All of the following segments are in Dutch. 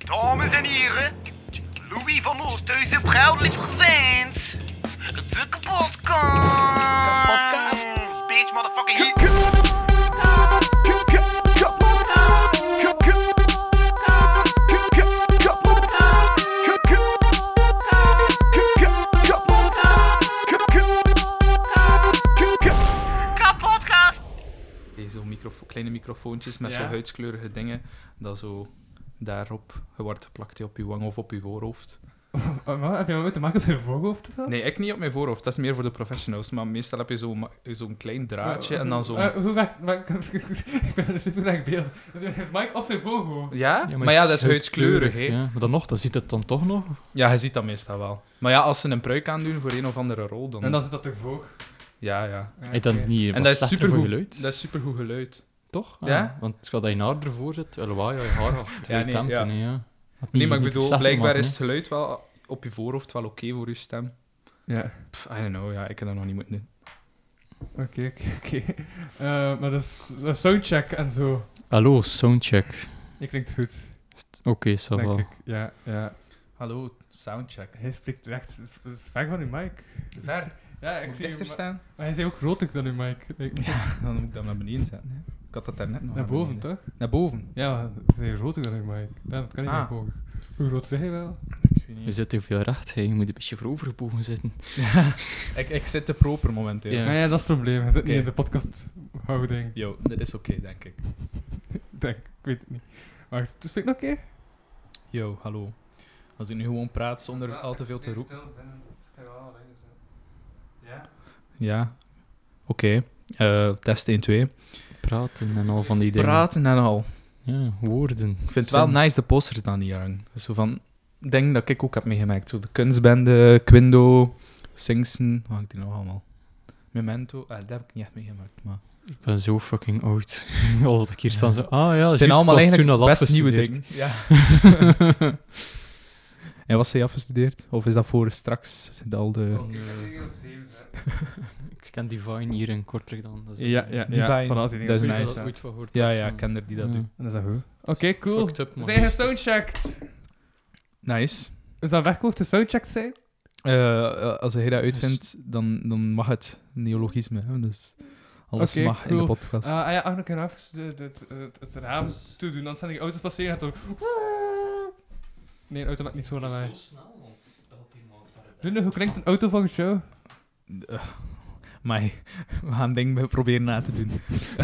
Dames en heren, Louis van Oosthuizen proudly presents de kapotkast. Kapotkast. Bitch, motherfucking hit. Zo'n kleine microfoontjes met zo'n huidskleurige dingen, dat zo daarop, je wordt geplakt op je wang of op je voorhoofd. Heb je wat te maken met je voorhoofd? Nee, ik niet op mijn voorhoofd, dat is meer voor de professionals, maar meestal heb je zo'n klein draadje en dan zo... Hoe werkt... Ik ben een superleuk beeld. Dus is Mike op zijn voorhoofd? Ja? Maar ja, dat is huidskleurig, hè. Ja, maar dan nog, dan ziet het dan toch nog. Ja, je ziet dat meestal wel. Maar ja, als ze een pruik aandoen voor een of andere rol, dan... En dan zit dat ervoor. Ja. Heet dat niet En dat is slechter voor supergoed geluid? Dat is supergoed geluid. Toch? Ja? Want als je je haar ervoor zit, wel ja, je haar af. Ja, nee, ja. Nee, Maar ik bedoel, blijkbaar is het geluid wel op je voorhoofd wel oké voor je stem. Ja. I don't know, ja, ik heb dat nog niet moeten doen. Oké. Maar dat is een soundcheck en zo. Hallo, soundcheck. Je klinkt goed, Oké, ça denk va. ik. Ja. Hallo, soundcheck. Hij spreekt echt ver van uw mic. Ver? Ja, ik Moet zie dichter hem. staan? Maar hij is ook groter dan uw mic. Ja, dan moet ik dat naar beneden zetten. Hè. Ik had dat daarnet nog Naar boven, beneden. toch? Naar boven? Ja, maar hij is groter dan uw mic. Ja, dat kan niet meer hoger. Hoe groot zeg je wel? Ik weet Je niet. zit heel veel recht, hè. Je moet een beetje voorovergebogen zitten. Ik zit te proper momenteel. Ja. Ja, dat is het probleem. Hij zit Oké. niet in de podcasthouding. Yo, dat is oké, denk ik. Ik weet het niet. Wacht, dus spreek nog een keer? Yo, hallo. Als ik nu gewoon praat zonder al te veel te roepen. Ja. Oké. Test 1, 2. Praten en al van die dingen. Praten en al. Ja, woorden. Ik vind het wel nice de posters dan niet hangen. Zo van dingen dat ik ook heb meegemaakt. Zo de kunstbende, Quindo, Singsten. Wat hangt die nog allemaal? Memento. Dat heb ik niet echt meegemaakt. Maar... Ik ben zo fucking oud. Al dat ik hier staan zo... Ah ja, Het zijn juist, allemaal ik was eigenlijk toen al best nieuwe afgestudeerd. dingen. Ja. En was hij afgestudeerd? Of is dat voor straks? Zit al de... Ik ken Divine hier in Kortrijk dan. Dat is Ja. Divine. Van als je Dat is niet nice. dat ik ooit van gehoord Ja, heb, ja, maar- ik ken er die dat Ja. doen. En is dat goed? Oké, cool. Fucked up, We man. zijn gesoundchecked. Nice. Is dat werkwoord gesoundchecked zijn? Als hij dat uitvindt, dan mag het neologisme. Hè? Dus alles Oké, mag in de cool. podcast. Ja, nog even het raam toedoen. Dan zijn die auto's passeren en dan... Nee, een auto maakt niet zo naar mij. Rune, hoe klinkt een auto van jou? Maar we gaan dingen proberen na te doen.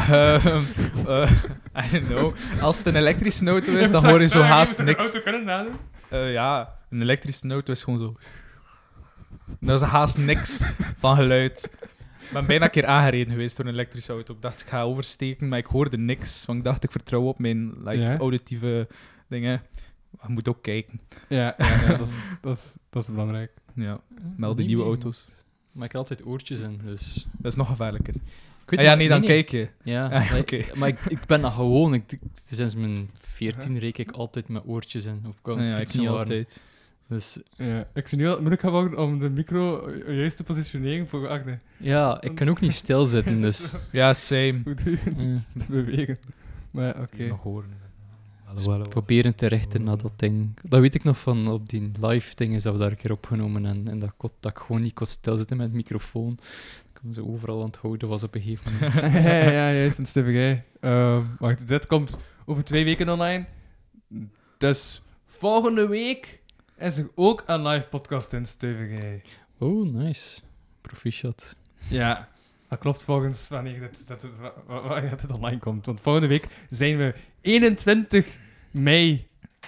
I don't know. Als het een elektrische auto is, dan hoor je zo haast Een niks. auto kunnen nadoen? Ja, een elektrische auto is gewoon zo... Dat is haast niks van geluid. Ik ben bijna een keer aangereden geweest door een elektrische auto. Ik dacht, ik ga oversteken, maar ik hoorde niks. Want ik dacht, ik vertrouw op mijn Ja. auditieve dingen. Maar je moet ook kijken. Ja, dat is belangrijk. Ja, melden nieuwe auto's. Maar ik heb altijd oortjes in, dus... Dat is nog gevaarlijker. Ik weet Ja, nog- nee, dan kijk je. Ja, Ah, maar, oké. maar ik ben dat gewoon. Sinds mijn 14 reek ik altijd met oortjes in. Of kan Ja, ik fietsen niet waren. altijd. Dus Ja, ik zie nu al het moeilijk gaan worden om de micro juist te positioneren voor Agne. ja, ik kan ook niet stilzitten, dus... Ja, same. Hoe doe je het? Te bewegen. Maar ja, oké. Nog horen. Proberen te richten naar dat ding. Dat weet ik nog van op die live dingen dat we daar een keer opgenomen en dat ik gewoon niet kon stilzitten met de microfoon. Ik kon ze overal aan het houden was op een gegeven moment. Ja, juist, een stevig. Wacht, dit komt over 2 weken online. Dus volgende week is er ook een live podcast in Stevig. Oh, nice. Proficiat. Ja, dat klopt volgens wanneer dit online komt. Want volgende week zijn we 21 mei.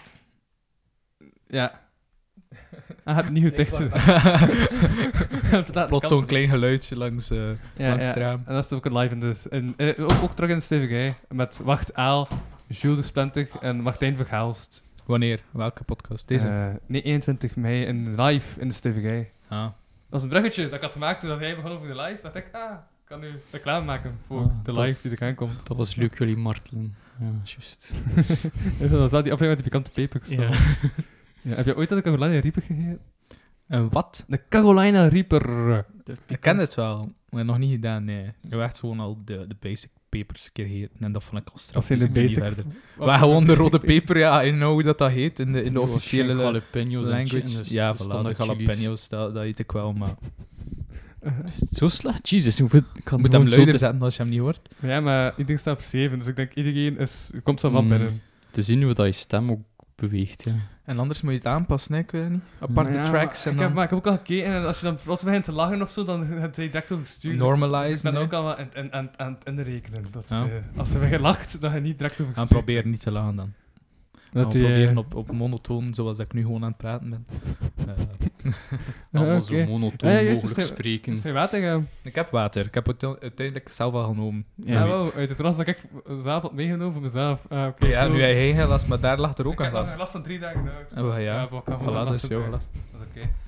Ja. Hij had het niet goed dicht. Plots zo'n klein geluidje langs het raam. En dat is ook een live in dus. En, ook terug in de Stevig. Met Wacht Aal, Jules de Splinter en Martijn Verhaalst. Wanneer? Welke podcast? Deze? Nee, 21 mei in live in de Stevig. Ah. Dat was een bruggetje dat ik had gemaakt toen jij begon over de live. Dacht ik, ik kan nu reclame maken voor de dat- live die er aankomt. Dat was leuk, jullie martelen. Ja, juist. Dat was wel die aflevering met die pikante pepers. Ja. Ja, heb je ooit aan de Carolina Reaper gegeten? Wat? De Carolina Reaper. Ik ken het wel, maar nog niet gedaan, nee. Je hebt gewoon al de basic pepers een keer gegeten. En dat vond ik al straf. Dat zijn dus de ik ben niet basic... verder. Maar gewoon de rode peper, ja, I know hoe dat heet in de officiële jalapenos language. Ja, voilà, de jalapenos, dat eet ik wel, maar... Is het zo slecht? Jezus, ik kan Je moet hem luider zetten als je hem niet hoort. Ja, maar iedereen staat op 7, dus ik denk iedereen komt zo wat binnen. Te zien hoe dat je stem ook beweegt, ja. En anders moet je het aanpassen, hè, ik weet het niet. Aparte tracks en dan... Maar ik heb ook al gekeken, en als je dan plots begint te lachen of zo, dan gaat hij direct oversturen. Normalize, Dus ik ben nee. ook al wat aan het inrekenen. Dat, Ja. als er weer lacht, dan ga je niet direct Gaan oversturen. proberen niet te lachen dan. Dat Gaan die, proberen op monotoon, zoals ik nu gewoon aan het praten ben. Allemaal oké. zo monotoon Ja, juist, mogelijk dus spreken. Zijn water Ik heb water. Ik heb het uiteindelijk zelf al genomen. Ja, wel, uit het glas dat ik zelf had meegenomen voor mezelf. Oké, Ja, cool. nu hij geen glas, maar daar lag er ook Ik een heb nog glas. een glas van 3 dagen oud. Oh ja, maar ik kan gewoon een voilà, dat is erbij. jouw glas. Dat is oké.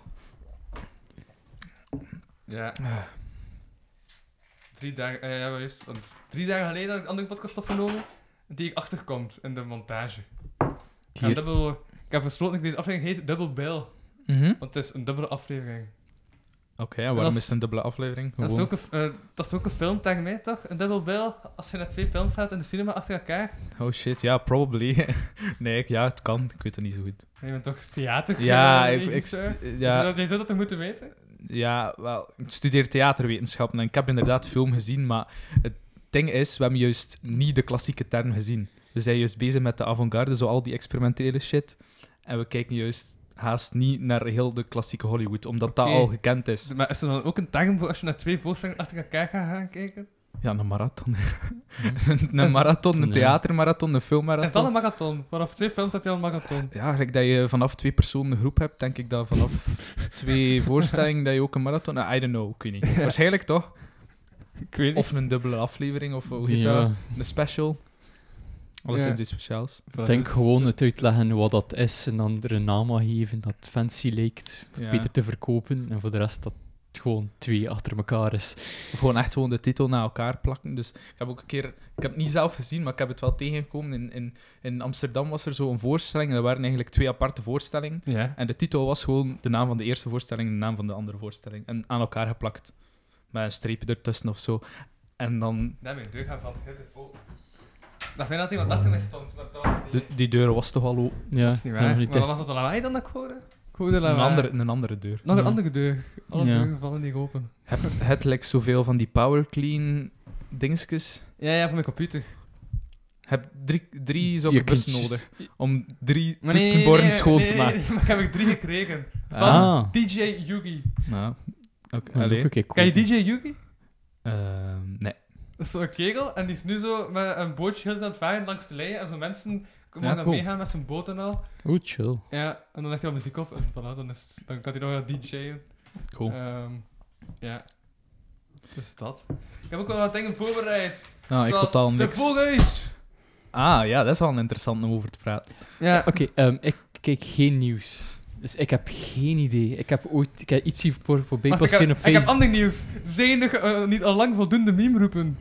Ja. 3 dagen, ja, wel juist. Want 3 dagen geleden had ik een andere podcast opgenomen, die ik achterkomt in de montage. Hier- Ik heb besloten dat deze aflevering heet Double Bill, Mhm. want het is een dubbele aflevering. Oké, en waarom dat is- is het een dubbele aflevering? Dat is, Gewoon. dat is ook een film tegen mij, toch? Een Double Bill, als je naar 2 films gaat in de cinema achter elkaar. Oh shit, ja, probably. Nee, ja, het kan. Ik weet het niet zo goed. Je bent toch theater? Ja, Ja. ja, Je zou dat toch moeten weten? ja, wel, ik studeer theaterwetenschappen en ik heb inderdaad film gezien, maar het ding is, we hebben juist niet de klassieke term gezien. We zijn juist bezig met de avant-garde, zo al die experimentele shit. En we kijken juist haast niet naar heel de klassieke Hollywood, omdat dat Oké. al gekend is. Maar is er dan ook een term voor als je naar 2 voorstellingen achter elkaar gaat gaan kijken? Ja, een marathon. Is- een marathon, een Nee. theatermarathon, een Is dat filmmarathon. een marathon? Vanaf 2 films heb je al een marathon. Ja, gelijk dat je vanaf 2 personen een groep hebt, denk ik dat vanaf 2 voorstellingen dat je ook een marathon... I don't know, ik weet niet. Waarschijnlijk toch? Ik weet niet. Of een dubbele aflevering, of hoe heet Ja. dat? Een special. Alleszins Ja. iets speciaals. Ik denk gewoon het uitleggen wat dat is en dan er een naam aan geven dat fancy lijkt, Ja. beter te verkopen. En voor de rest dat het gewoon 2 achter elkaar is. Of gewoon echt gewoon de titel naar elkaar plakken. Dus ik heb ook een keer... Ik heb het niet zelf gezien, maar ik heb het wel tegengekomen. In Amsterdam was er zo'n voorstelling. En dat waren eigenlijk 2 aparte voorstellingen. Ja. En de titel was gewoon de naam van de eerste voorstelling en de naam van de andere voorstelling. En aan elkaar geplakt. Met een streepje ertussen of zo. En dan... Nee, mijn deur gaat van het open. Dat vind ik dat iemand achter mij stond, maar dat was niet... Die deur was toch al open. Ja, dat is niet nog waar. niet Maar echt. was dat een lawaai dan dat ik hoorde? Ik hoorde Een lawaai. andere deur. Nog een Ja. andere deur. Alle Ja. deuren vallen niet open. Het lijkt zoveel van die power clean dingetjes. Ja, voor mijn computer. Heb drie Die zo'n bussen kindjes- nodig om 3 Maar nee, toetsenborden nee, schoon nee, te nee, maken. nee, maar ik heb er 3 gekregen. Van Ah. DJ Yugi. Nou, oké. Ja, Allee. ook een keer Ken je kopen. DJ Yugi? Nee. Dat is zo'n kegel en die is nu zo met een bootje heel de tijd aan het varen langs de lei. En zo mensen mogen dan cool. meegaan met zijn boot en al. Oeh, chill. Ja, en dan legt hij wat muziek op en voilà, dan kan hij nog gaan DJ'en. Cool. Ja. Dus dat. Ik heb ook wel wat dingen voorbereid. Ah, ik Zoals totaal de niks. vogels. Ah, ja, dat is wel interessant om over te praten. Ja, Oké, ik kijk geen nieuws. Dus ik heb geen idee. Ik heb iets hier voorbij wacht, passeren op ik heb Facebook. ander nieuws. Zijn er niet al lang voldoende meme-roepen?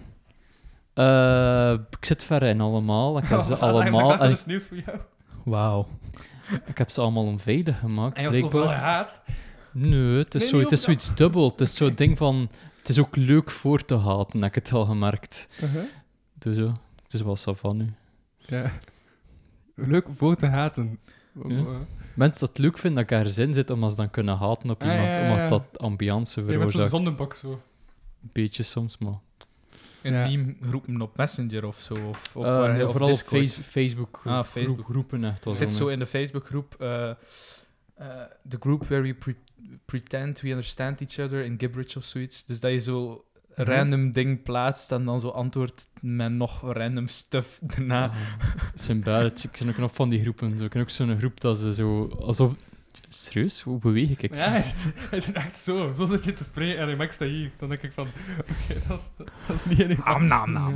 Ik zit ver in allemaal. Ik heb ze Dat allemaal... is nieuws voor jou. Wauw. Ik heb ze allemaal onveilig gemaakt, En je had overal blijkbaar. gehaat. Nee, het is, Nee, zo, niet het is overal. zoiets dubbel. Het is zo'n ding van... Het is ook leuk voor te haten, heb ik het al gemerkt. Dus zo. Het is wel savan nu. Ja. Leuk voor te haten. Ja. Mensen dat het leuk vinden dat ik ergens in zit, omdat ze dan kunnen haten op iemand, ja, ja. omdat dat ambiance Je bent zo'n veroorzaakt. zondebok zo. Een beetje soms, maar... Een Ja. meme groepen op Messenger of zo. Of op, Nee, of vooral op Discord. Facebook, Ah, Facebook. groepen echt. Ik zit zo in de Facebookgroep. The group where we pretend we understand each other in gibberish of zoiets. Dus dat je zo een random ding plaatst en dan zo antwoordt met nog random stuff daarna. Het zijn bad. Ik ken ook nog van die groepen. Zo, ik ken ook zo'n groep dat ze zo... Alsof... Serieus? Hoe beweeg ik? Ja, het is echt zo. Zo zit je te spreken en je maakt dat hier. Dan denk ik van, oké, dat is niet in Naam.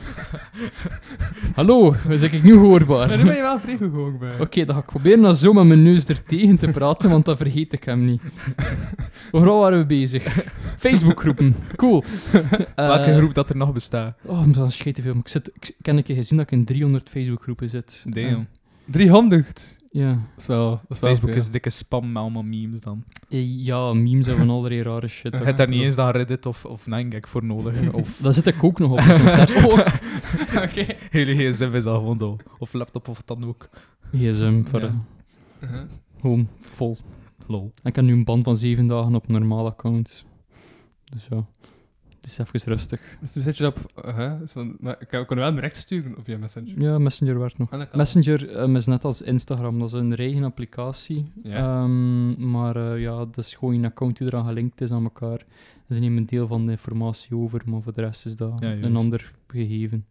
Hallo, was ik nu hoorbaar? Maar nu ben je wel vrij goed gewoon bij. Oké, dan ga ik proberen dan zo met mijn neus er tegen te praten, want dan vergeet ik hem niet. Vooral waren we bezig. Facebookgroepen, cool. Welke groep dat er nog bestaat? Oh, dat is schijt te veel. Maar ik heb een keer gezien dat ik in 300 Facebookgroepen zit. Damn. 300. Ja. Dat is wel Facebook veel. is dikke spam met allemaal memes dan. Ja, memes hebben allerlei rare shit. Je hebt daar niet eens dan Reddit of 9gag voor nodig. Of Daar zit ik ook nog op. Zo'n test. Oké. hele gsm is al gewoon zo. Of laptop of wat dan ook. GSM, voor, Ja. gewoon vol. Lol. En ik heb nu een ban van 7 dagen op een normaal account. Dus ja, het is even rustig. Dus nu zit je op... maar ik kan wel een bericht sturen via Messenger. Ja, Messenger werkt nog. En dat kan. Messenger is net als Instagram, dat is een eigen applicatie. Ja. Maar ja, dat is gewoon een account die eraan gelinkt is aan elkaar. Ze nemen een deel van de informatie over, maar voor de rest is dat Ja, juist. een ander gegeven.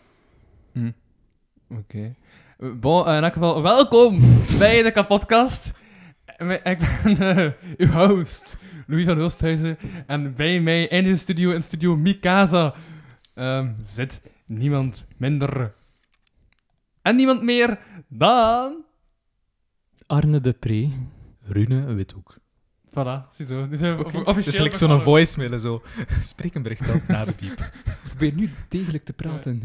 Oké. Bon, in elk geval, welkom bij de kapotkast. Ik ben uw host, Louis van Oosthuizen. En bij mij in studio Mikasa, zit niemand minder en niemand meer dan... Arne de Pre. Rune Withoek. Voilà, ziezo. Die zijn Het is officieel like zo'n begonnen. voicemail zo. Spreek een bericht op na de piep. Probeer nu degelijk te praten.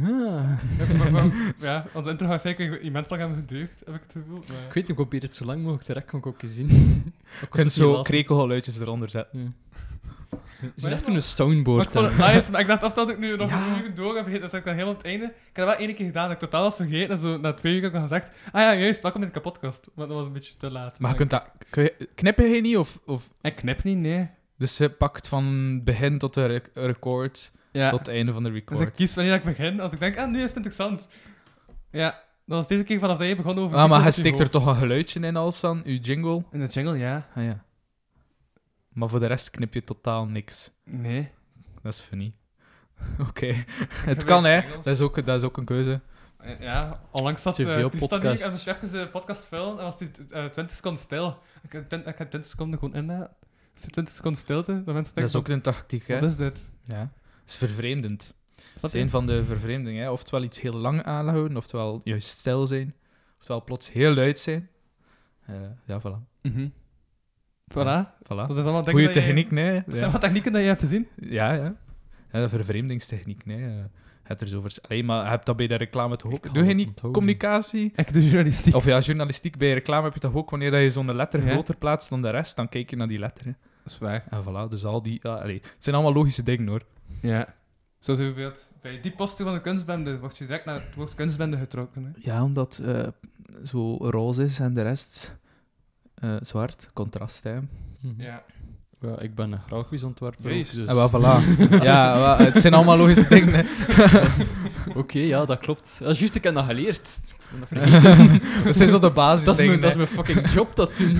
Ja, onze intro gaat zeker immens lang hebben geduurd, heb ik het gevoel. Maar... Ik weet niet, ik probeer het zo lang mogelijk te rekken, kan ik ook zien. Je kunt zo krekelgeluidjes eronder zetten. Ja. Ze zijn echt een soundboard. Maar ik vond het hè. nice, maar ik dacht of dat ik nu nog Ja. een uur door heb vergeten, dus ik dat helemaal op het einde. Ik heb dat wel één keer gedaan, dat ik totaal was vergeten en zo na 2 uur heb ik gezegd, ah ja, juist, welkom in de kapotkast. Maar dat was een beetje te laat. Maar je kunt dat... Knippen je niet? Of... Ik knip niet, nee. Dus je pakt van begin tot de record Ja. tot het einde van de Dus ik record. kies wanneer ik begin, als ik denk, nu is het interessant. Ja, dat was deze keer vanaf dat je begon over... Ah, maar pickles hij op je steekt er hoofd. toch een geluidje in als dan, uw jingle. In de jungle, ja. Ah ja. Maar voor de rest knip je totaal niks. Nee. Dat is funny. Oké. Het kan, hè. jingles. Dat is ook een keuze. Ja, onlangs zat Te veel die stond hier podcasts. en ze even de podcast vullen en was die 20 seconden stil. Ik heb 20 seconden gewoon in. Is die 20 seconden stilte? Dat mensen Dat denken is ook een tactiek, hè. wat is dit? Ja. Het is vervreemdend. Dat Snap is je? een van de vervreemdingen, hè. Oftewel iets heel lang aanhouden, oftewel juist stil zijn, oftewel plots heel luid zijn. Ja, voilà. Mhm. Voilà. Voilà. Dat is allemaal dingen Goeie dat je- techniek, nee. Dat zijn Ja. wat technieken dat je hebt te zien. Ja, ja. Ja, de vervreemdingstechniek, nee. Het er zo over... Allee, maar je hebt dat bij de reclame toch ook? Ik Doe je ga niet het onthouden. communicatie? Ik doe journalistiek. Of ja, journalistiek bij reclame heb je toch ook, wanneer dat je zo'n letter Ja. groter plaatst dan de rest, dan kijk je naar die letter. Hè. Dat is waar. En voilà, dus al die... allee, het zijn allemaal logische dingen, hoor. Ja. Zoals bijvoorbeeld bij die poster van de kunstbende word je direct naar het woord kunstbende getrokken. Hè. Ja, omdat zo roze is en de rest zwart, contrast, hè. Mhm. Ja. Ja, ik ben een grafisch ontwerper. Juist. Dus... En wel, voilà. Ja, wel, het zijn allemaal logische dingen, hè. Oké, ja, dat klopt. Dat is juist, ik heb dat geleerd. Ik ben dat vergeten. Dat zijn zo de basis dat is mijn fucking job, dat doen.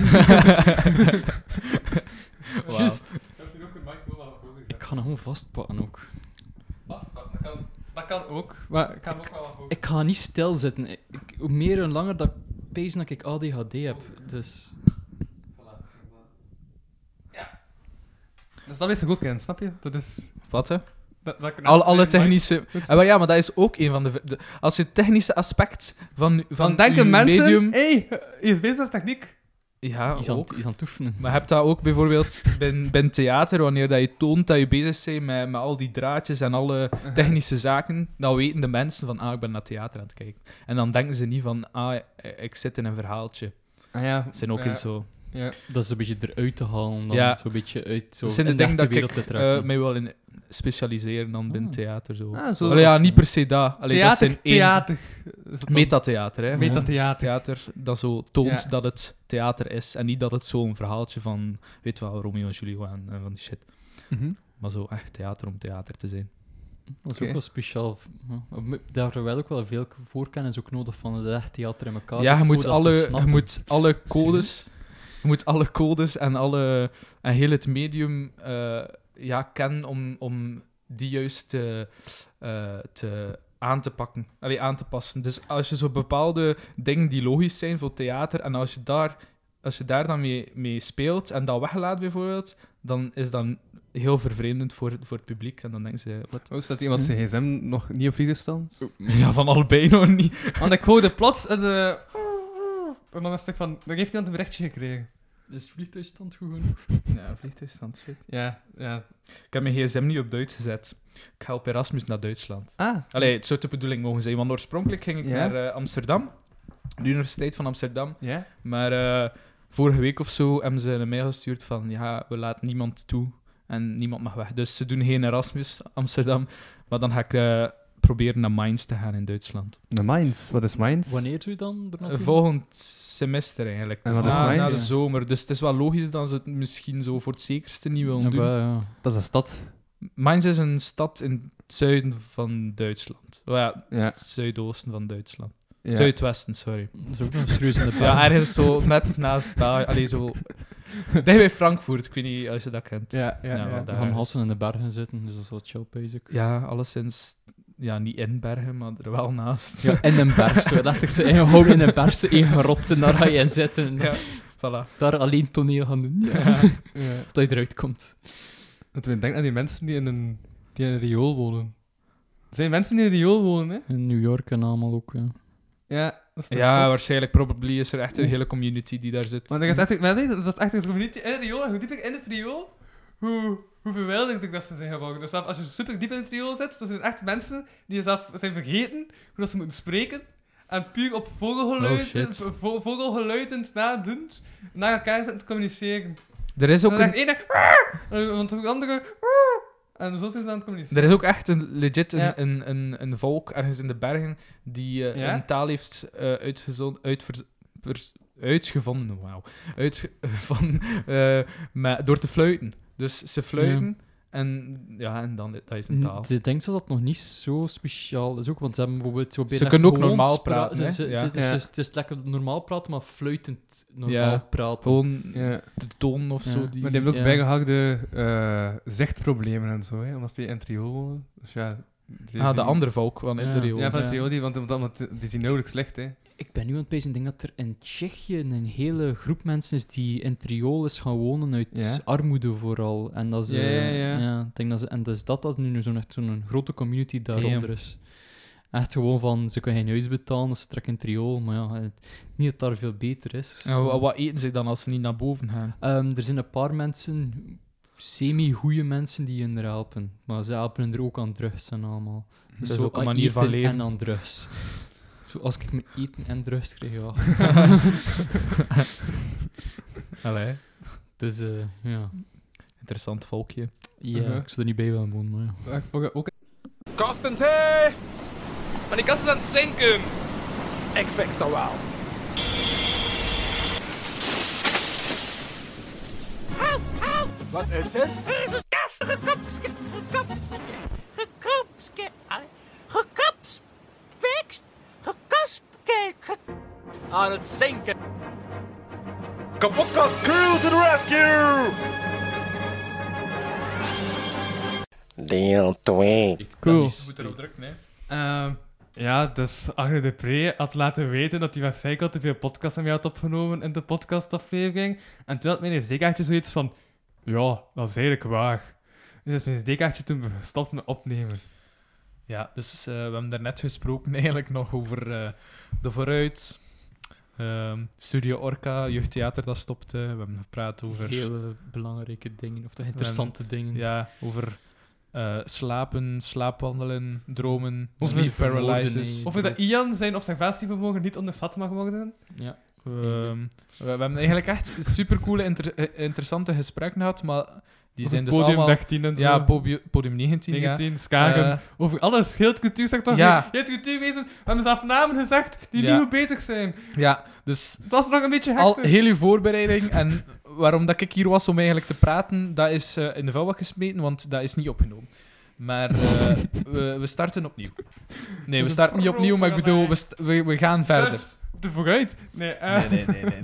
Juist. Dat is hier ook een mic wel goed Ik ga hem gewoon vastpakken ook. Dat kan ook, maar ik ga hem ook wel wat hoog. Ik ga niet stilzitten. Hoe meer en langer dat ik pees dat ik ADHD heb. Dus... Dus dat is er ook in, snap je? Dat is... Wat, hè? Dat ik Alle technische... Goed. Maar ja, maar dat is ook een van de... Als je het technische aspect van Dan denken uw mensen, medium... hey, je is bezig met techniek. Ja, Is aan, ook. is aan het oefenen. Maar je hebt dat ook bijvoorbeeld bij theater, wanneer dat je toont dat je bezig bent met al die draadjes en alle technische zaken, dan weten de mensen van, ik ben naar theater aan het kijken. En dan denken ze niet van, ik zit in een verhaaltje. Ah ja. Dat zijn ook eens zo... Ja. Dat is een beetje eruit te halen. Dan Ja. zo'n beetje uit zo Dat zijn de in de dingen echte dat ik wereld te trekken. mij wel in specialiseren dan binnen Ah. theater. Zo. Ah, zo. Allee, ja, niet per se dat. Allee, dat zijn Theater. Is het dan? metatheater, hè. Metatheater. Theater dat zo toont Ja. dat het theater is en niet dat het zo'n verhaaltje van, weet je wel, Romeo en Julio en van die shit. Mhm. Maar zo echt theater om theater te zijn. Dat is Oké. ook wel speciaal. Daar wel ook wel veel voorkennis ook nodig van het echt theater in elkaar. Ja, je zit moet, voordat te alle, je snappen. moet alle codes... Je moet alle codes en heel het medium kennen om die juist aan te pakken. Allee, aan te passen. Dus als je zo bepaalde dingen die logisch zijn voor theater en als je daar dan mee speelt en dat weglaat bijvoorbeeld, dan is dat heel vervreemdend voor het publiek. En dan denken ze, wat? Oh, staat iemand zijn gsm nog niet op vliegtuigstand? Ja, van allebei nog niet. Want ik hoorde plots de... En dan was ik van... Dan heeft iemand een berichtje gekregen. Is het vliegtuigstand goed genoeg? Ja, vliegtuigstand, shit. Ja. Ik heb mijn gsm niet op Duits gezet. Ik ga op Erasmus naar Duitsland. Ah. Allee, het zou de bedoeling mogen zijn, want oorspronkelijk ging ik Ja. naar Amsterdam de Universiteit van Amsterdam. Ja? Maar vorige week of zo hebben ze een mail gestuurd van ja, we laten niemand toe en niemand mag weg. Dus ze doen geen Erasmus Amsterdam, maar dan ga ik proberen naar Mainz te gaan in Duitsland. Naar Mainz. Wat is Mainz? Wanneer doe je dan? er naartoe? Volgend semester eigenlijk. En Dus wat is Mainz? na de zomer. Dus het is wel logisch dat ze het misschien zo voor het zekerste niet willen Ja, doen. ja. Dat is een stad. Mainz is een stad in het zuiden van Duitsland. Oh ja, Ja. het zuidoosten van Duitsland. Ja. Zuidwesten, sorry. Dat is ook nog serieus in de Ja, ergens zo net naast België. Allee, zo... Dicht bij Frankfurt, ik weet niet als je dat kent. Ja, ja, Ja, ja. wel We daar. gaan Hassen in de bergen zitten, dus dat is wel chill bezig. Ja, alleszins... Ja, niet in Bergen, maar er wel naast. Ja, in een berg. Zo dacht ik zo, gewoon in een berg, zo één rots en daar ga je zitten. Ja, voilà. Daar alleen toneel gaan doen. Ja. Ja. Ja. Dat je eruit komt. Dat we denken aan die mensen die in een riool wonen. Er zijn mensen die in een riool wonen, hè? In New York en allemaal ook, ja. Ja, dat is toch Ja, zot? waarschijnlijk, probably is er echt een hele community die daar zit. Maar dat is echt, dat is echt een community in een riool. En hoe dieper in het riool, hoe verwilderd dat ze zijn geworden. Dus zelf als je super diep in het riool zit, dan zijn er echt mensen die zelf zijn vergeten hoe dat ze moeten spreken. En puur op vogelgeluiden nadoend naar elkaar zitten te communiceren. Er is ook Dan een... zegt ene... Want de andere... En zo zijn ze aan het communiceren. Er is ook echt legit Ja. een volk ergens in de bergen die Ja? een taal heeft uitgevonden. Wauw. Door te fluiten. Dus ze fluiten en dan dat is een taal. Ik denk zo dat het nog niet zo speciaal is ook, want ze hebben bijvoorbeeld zo Ze kunnen ook normaal praten, hè? Ze- Ja. ze- Ja. Het is lekker normaal praten, maar fluitend normaal Ja. praten. Gewoon Ja. de toon of Ja. zo. Die... Maar die hebben ook Ja. bijgehouden zichtproblemen en zo, hè, omdat die in het riool wonen. Dus ja... die de zien- andere volk van in Ja. de riool. Ja, van het Ja. riool, want die zien nauwelijks licht, hè. Ik ben nu aan het pezen, ik denk dat er in Tsjechië een hele groep mensen is die in het riool is gaan wonen uit Ja? armoede vooral. En dat is, Ja. ik denk dat ze, en dus dat nu echt zo'n grote community daaronder Damn. is. Echt gewoon van, ze kunnen geen huis betalen, dus ze trekken in het riool. Maar ja, niet dat daar veel beter is. En wat eten ze dan als ze niet naar boven gaan? Er zijn een paar mensen, semi-goeie mensen, die hun er helpen. Maar ze helpen hun er ook aan drugs en allemaal. Dat Dus is zo ook een aan manier van eten leven. en aan drugs. Zo, als ik mijn eten en drugs krijg, ja. Allee, Dus ja. interessant volkje. Ja, Uh-huh. ik zou er niet bij willen wonen, maar ja. Ik vond het ook... Kastens, hé! Maar die kast is aan het zinken. Ik fix dat wel. Wat is het? Er is een kast gekapspekst, Aan het zinken. Kapotkast crew to the rescue! Deel 2. Cool. Moet erop drukken, hè. Ja, dus Agne de Pre had laten weten dat hij waarschijnlijk al te veel podcasts aan mij had opgenomen in de podcastaflevering. En toen had mijn SD-kaartje zoiets van... Ja, dat is eigenlijk waar. Dus is mijn SD-kaartje toen gestopt met opnemen. Ja, dus we hebben daarnet gesproken eigenlijk nog over de Vooruit, Studio Orca, jeugdtheater dat stopte. We hebben gepraat over, Hele belangrijke dingen, of toch interessante dingen. ja, over slapen, slaapwandelen, dromen, Over sleep paralysis. nee. Over dat Ian zijn observatievermogen niet onderschat mag worden. Ja. We hebben eigenlijk echt supercoole, interessante gesprekken gehad, maar die Over zijn dus podium allemaal... 13 en zo. Ja, podium 19, 19, Skagen. ja. Over alles. Heel het cultuursector. Ja. Heel het cultuurwezen. We hebben zelf namen gezegd die Ja. niet goed bezig zijn. Ja, dus Het was nog een beetje al hectisch. heel uw voorbereiding en waarom dat ik hier was om eigenlijk te praten, dat is in de vuilbak gesmeten, want dat is niet opgenomen. Maar we starten opnieuw. Nee, we starten niet opnieuw, maar ik bedoel, we gaan verder. Dus, de vooruit. Nee, Nee.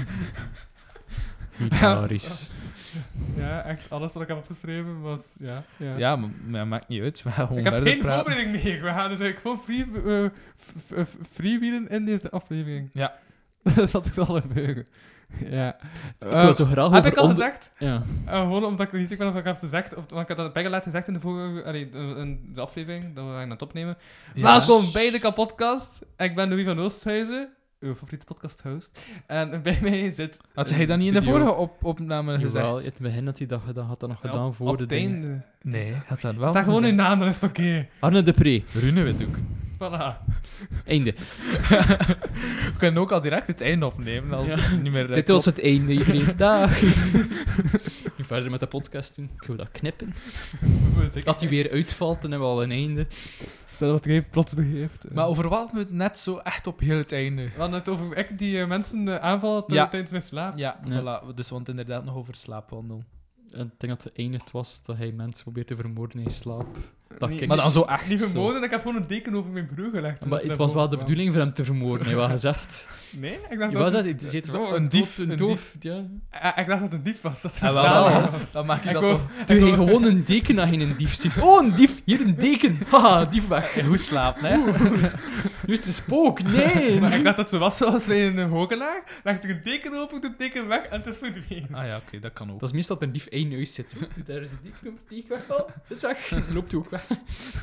Hilarisch. Ja, echt alles wat ik heb opgeschreven was... Ja. Ja, maar maakt niet uit. We gaan gewoon Ik heb verder geen praten. voorbereiding meer. We gaan dus eigenlijk gewoon freewheelen in deze aflevering. Ja. Dat zat ik zal gebeuren. Ja. Ik wil zo graag Heb over ik al gezegd? Ja. Gewoon omdat ik er niet zeker ben of ik heb gezegd, of want ik had dat bijna laten gezegd in de vorige, in de aflevering, dat we gaan het opnemen. Ja. Welkom bij de Kapodcast. Ik ben Louis van Oosthuizen, uw favoriete podcasthost. En bij mij zit... Had hij dat niet in de studio. vorige opname Jawel, gezegd? in het begin had hij dat gedaan, had dat nog gedaan voor op de het dingen. einde. Nee, had dat wel Zeg gewoon uw gezegd. naam, dan is het oké. Arne de Pre. Rune weet ook. Voilà. Einde. We kunnen ook al direct het einde opnemen als het niet meer... Dit was het einde, iedereen. Dag. Ik verder met de podcast doen. Ik wil dat knippen. Dat hij weer uitvalt, dan hebben we al een einde. Stel dat er even plots begeeft. Maar over wat we het net zo echt op heel het einde... We hadden het over echt die mensen aanvallen Ja. tijdens mijn slaap. Ja, Ja. voilà. Dus want inderdaad nog over slaapwandel. En ik denk dat het eindigd was dat hij mensen probeert te vermoorden in slaap. Dat Nee, ik- Maar dan zo echt Niet zo. vermoorden, ik heb gewoon een deken over mijn brug gelegd. Maar het was wel de bedoeling voor hem te vermoorden, hij was gezegd. Nee, ik dacht Je dat was het... dat, het zit Zo, een dief, een doof, ja. Ik dacht dat het een dief was. Dat het Ah, een wel, stalen wel. was. Dan maak je Ik dat wou- toch... Doe je gewoon een deken dat je een dief ziet. Oh, een dief, hier een deken. Haha, dief weg. Hoe slaapt, hè? Nu is het een spook, nee. Maar ik dacht dat het zo was zoals bij een hogenaar. Dan leg ik een deken open, doe het deken weg en het is verdwenen. Ah ja, oké, dat kan ook. Dat is meestal bij een dief één neus zit. Daar is het deken over, het deken weg. Oh, dat is weg. Dan loopt hij ook weg.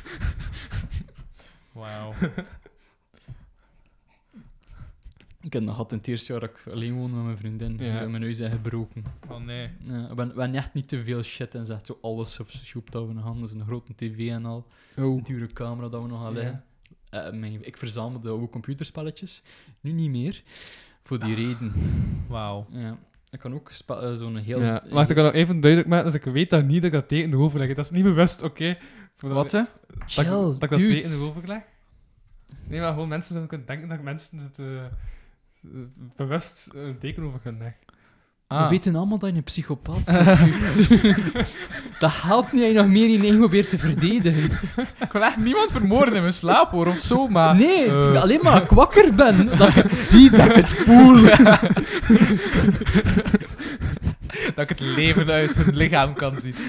Wauw. Ik heb dat gehad in het eerste jaar dat ik alleen woonde met mijn vriendin. Ja. Mijn neus is gebroken. Oh nee. Ja, we hebben echt niet te veel shit en zegt zo alles op shoep dat we nog hadden. Dus een grote tv en al. Een Oh. dure camera dat we nog hadden. Ja. Ik verzamelde oude computerspelletjes. Nu niet meer. Voor die reden. Wauw. Ja. Ik kan ook zo'n heel... Ja, wacht, ik kan nog even duidelijk maken, dus ik weet dat niet dat ik dat teken erover leg. Dat is niet bewust, oké? Voordat Wat, hè? Chill, dat ik dat dude. teken erover leg. Nee, maar gewoon mensen zouden kunnen denken dat mensen het bewust een teken over kunnen leggen. We weten allemaal dat je een psychopaat bent. dude. Dat helpt niet dat je nog meer je eigen probeert te verdedigen. Ik wil echt niemand vermoorden in mijn slaap, hoor, of zo, maar... Nee, het is alleen maar ik wakker ben. Dat ik het zie, dat ik het voel. Dat ik het leven uit hun lichaam kan zien.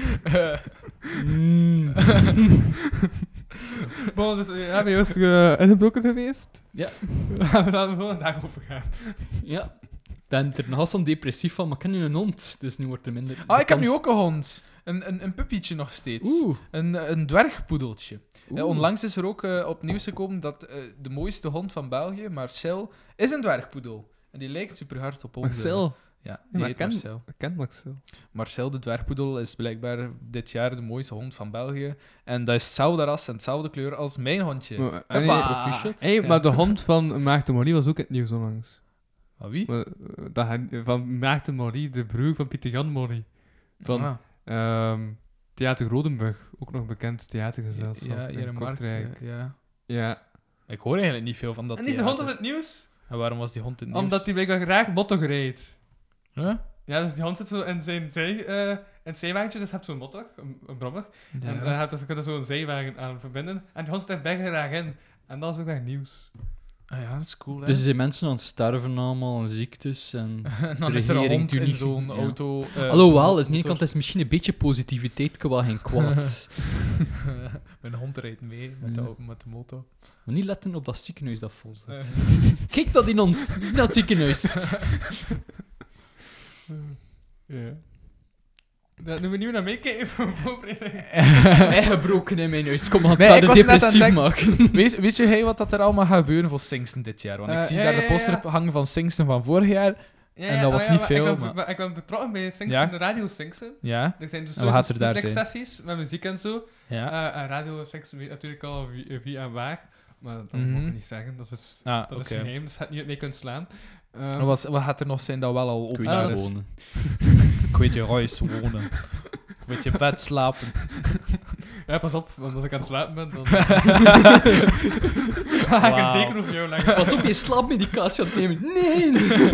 Bon, dus we hebben juist ingebroken geweest. Ja. We laten gewoon daarover gaan. Ja. Ik ben er nogal zo'n depressief van, maar ik ken nu een hond, dus nu wordt er minder... Ah, ik heb nu ook een hond. Een puppietje nog steeds. Oeh. Een dwergpoedeltje. Oeh. Onlangs is er ook op nieuws gekomen dat de mooiste hond van België, Marcel, is een dwergpoedel. En die lijkt super hard op ons. Ja, die maar heet ken- Marcel. Ik ken Marcel. Marcel, de dwergpoedel, is blijkbaar dit jaar de mooiste hond van België. En dat is hetzelfde ras en hetzelfde kleur als mijn hondje. Maar, proficiat. hey, maar de hond van Maarten Marie was ook in het nieuws onlangs. Van wie? Maar, van Maarten Marie, de broer van Pieter Jan Marie. Van Ah, Theater Rodenburg, ook nog bekend theatergezelschap ja, hier in in Mark. Kortrijk. Ja. Ja. Ik hoor eigenlijk niet veel van dat En die theater. hond was in het nieuws, En waarom was die hond in het nieuws? omdat hij blijkbaar graag motor reed. Huh? Ja, dus die hond zit zo in zijn zijwagentje, dus hij heeft zo'n motor, een brommer. Ja. En hij heeft dus, je kunt er zo'n zijwagen aan verbinden. En die hond zit er bijna graag in. En dat is ook weer nieuws. Ah ja, dat is cool, hè? Dus er zijn mensen aan het sterven allemaal, en ziektes en... en dan de is er een regering hond doet in niet- zo'n ja. auto. Alhoewel, aan de ene motor. kant is het misschien een beetje positiviteit, qua geen kwaad. Mijn hond rijdt mee met, Ja. met de motor. Maar niet letten op dat ziekenhuis dat vol zit. Kijk naar die hond, niet naar het ziekenhuis. Ja. Dat doen we niet naar meekijken voor voorbereiding. Hij gebroken in mijn huis. Kom, we gaan Nee, het ik verder was net aan depressief het maken. weet je hey, wat dat er allemaal gaat gebeuren voor Singsten dit jaar? Want ik zie daar de poster hangen van Singsten van vorig jaar. En dat was niet veel, Ik ben betrokken bij Singsen, Ja? de Radio Singsen. Ja? Er zijn dus En wat gaat er daar sessies met muziek en zo. Ja. En Radio Singsen weet natuurlijk al wie en waar. Maar dat mag Mhm. ik niet zeggen. Dat is Ah, oké. geheim, dus je het niet mee kunt slaan. Wat gaat er nog zijn dat wel al Ik op weet Ah, je dat is- wonen. Ik weet je huis wonen. Ik weet je bed slapen. Ja, pas op, want als ik aan het slapen ben, dan ga ik een Wauw. deken over jou leggen. Pas op, je slaapmedicatie aan het nemen. Nee!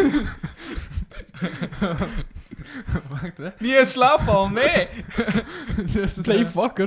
Wacht, hè. Niet in slaap vallen, nee! Dus, Blijf wakker.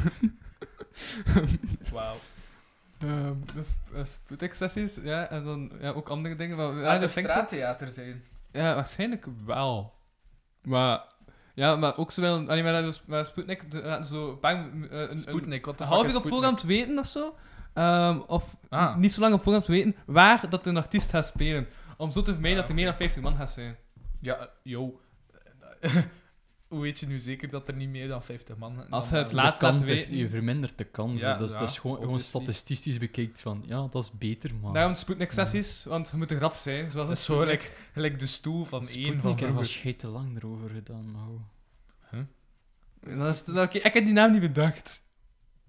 Wauw. dus Spoedex-sessies, ja, en dan ja, ook andere dingen. Maar, Gaat de er Singsen- straattheater zijn? Ja, waarschijnlijk wel. Maar, ja, maar ook zowel... Allee, maar Sputnik, zo een paar... een Sputnik, wat de een fuck half is uur op Sputnik? voorhand weten of zo. Of Ah. niet zo lang op voorhand weten waar dat een artiest gaat spelen. Om zo te vermijden dat er meer dan 50 man gaat zijn. Ja, yo. Hoe weet je nu zeker dat er niet meer dan 50 man... Als dan- je het dan- laat De kans, laten weten. je vermindert de kans. Ja, dat ja, is gewoon obviously. statistisch bekijkt van, ja, dat is beter, maar... Daarom Sputnik-sessies, want je moet een grap zijn. Zoals Dat is een zo Sputnik. gelijk de stoel van één Sputnik van heeft al vroeger. schijt te lang erover gedaan, nou. Oké, ik heb die naam niet bedacht.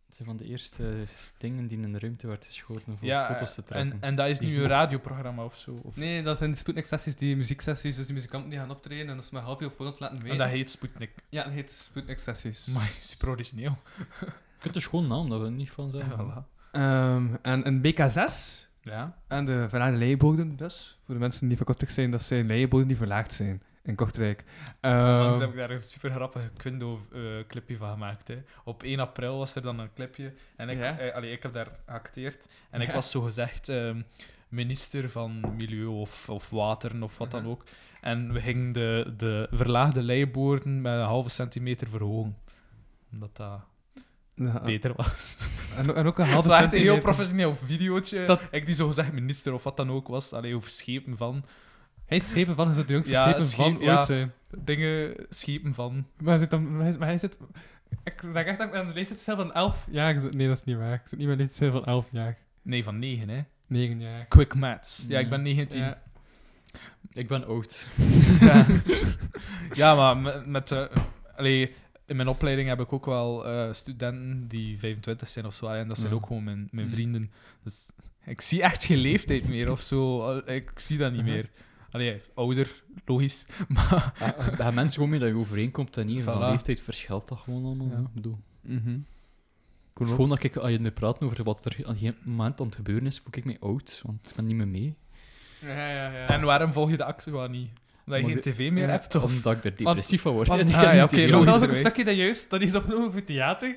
Het zijn van de eerste dingen die in de ruimte werd geschoten voor Ja, foto's te trekken. en dat is Die nu is een nog- radioprogramma of zo. Of... Nee, dat zijn die Sputnik-sessies, die muzieksessies, dus die muzikanten die gaan optreden en dat is met half uur op voorhand laten En weten. dat heet Sputnik. Ja, dat heet Sputnik-sessies. Maar super origineel. Je kunt er gewoon naam, dat we er niet van zijn. Ja, voilà. En een BK6 Ja. en de verlaagde leiboden dus. Voor de mensen die van Kortrijk zijn, dat zijn leiboden die verlaagd zijn in Kortrijk. Onlangs heb ik daar een super grappig Quindo-clipje van gemaakt. Hè. Op 1 april was er dan een clipje. En ik, Ja? ik heb daar geacteerd. En ik Ja. was zogezegd minister van Milieu of Water of wat dan ook. En we gingen de verlaagde leiboorden met een halve centimeter verhogen. Omdat dat Ja, beter was. en ook een Het halve was echt een heel centimeter. professioneel videootje. Dat- Ik die zogezegd minister of wat dan ook was. Allee, over schepen van. Hij is schepen van, hij zou de jongste Ja, schepen van scheep- ja. ooit zijn. Dingen, schepen van. Maar hij zit dan... Maar hij zit... Ik denk echt dat ik aan de leeftijdsverschil van 11 jaar zit. Nee, dat is niet waar. Ik zit niet met een leeftijdsverschil van 11 jaar. Nee, van 9, hè. 9 jaar. Quick maths. Ja, Ja. ik ben 19. Ja. Ik ben oud. Ja, ja maar allee, in mijn opleiding heb ik ook wel studenten die 25 zijn of zo. En dat zijn Ja. ook gewoon mijn Mm. vrienden. Dus ik zie echt geen leeftijd meer of zo. Ik zie dat niet meer. Allee, ouder, logisch. Maar Ja, mensen gewoon mee dat je overeenkomt en niet. Van Voilà. leeftijd verschilt dat gewoon allemaal. Ja. hè. Ik bedoel, Mhm. gewoon dat ik, als je nu praat over wat er aan een moment aan het gebeuren is, voel ik me oud, want ik ben niet meer mee. Ja. en waarom volg je de Actua niet? Omdat je Maar geen tv meer ja, hebt? Of? Omdat ik er depressief van word. want- en ik ah, heb ja, niet oké, TV. Dat was ook een logischerwijs. stukje dat juist, dat is opgenomen voor theater.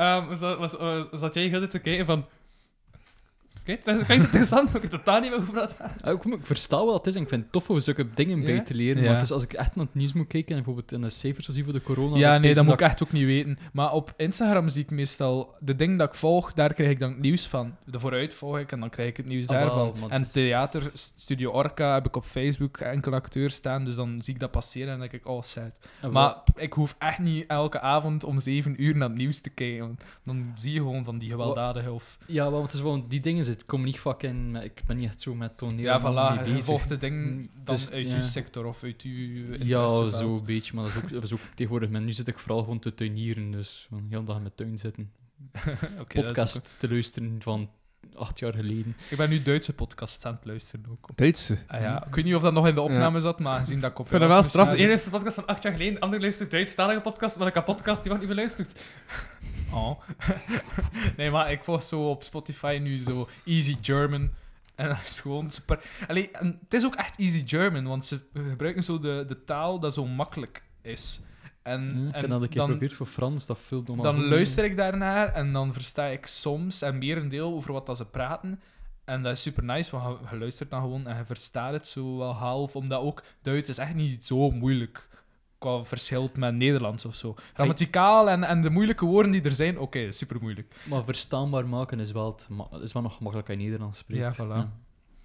Zat jij heel dit te kijken van... Oké, dat is interessant, maar ik heb totaal niet meer over dat gaat. Ik versta wel wat het is en ik vind het tof om zulke dingen Ja? bij te leren. Ja. Maar het is als ik echt naar het nieuws moet kijken en bijvoorbeeld in de cijfers zie voor de corona... Ja, nee, dat moet ik ik... echt ook niet weten. Maar op Instagram zie ik meestal de dingen dat ik volg, daar krijg ik dan het nieuws van. De vooruit volg ik en dan krijg ik het nieuws Ah, wel, daarvan. maar En het is- theater, Studio Orca, heb ik op Facebook enkele acteurs staan, dus dan zie ik dat passeren en dan denk ik, oh, sad. Maar ik hoef echt niet elke avond om 7 uur naar het nieuws te kijken. Want dan zie je gewoon van die gewelddadige of... Ja, want het is gewoon... Die dingen zitten, komen niet vaak in... maar Ik ben niet echt zo met toneel Ja, en allemaal voilà, mee je bezig. volgt de dingen dan Dus, uit ja. uw sector of uit uw Ja, interesseveld. zo een beetje. Maar dat is ook tegenwoordig... Maar nu zit ik vooral gewoon te tuinieren. Dus gewoon de hele dag in mijn tuin zitten. Oké, dat is ook- Podcast te luisteren van 8 jaar geleden. Ik ben nu Duitse podcasts aan het luisteren ook. Duitse. Ah, ja. Ik weet niet of dat nog in de opname zat, maar gezien dat ik op Ik vind dat wel Erasmus straf. De ga, ene is de podcast van 8 jaar geleden, de andere luistert Duitsstalige podcast, maar een podcast die wordt niet beluisterd. Oh. Nee, maar ik volg zo op Spotify nu zo Easy German. En dat is gewoon super... Allee, en het is ook echt Easy German, want ze gebruiken zo de taal dat zo makkelijk is. En, Ik heb dat een keer dan, geprobeerd voor Frans. Dat vult allemaal dan goed. luister ik daarnaar en dan versta ik soms en merendeel over wat dat ze praten. En dat is super nice, want je luistert dan gewoon en je verstaat het zo wel half. Omdat ook Duits is echt niet zo moeilijk qua verschil met Nederlands of zo. Grammaticaal en de moeilijke woorden die er zijn, oké, super moeilijk. Maar verstaanbaar maken is wel, is wel nog gemakkelijk als je Nederlands spreekt. Ja, voilà.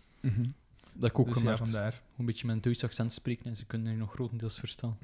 Dat ik ook Dus ja, gemerkt. vandaar. Een beetje met een Duits accent spreken en ze kunnen je nog grotendeels verstaan.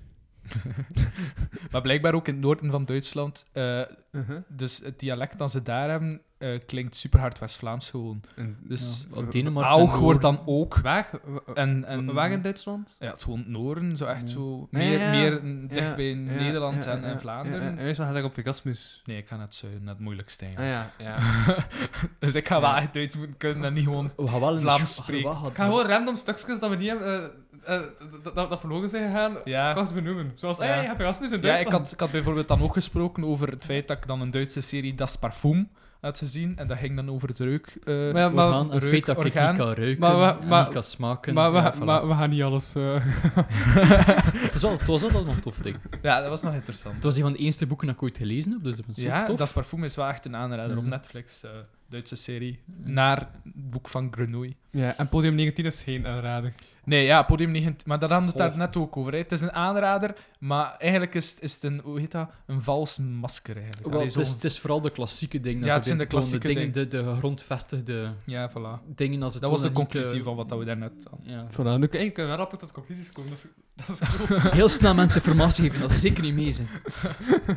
Maar blijkbaar ook in het noorden van Duitsland. Dus het dialect dat ze daar hebben, klinkt super hard West-Vlaams gewoon. Dus Ja, Denemarken Aug en wordt dan Noorden. ook. Waar? En Waar in Duitsland? Ja, het is gewoon het noorden, zo echt Ja. zo. Ja, Meer, ja. meer dicht bij Nederland ja, en Vlaanderen. En wel gaat op Erasmus. Nee, ik ga naar het zuiden, naar het moeilijkste. Ah eigenlijk. ja, ja. Dus ik ga wel Ja. echt Duits moeten kunnen en niet gewoon. We gaan wel in Vlaams de spreken. Ik ga gewoon random stukjes dat we niet hebben, dat verloren zijn gegaan, Ja. kort benoemen. Zoals, Ja. je hebt Erasmus in Ja, Duitsland. ik had bijvoorbeeld dan ook gesproken over het feit dat ik dan een Duitse serie Das Parfum had gezien. En dat ging dan over het reuk. Maar- Orgaan, en het feit dat ik niet orgaan. kan ruiken Maar we- en maar- niet kan smaken. Maar ja, voilà. we gaan niet alles... Het was wel nog een tof ding. Ja, dat was nog interessant. Het was een van de eerste boeken dat ik ooit gelezen heb, dus dat was zo Ja, tof. Das Parfum is wel echt een aanrader op Ja. Netflix. Duitse serie. Naar het boek van Grenouille. Ja, en Podium 19 is geen aanrader. Nee, ja, Podium 19. Maar daar hadden we het daar Oh. net ook over. Hè. Het is een aanrader, maar eigenlijk is het een, hoe heet dat? Een vals masker eigenlijk. Wel, Allee, het, is, zo- het is vooral de klassieke dingen. Ja, het zijn de gewoon klassieke dingen, de grondvestigde Ja, voilà. dingen. Als het Dat was de gewoon niet, conclusie van wat dat we daarnet hadden. Ja. Voilà, nu kunnen we wel op tot conclusies komen. Dat is cool. Heel snel mensen informatie geven, dat ze zeker niet mee zijn.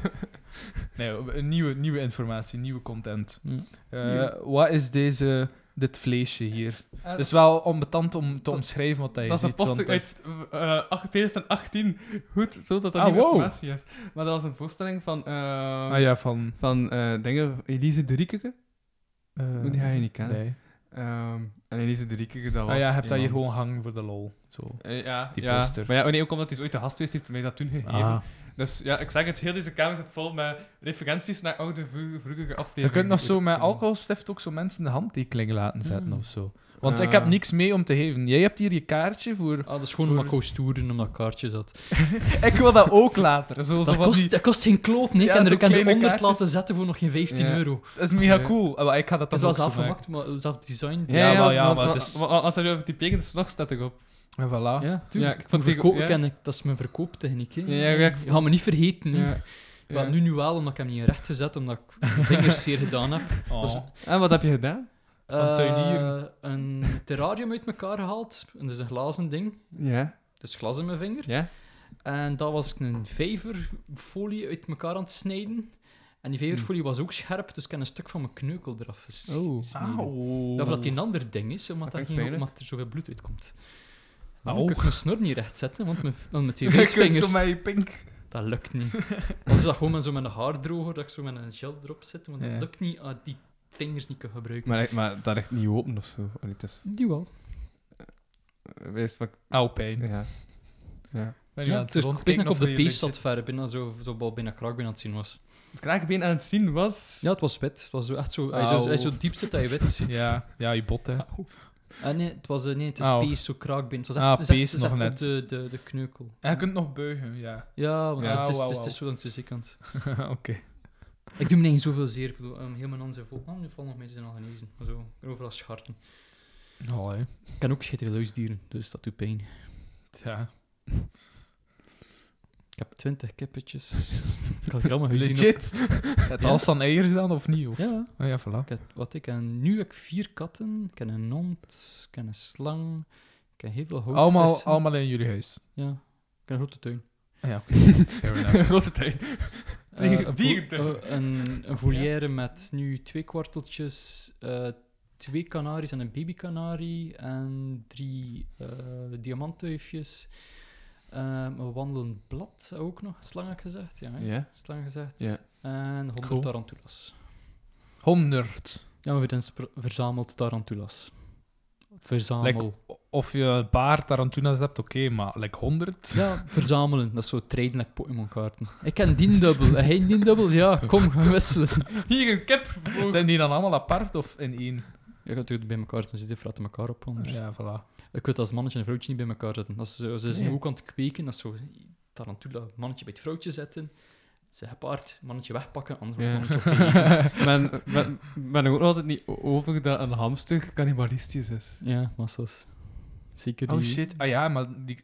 Nee, een nieuwe informatie, nieuwe content. Ja. Wat is deze dit vleesje hier. Het is wel onbetand om te omschrijven wat hij Dat is een ziet. want posting het is- uit 2018. Goed, zodat dat Ah, nieuwe wow. informatie is. Maar dat was een voorstelling van... Ah ja, van... dingen, Elise de Riekeke. Die ga je niet kennen. Nee. En Elise de Riekeke, dat was... Ah ja, je hebt dat hier iemand- gewoon hangen voor de lol. Zo. Ja, Die ja. poster. Maar ja, nee, ook omdat hij ooit de gast geweest heeft, mij dat toen gegeven. Ah. Dus ja, ik zeg het, heel deze kamer zit vol met referenties naar oude, vroegere afleveringen. Je kunt nog zo met Ja. alcoholstift ook zo mensen de handtekening laten zetten Mm. of zo. Want ik heb niks mee om te geven. Jij hebt hier je kaartje voor... Ah, dat is gewoon omdat ik wou stoeren omdat kaartje zat. Ik wil dat ook later. Zo Dat van die... kost geen kloot, nee. Ja, Ik kan zo er kleine 100 kaartjes. laten zetten voor nog geen 15 Ja. euro. Dat is mega Ja. cool. Maar ik ga dat Dat dan is wel ook zelf zo maken. gemaakt, maar zelf design. Ja, wel, ja, want- maar want- het is- want- Als hij over die pekende slag staat erop. En voilà. Ja, Ja, tuurlijk. ik vond Verkoop- ja. ken ik, dat is mijn verkooptechniek. Hè. Ja, ik- Je gaat me niet vergeten. hè. Ja. Wel, Ja. nu wel, omdat ik hem niet recht gezet, omdat ik mijn vingers zeer gedaan heb. Oh. Dat is- En wat heb je gedaan? Van tuinieren. Een terrarium uit elkaar gehaald. En dus een glazen ding. Ja. Dus glas in mijn vinger. Ja. En dat was ik een vijverfolie uit elkaar aan het snijden. En die vijverfolie was ook scherp, dus ik heb een stuk van mijn kneukel eraf Oh. gesneden. Auw. Dat die een ander ding is, omdat, Dat dat vind ik geen, pijnlijk. omdat er zoveel bloed uitkomt. Dan Auw. kan ik mijn snor niet recht zetten, want mijn twee Je kunt zo wijsvingers... met je pink... Dat lukt niet. Als dat gewoon met zo met een haardroger, dat ik zo met een gel erop zet, want Ja. dat lukt niet, die vingers niet kan gebruiken. Maar dat ligt niet open of zo. Oh, niet, dus, Die wel. wees wat... Auw, pijn. Ja. Ja. Ben je Ja, aan het dus ik rondkijken wist nog op of de je pees legit- zat verder, en zo bijna kraakbeen aan het zien was. Het kraakbeen aan het zien was... Ja, het was wit. Het was zo echt zo... Auw. Hij zo diep zit dat je wit ziet. Ja, je bot, hè. Nee, het is Auw. pees, zo kraakbeen. Het was Ah, echt, het is echt- pees het is nog echt net. op de kneukel. En je kunt nog buigen, ja. Ja, want Ja, het is wauw. zo langs de zijkant. Oké. Ik doe me niet zoveel zeer. Ik bedoel, heel mijn handen zijn vol. Nu vallen nog mensen al genezen. Maar zo, overal scharten. Oh, hè. Ik kan ook schittere huisdieren, dus dat doet pijn. Ja. Ik heb 20 kippetjes. Ik had hier allemaal huisdieren. Legit. Het Ja. alles dan eieren dan, of niet? Of? Ja, Oh, ja, voilà. nu heb ik 4 katten. Ik heb een hond, ik heb een slang, ik heb heel veel Allemaal, houtvissen. allemaal in jullie huis. Ja, ik heb een grote tuin. Ah, ja, oké. Fair enough. Grote tuin. Een Dierentuin. een volière met nu 2 kwarteltjes, 2 kanaries en een babykanarie en 3 diamantduifjes. Een wandelend blad ook nog, slang heb ik gezegd. Ja, hè? Ja. Slang gezegd. Ja. En 100 Cool. tarantulas. 100. Ja, we hebben verzameld tarantulas. Verzamel. Of je een paar tarantulas hebt, oké, maar like 100? Ja, verzamelen. Dat is zo traden like Pokémon-kaarten. Ik ken die dubbel. Hij die dubbel? Ja, kom, gaan wisselen. Hier een kip. Zijn die dan allemaal apart of in één? Je gaat natuurlijk bij elkaar zitten, zitten fratten elkaar op onder. Ja, voilà. Ik weet als mannetje en vrouwtje niet bij elkaar zitten. Als ze zijn Nee. ook aan het kweken, dat is zo tarantula, mannetje bij het vrouwtje zetten, ze gepaard, mannetje wegpakken, anders wordt Ja. het mannetje opgegeten. Ben ik ook nog altijd niet over dat een hamster cannibalistisch is. Ja, massas. Zeker die... Oh shit. Ah ja, maar die,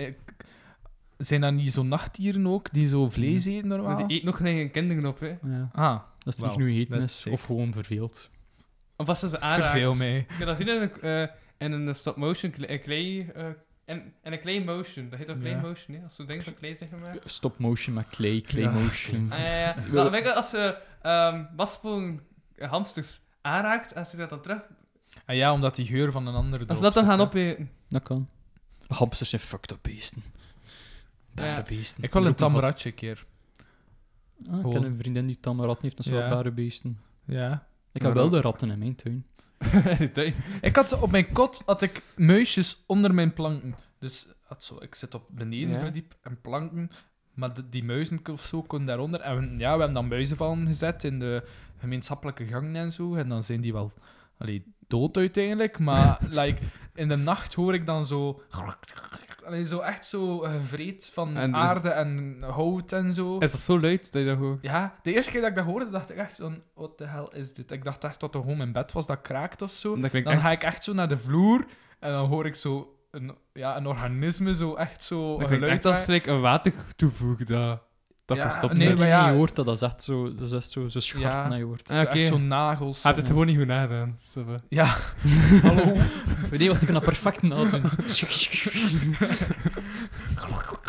zijn dat niet zo nachtdieren ook, die zo vlees eten normaal? Maar die eet nog geen kinderen op, hè. Ja, Ah, dat is Wauw, niet nu eten dat is, is sick. of gewoon verveeld. Of als ze ze aanraakt. verveel mij. Ik heb dat zien in een stop-motion klei... En een clay motion. Dat heet toch clay Ja. motion, hè? Als zo'n ding van clay zeggen maar. Stop motion met clay Ja. motion. Ja. Dan denk ik als ze waspolen hamsters aanraakt en ze dat dan terug... Ah ja, omdat die geur van een andere Als ze dat dan gaan opeten... Dat kan. Hamsters zijn fucked up beesten. Bare Ja. beesten. Ik wil een heb ook nog tamratje een keer. wat- Ik Gewoon. ken een vriendin die tamaratten heeft, dat zijn Ja. wel bare beesten. Ja. Ik heb wel de ratten in mijn tuin. in de tuin. Ik had op mijn kot had ik muisjes onder mijn planken. Dus ik zit op beneden Ja. verdiep en planken, maar die muizen of zo konden daaronder. En we hebben dan muizenvallen gezet in de gemeenschappelijke gangen en zo. En dan zijn die wel dood uiteindelijk. Maar like, in de nacht hoor ik dan zo... zo echt zo gevreed van En dus- aarde en hout en zo. Is dat zo luid dat je dat gewoon... Ja, de eerste keer dat ik dat hoorde, dacht ik echt van... What the hell is dit? Ik dacht echt dat er gewoon mijn bed was dat kraakt of zo. Dat klinkt Dan echt... ga ik echt zo naar de vloer en dan hoor ik zo een organisme zo echt zo Dat klinkt geluid echt als maken. een watertoevoer dat Ja, verstopt nee, zit. maar ja. Je hoort dat, dat is echt zo schat Ja. naar je hoort. Zo Ah, oké. echt zo'n nagels. Hij heeft het zo. gewoon niet goed nagedaan. Zo, Ja. Hallo. Nee, wacht, ik kan dat perfect nadoen.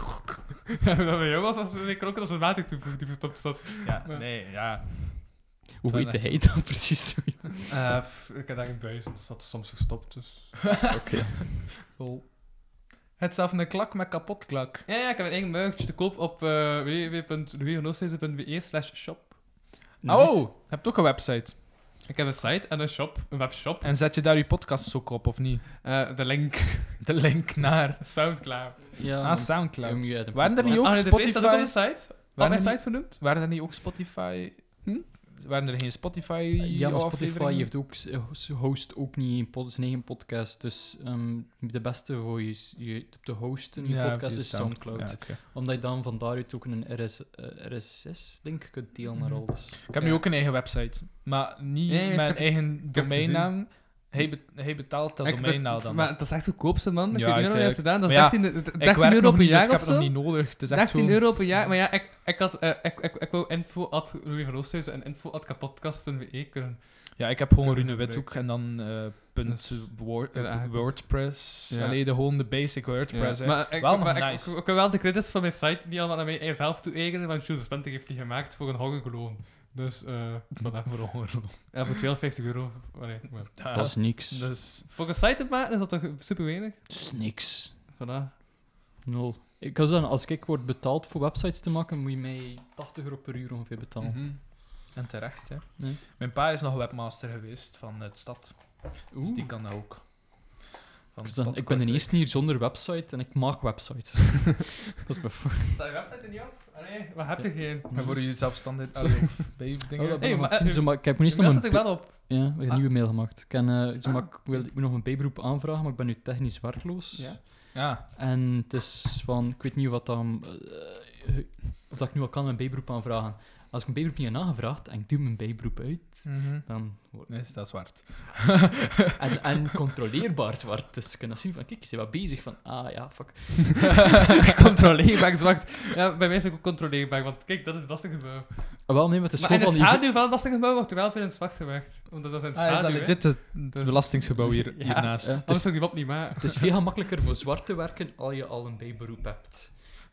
Ja, dat bij jou was als een kroket als een watertoevoer die verstopt zat. Ja, nee, ja. Hoe weet net- hij dat precies? Ik heb daar een buis, dus dat is soms gestopt, dus... Oké. Het zelf een klak met kapot klak. Ja, ik heb een eigen merch te koop op www.louisvanoosthuizen.be/shop. Oh, je hebt ook een website. Ik heb een site en een shop, een webshop. En zet je daar je podcasts ook op, of niet? De link, De link naar Soundcloud. Ja, Soundcloud. ja, de- Waren er niet ook Ah, nee, de prijs staat ook op de Spotify? site. Op Waren mijn er site vernoemd. Waren er niet ook Spotify? Waren er geen Spotify Ja, maar Spotify afleveringen? heeft ook, host ook niet zijn eigen podcast. Dus de beste voor je te hosten je podcast via is Soundcloud. Ja, oké. Omdat je dan van daaruit ook een RSS denk ik kunt delen naar alles. Ik heb nu ook een eigen website, maar niet Nee, mijn ik heb- eigen het domeinnaam. Hij betaalt dat domeinnaam dan. Maar dat is echt goedkoopste, man. Ik Ja, weet niet wat je hebt gedaan. Dat is Maar 13 werk euro nog per niet, dus jaar ik heb of het nog zo. niet nodig. Het is echt 13 zo... euro per jaar. Maar ja, ik wou info@louisvanoosthuizen en info@kapodcast.be kunnen. Ja, ik heb gewoon Kunnen Rune gebruiken. Withoek en dan Dus kunnen eigenlijk- WordPress. Ja. Allee, gewoon de basic WordPress. hè. Maar ik Wel nog maar nice. ik wil wel de credits van mijn site niet allemaal naar mij zelf toe-eigenen, want Jules Spenting heeft die gemaakt voor een hongerloon. Dus, voilà. Voor hongerloon. Ja, voor 250 euro. Allee, maar. Ja, Dat is niks. dus... Voor een site te maken is dat toch super weinig? Dat is niks. Voilà. Nul. Ik kan zeggen, als ik word betaald voor websites te maken, moet je mij 80 euro per uur ongeveer betalen. Mhm. En terecht, hè. Nee. Mijn pa is nog webmaster geweest van het stad. Dus Oeh. die kan dat ook. Van Dus de dan, stad ik ben de Kortrijk. eerste hier zonder website en ik maak websites. Dat is bijvoorbeeld... Staat je website er niet op? Nee, wat heb je geen? En voor je zelfstandig of bij dingen. Oh, dat ben Hey, ik nog aan maar, het zien, zo, maar ik heb niet Daar nog zit ik een... wel op. Ja, ik heb een Ah. nieuwe mail gemaakt. Ik, ik Ah. moet nog een bijberoep aanvragen, maar ik ben nu technisch werkloos. Ja. Ja. En het is van, ik weet niet wat dan, of dat ik nu al kan een bijberoep aanvragen. Als ik een bijberoep niet heb aangevraagd en ik doe mijn bijberoep uit, dan wordt Nee, dat is zwart. en controleerbaar zwart. Dus je kan dat zien van, kijk, je bent wat bezig van, ah ja, fuck. Controleerbaar zwart. Ja, bij mij is het ook controleerbaar, want kijk, dat is belastinggebouw. Ah, wel, nee, maar het is Maar in gewoon de van... schaduw van het belastinggebouw wordt er wel veel in het zwart gewerkt. Omdat dat is in het Ah, is schaduw, dat hè. legit het belastingsgebouw hier, Ja. hiernaast? Ja. Anders zou ik die op niet maken. Het is veel gemakkelijker voor zwart te werken als je al een bijberoep hebt.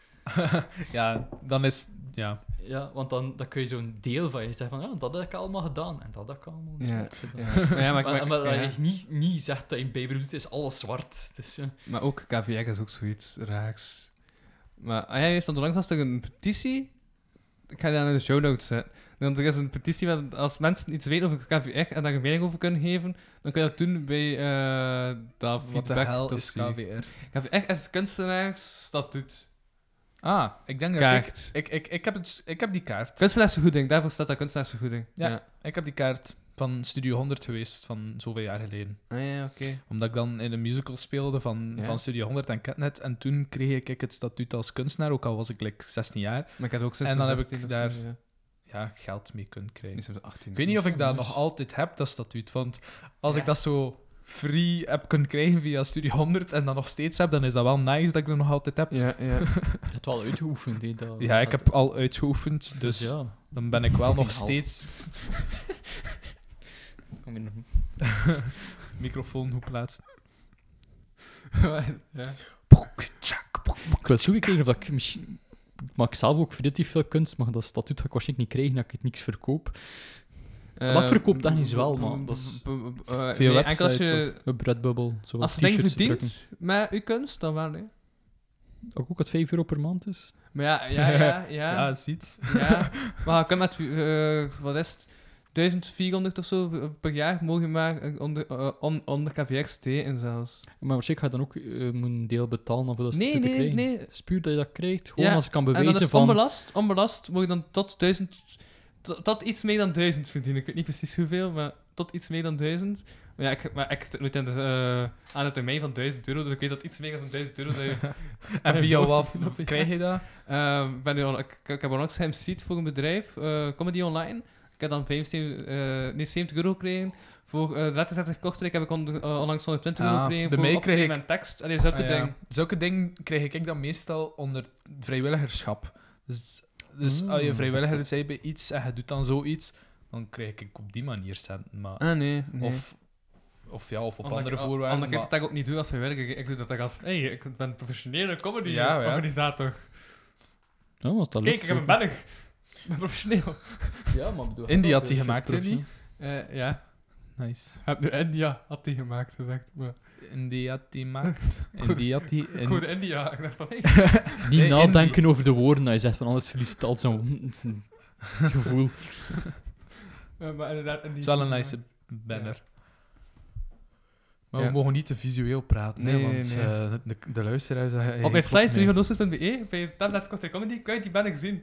Ja, dan is... Ja. Ja, want dan kun je zo'n deel van je zeggen van, ja, dat heb ik allemaal gedaan en dat heb ik allemaal Ja, zwart gedaan. Ja, Maar dat ja. je niet zegt dat je een bijberoep doet, is alles zwart. Dus, ja. Maar ook KVR is ook zoiets raars. Maar jij stond onlangs was er een petitie. Ik ga die dan in de show notes zetten. Want er is een petitie met als mensen iets weten over KVR en daar een mening over kunnen geven, dan kun je dat doen bij dat Wat de feedback hel is dossier. KVR? KVR is kunstenaarsstatuut. Ah, ik denk dat Kaart. ik heb die kaart. Kunstenaarsvergoeding, daarvoor staat dat kunstenaarsvergoeding. Ja. Ik heb die kaart van Studio 100 geweest, van zoveel jaar geleden. Ah ja, oké. Omdat ik dan in een musical speelde van, Ja. van Studio 100 en Catnet. En toen kreeg ik het statuut als kunstenaar, ook al was ik like 16 jaar. Maar ik had ook sinds En dan mijn heb ik 16 of zo, daar- ja. Ja, geld mee kunnen krijgen. Niet sinds 18. Ik weet niet of ik dat nice. nog altijd heb, dat statuut. Want als Ja. ik dat zo free heb kunnen krijgen via Studio 100 en dat nog steeds heb, dan is dat wel nice dat ik dat nog altijd heb. Ja, ja. Je hebt het wel uitgeoefend, hè. Dat, Ja, ik heb al uitgeoefend, dus ja. dan ben ik wel nog Fucking steeds... Kom je nog- Microfoon hoe plaatsen. ja. Ik wil zoeken kijken of dat ik misschien... Ik maak zelf ook relatief veel kunst, maar dat statuut ga ik waarschijnlijk niet krijgen dat ik het niks verkoop. Wat ik verkoop technisch wel, maar dat is- Via nee, enkel als websites je... Een Redbubble, zo Als je dingen t-shirts verdient drukken. met je kunst, dan wel, hè. Dat ook het 5 euro per maand is. Maar ja. Ja, ziet. Ja, maar je kunt met, wat is het, 1400 of zo per jaar mogen maar onder KVX steken zelfs. Maar waarschijnlijk ga je dan ook een deel betalen om voor dat Nee, statuut te nee, krijgen. nee. Het is puur dat je dat krijgt. Gewoon Ja, als ik kan En dat bewijzen is van... onbelast moet je dan tot 1000, tot iets meer dan 1000 verdienen. Ik weet niet precies hoeveel, maar tot iets meer dan 1000. Maar ik zit nooit aan de termijn van 1000 euro, dus ik weet dat iets meer dan 1000 euro... dat je- En via wat Ja. krijg je dat? ik heb onlangs geMC'd voor een bedrijf, Comedy Online. Ik heb dan 70 euro gekregen. Voor de 30 Kortrijk heb ik onlangs 120 euro Ah, gekregen bij voor mij optreden kreeg ik- en tekst. Allee, zulke Ah, ja. dingen. Zulke dingen krijg ik dan meestal onder vrijwilligerschap. Dus als je Mm. vrijwilliger bent bij iets en je doet dan zoiets, dan krijg ik op die manier centen. Maar, Ah, nee. of op Omdat andere ik- voorwaarden. Omdat ik maar- dat ook niet doe als vrijwilliger. Ik doe dat als... Hey, ik ben professionele Ja, ja. comedy-organisator. Ja, was dat Kijk, lukt, ik heb een zo. banner. ben professioneel. Ja, maar bedoel... Indie had hij gemaakt, hè, niet? Ja. Nice. Heb nu India had hij gemaakt, gezegd. Maar... Indie had hij gemaakt. Indie had hij... Ik hoorde India. Ik dacht van, hey. Niet Nee, nadenken over de woorden dat je zegt, van anders verliest het al zo'n gevoel. Maar inderdaad, India. Het is wel een nice banner. Maar Ja. we mogen niet te visueel praten, Nee, hè, want nee. de luisteraars... Op mijn site, www.nostos.be, bij het tablet Kortrijk Comedy, kan je die banner zien.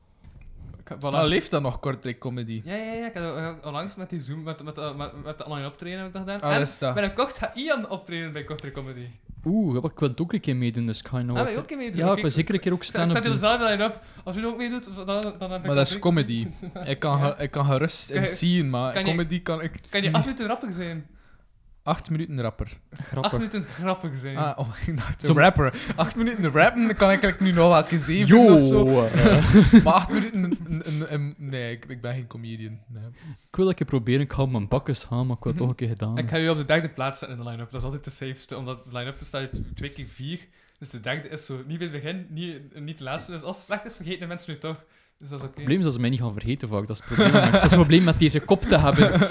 Maar leeft dat nog, Kortrijk Comedy? Ja. Ik had onlangs met die Zoom, met de online optreden heb ik dat gedaan. Ah, en is dat. binnenkort gaat Ian optreden bij Kortrijk Comedy. Oeh, ik wil het ook een keer meedoen, dus ik ga je nog Ah, wat- wil je ook een meedoen? Ja, Oké, ik wil zeker een keer ook Ik staan zet op je doen. dezelfde line-up. Als u ook meedoet, dan heb ik... Maar dat is comedy. Ik kan gerust Kan je- MC'en, maar kan je- comedy kan ik... Kan je 8 minuten grappig zijn? 8 minuten rapper. 8 Grappig. minuten grappig zijn. Ah, oh, ik dacht Zo- een rapper. 8 minuten rappen, dan kan ik eigenlijk nu nog wel een 7 Yo! of zo. Maar 8 minuten... nee, ik ben geen comedian. Nee. Ik wil dat een keer proberen, ik ga op mijn bakkes gaan, maar ik wil het toch een keer gedaan. Ik ga u op de 3e plaats zetten in de line-up. Dat is altijd de safeste, omdat de line-up bestaat uit 2x4. Dus de 3e is zo niet bij het begin, niet de laatste. Dus als het slecht is, vergeten de mensen nu toch. Dus dat is oké. Het probleem is dat ze mij niet gaan vergeten vaak, dat is het probleem. Dat is het probleem met deze kop te hebben.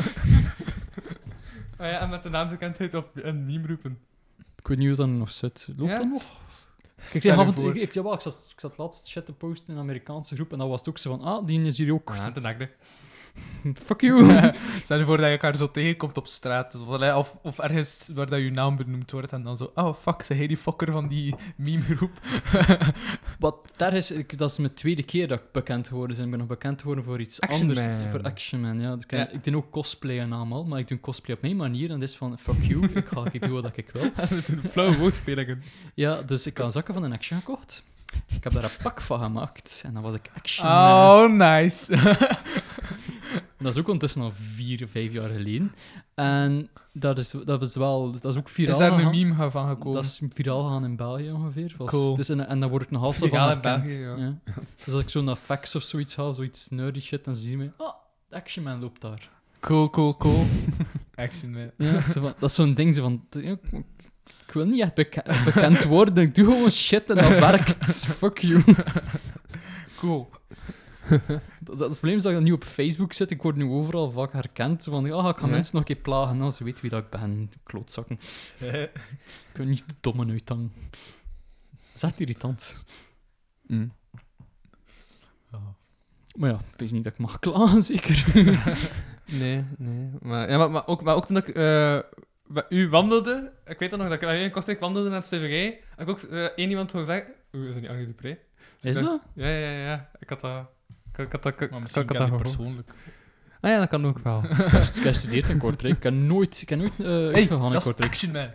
Ah ja, en met de naamsbekendheid op een meme roepen. Ik weet niet hoe dat nog zit. Loopt Ja? dat nog? Ik, Stel je kreeg voor. jawel, ik zat laatst shit te posten in een Amerikaanse groep en dan was het ook zo van, die is hier ook. Ja, de nakde. Fuck you. Stel je voor dat je elkaar zo tegenkomt op straat. Of ergens waar dat je naam benoemd wordt en dan zo... Oh, fuck, zeg jij die fokker van die meme-groep? Wat daar is, dat is mijn tweede keer dat ik bekend geworden ben. Ik ben nog bekend geworden voor iets Action anders. Man. Voor Action Man, ja. Ja. Ik doe ook cosplay en allemaal, maar ik doe cosplay op mijn manier en dat is van, fuck you, ik ga doen wat ik wil. We doen flauwe woordspelingen. Ja, dus ik had een zakken van een Action gekocht. Ik heb daar een pak van gemaakt en dan was ik Action Man. Oh, nice. Dat is ook ondertussen al 4 of 5 jaar geleden. En dat is ook viraal Is daar een gegaan. meme van gekomen? Dat is viraal gegaan in België ongeveer. Cool. Dus en dan word ik nog altijd van Viraal in herkend. België, ja. Dus als ik zo naar fax of zoiets haal, zoiets nerdy shit, dan zie je me... Oh, Action Man loopt daar. Cool. Action Man. Ja, zo van, dat is zo'n ding, zo van... Ik wil niet echt bekend worden, ik doe gewoon shit en dat werkt. Fuck you. Cool. Dat is het probleem is dat ik nu op Facebook zit. Ik word nu overal vaak herkend. Van, ik ga Ja. mensen nog een keer plagen. Nou, ze weten wie dat ik ben. Klootzakken. Ik wil niet de domme uithangen. Dat is echt irritant. Maar ja, ik weet niet dat ik mag klagen, zeker. Nee. Maar ook toen ik bij u wandelde, ik weet dan nog dat ik in Kortrijk wandelde naar het STVG, heb ik ook één iemand horen zeggen... Oeh, is dat niet Annie Dupré? Dus Is ik dat? dacht, Ja. Ik had dat... Ik had dat Maar misschien ik had kan dat ik gehoord. persoonlijk. Ah ja, dat kan ook wel. Ik heb gestudeerd in Kortrijk. Ik ben nooit uitgegaan in dat is Kortrijk. Action Man.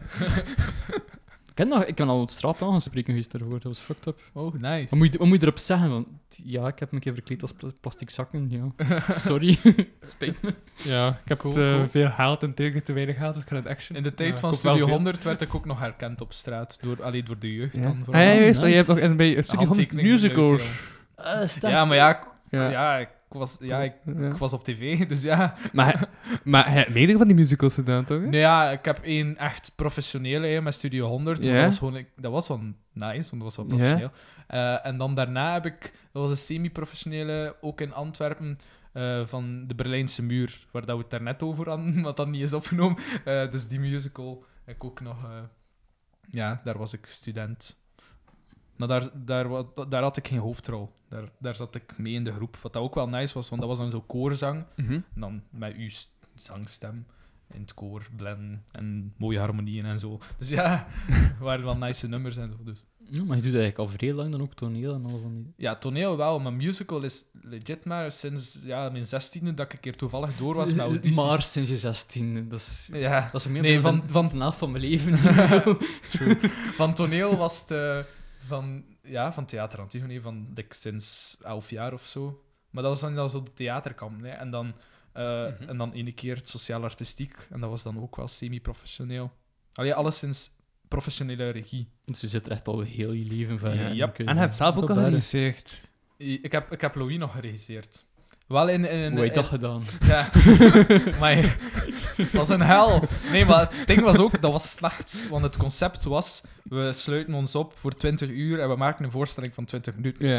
Ik ben al op straat aangespreken geweest daarvoor. Dat was fucked up. Oh, nice. Wat moet je erop zeggen? Want, ja, ik heb me een keer verkleed als plastic zakken. Ja. Sorry. Spijt me. Ja, ik heb Cool. veel geld en tegen te weinig geld, dus ik ga naar de Action. In de tijd Ja, van ik koop wel Studio veel. 100 werd ik ook nog herkend op straat. Door de jeugd Ja. dan Ah, vooral. ja, juist. nice. Je hebt nog bij Studio 100 handtekening musicals. Ja, maar ja, Ja. ik was op tv, dus ja. Maar hij heeft meerdere van die musicals gedaan, toch? hè? Nee, ja, ik heb één echt professionele met Studio 100. Ja. Dat was gewoon, dat was wel nice, want dat was wel professioneel. En dan daarna heb ik, dat was een semi-professionele, ook in Antwerpen, van de Berlijnse Muur, waar dat we het daarnet over hadden, wat dan niet is opgenomen. Dus die musical heb ik ook nog... ja, daar was ik student. Maar daar had ik geen hoofdrol. Daar zat ik mee in de groep. Wat dat ook wel nice was, want dat was dan zo koorzang. Mhm. En dan met uw zangstem in het koor blenden en mooie harmonieën en zo. Dus ja, waren wel nice nummers en zo. Dus. Ja, maar je doet eigenlijk al vrij lang dan ook toneel en al van die... Ja, toneel wel, maar musical is legit maar sinds mijn 16e dat ik een keer toevallig door was met audities. Maar sinds je 16, dat is... Ja, Dat is meer nee, dan van de helft van mijn leven. van toneel was het van Theater Antigone van sinds 11 jaar of zo. Maar dat was dan zo de theaterkamp. Nee? En dan ene keer het sociaal-artistiek. En dat was dan ook wel semi-professioneel. Allee, alleszins professionele regie. Dus je zit er echt al heel je leven van. Ja. Ja, kun je En hij heeft zelf zeggen. ook al Dat is geregisseerd. Ik heb Louis nog geregisseerd. Wel in Hoe heb je dat gedaan? Ja, maar dat was een hel. Nee, maar het ding was ook, dat was slecht. Want het concept was, we sluiten ons op voor 20 uur en we maken een voorstelling van 20 minuten. Ja.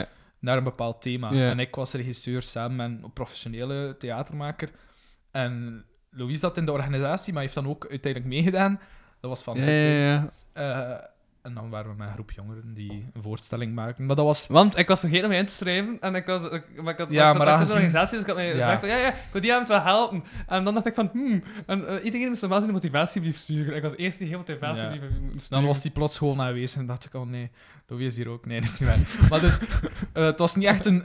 naar een bepaald thema. Ja. En ik was regisseur samen met een professionele theatermaker. En Louise zat in de organisatie, maar heeft dan ook uiteindelijk meegedaan. Dat was van... Ja. En dan waren we met een groep jongeren die een voorstelling maakten. Maar dat was... Want ik was vergeten om mij in te schrijven en ik had Ja, maar een aangezien- organisatie, dus ik had mij Ja. gezegd van ik wil die avond wel helpen. En dan dacht ik van, en iedereen moest normaal zijn een motivatiebrief sturen. Ik was eerst die hele motivatiebrief sturen. Dan was die plots gewoon aanwezig en dacht ik, oh nee, Louis is hier ook. Nee, dat is niet waar. Maar dus, het was niet echt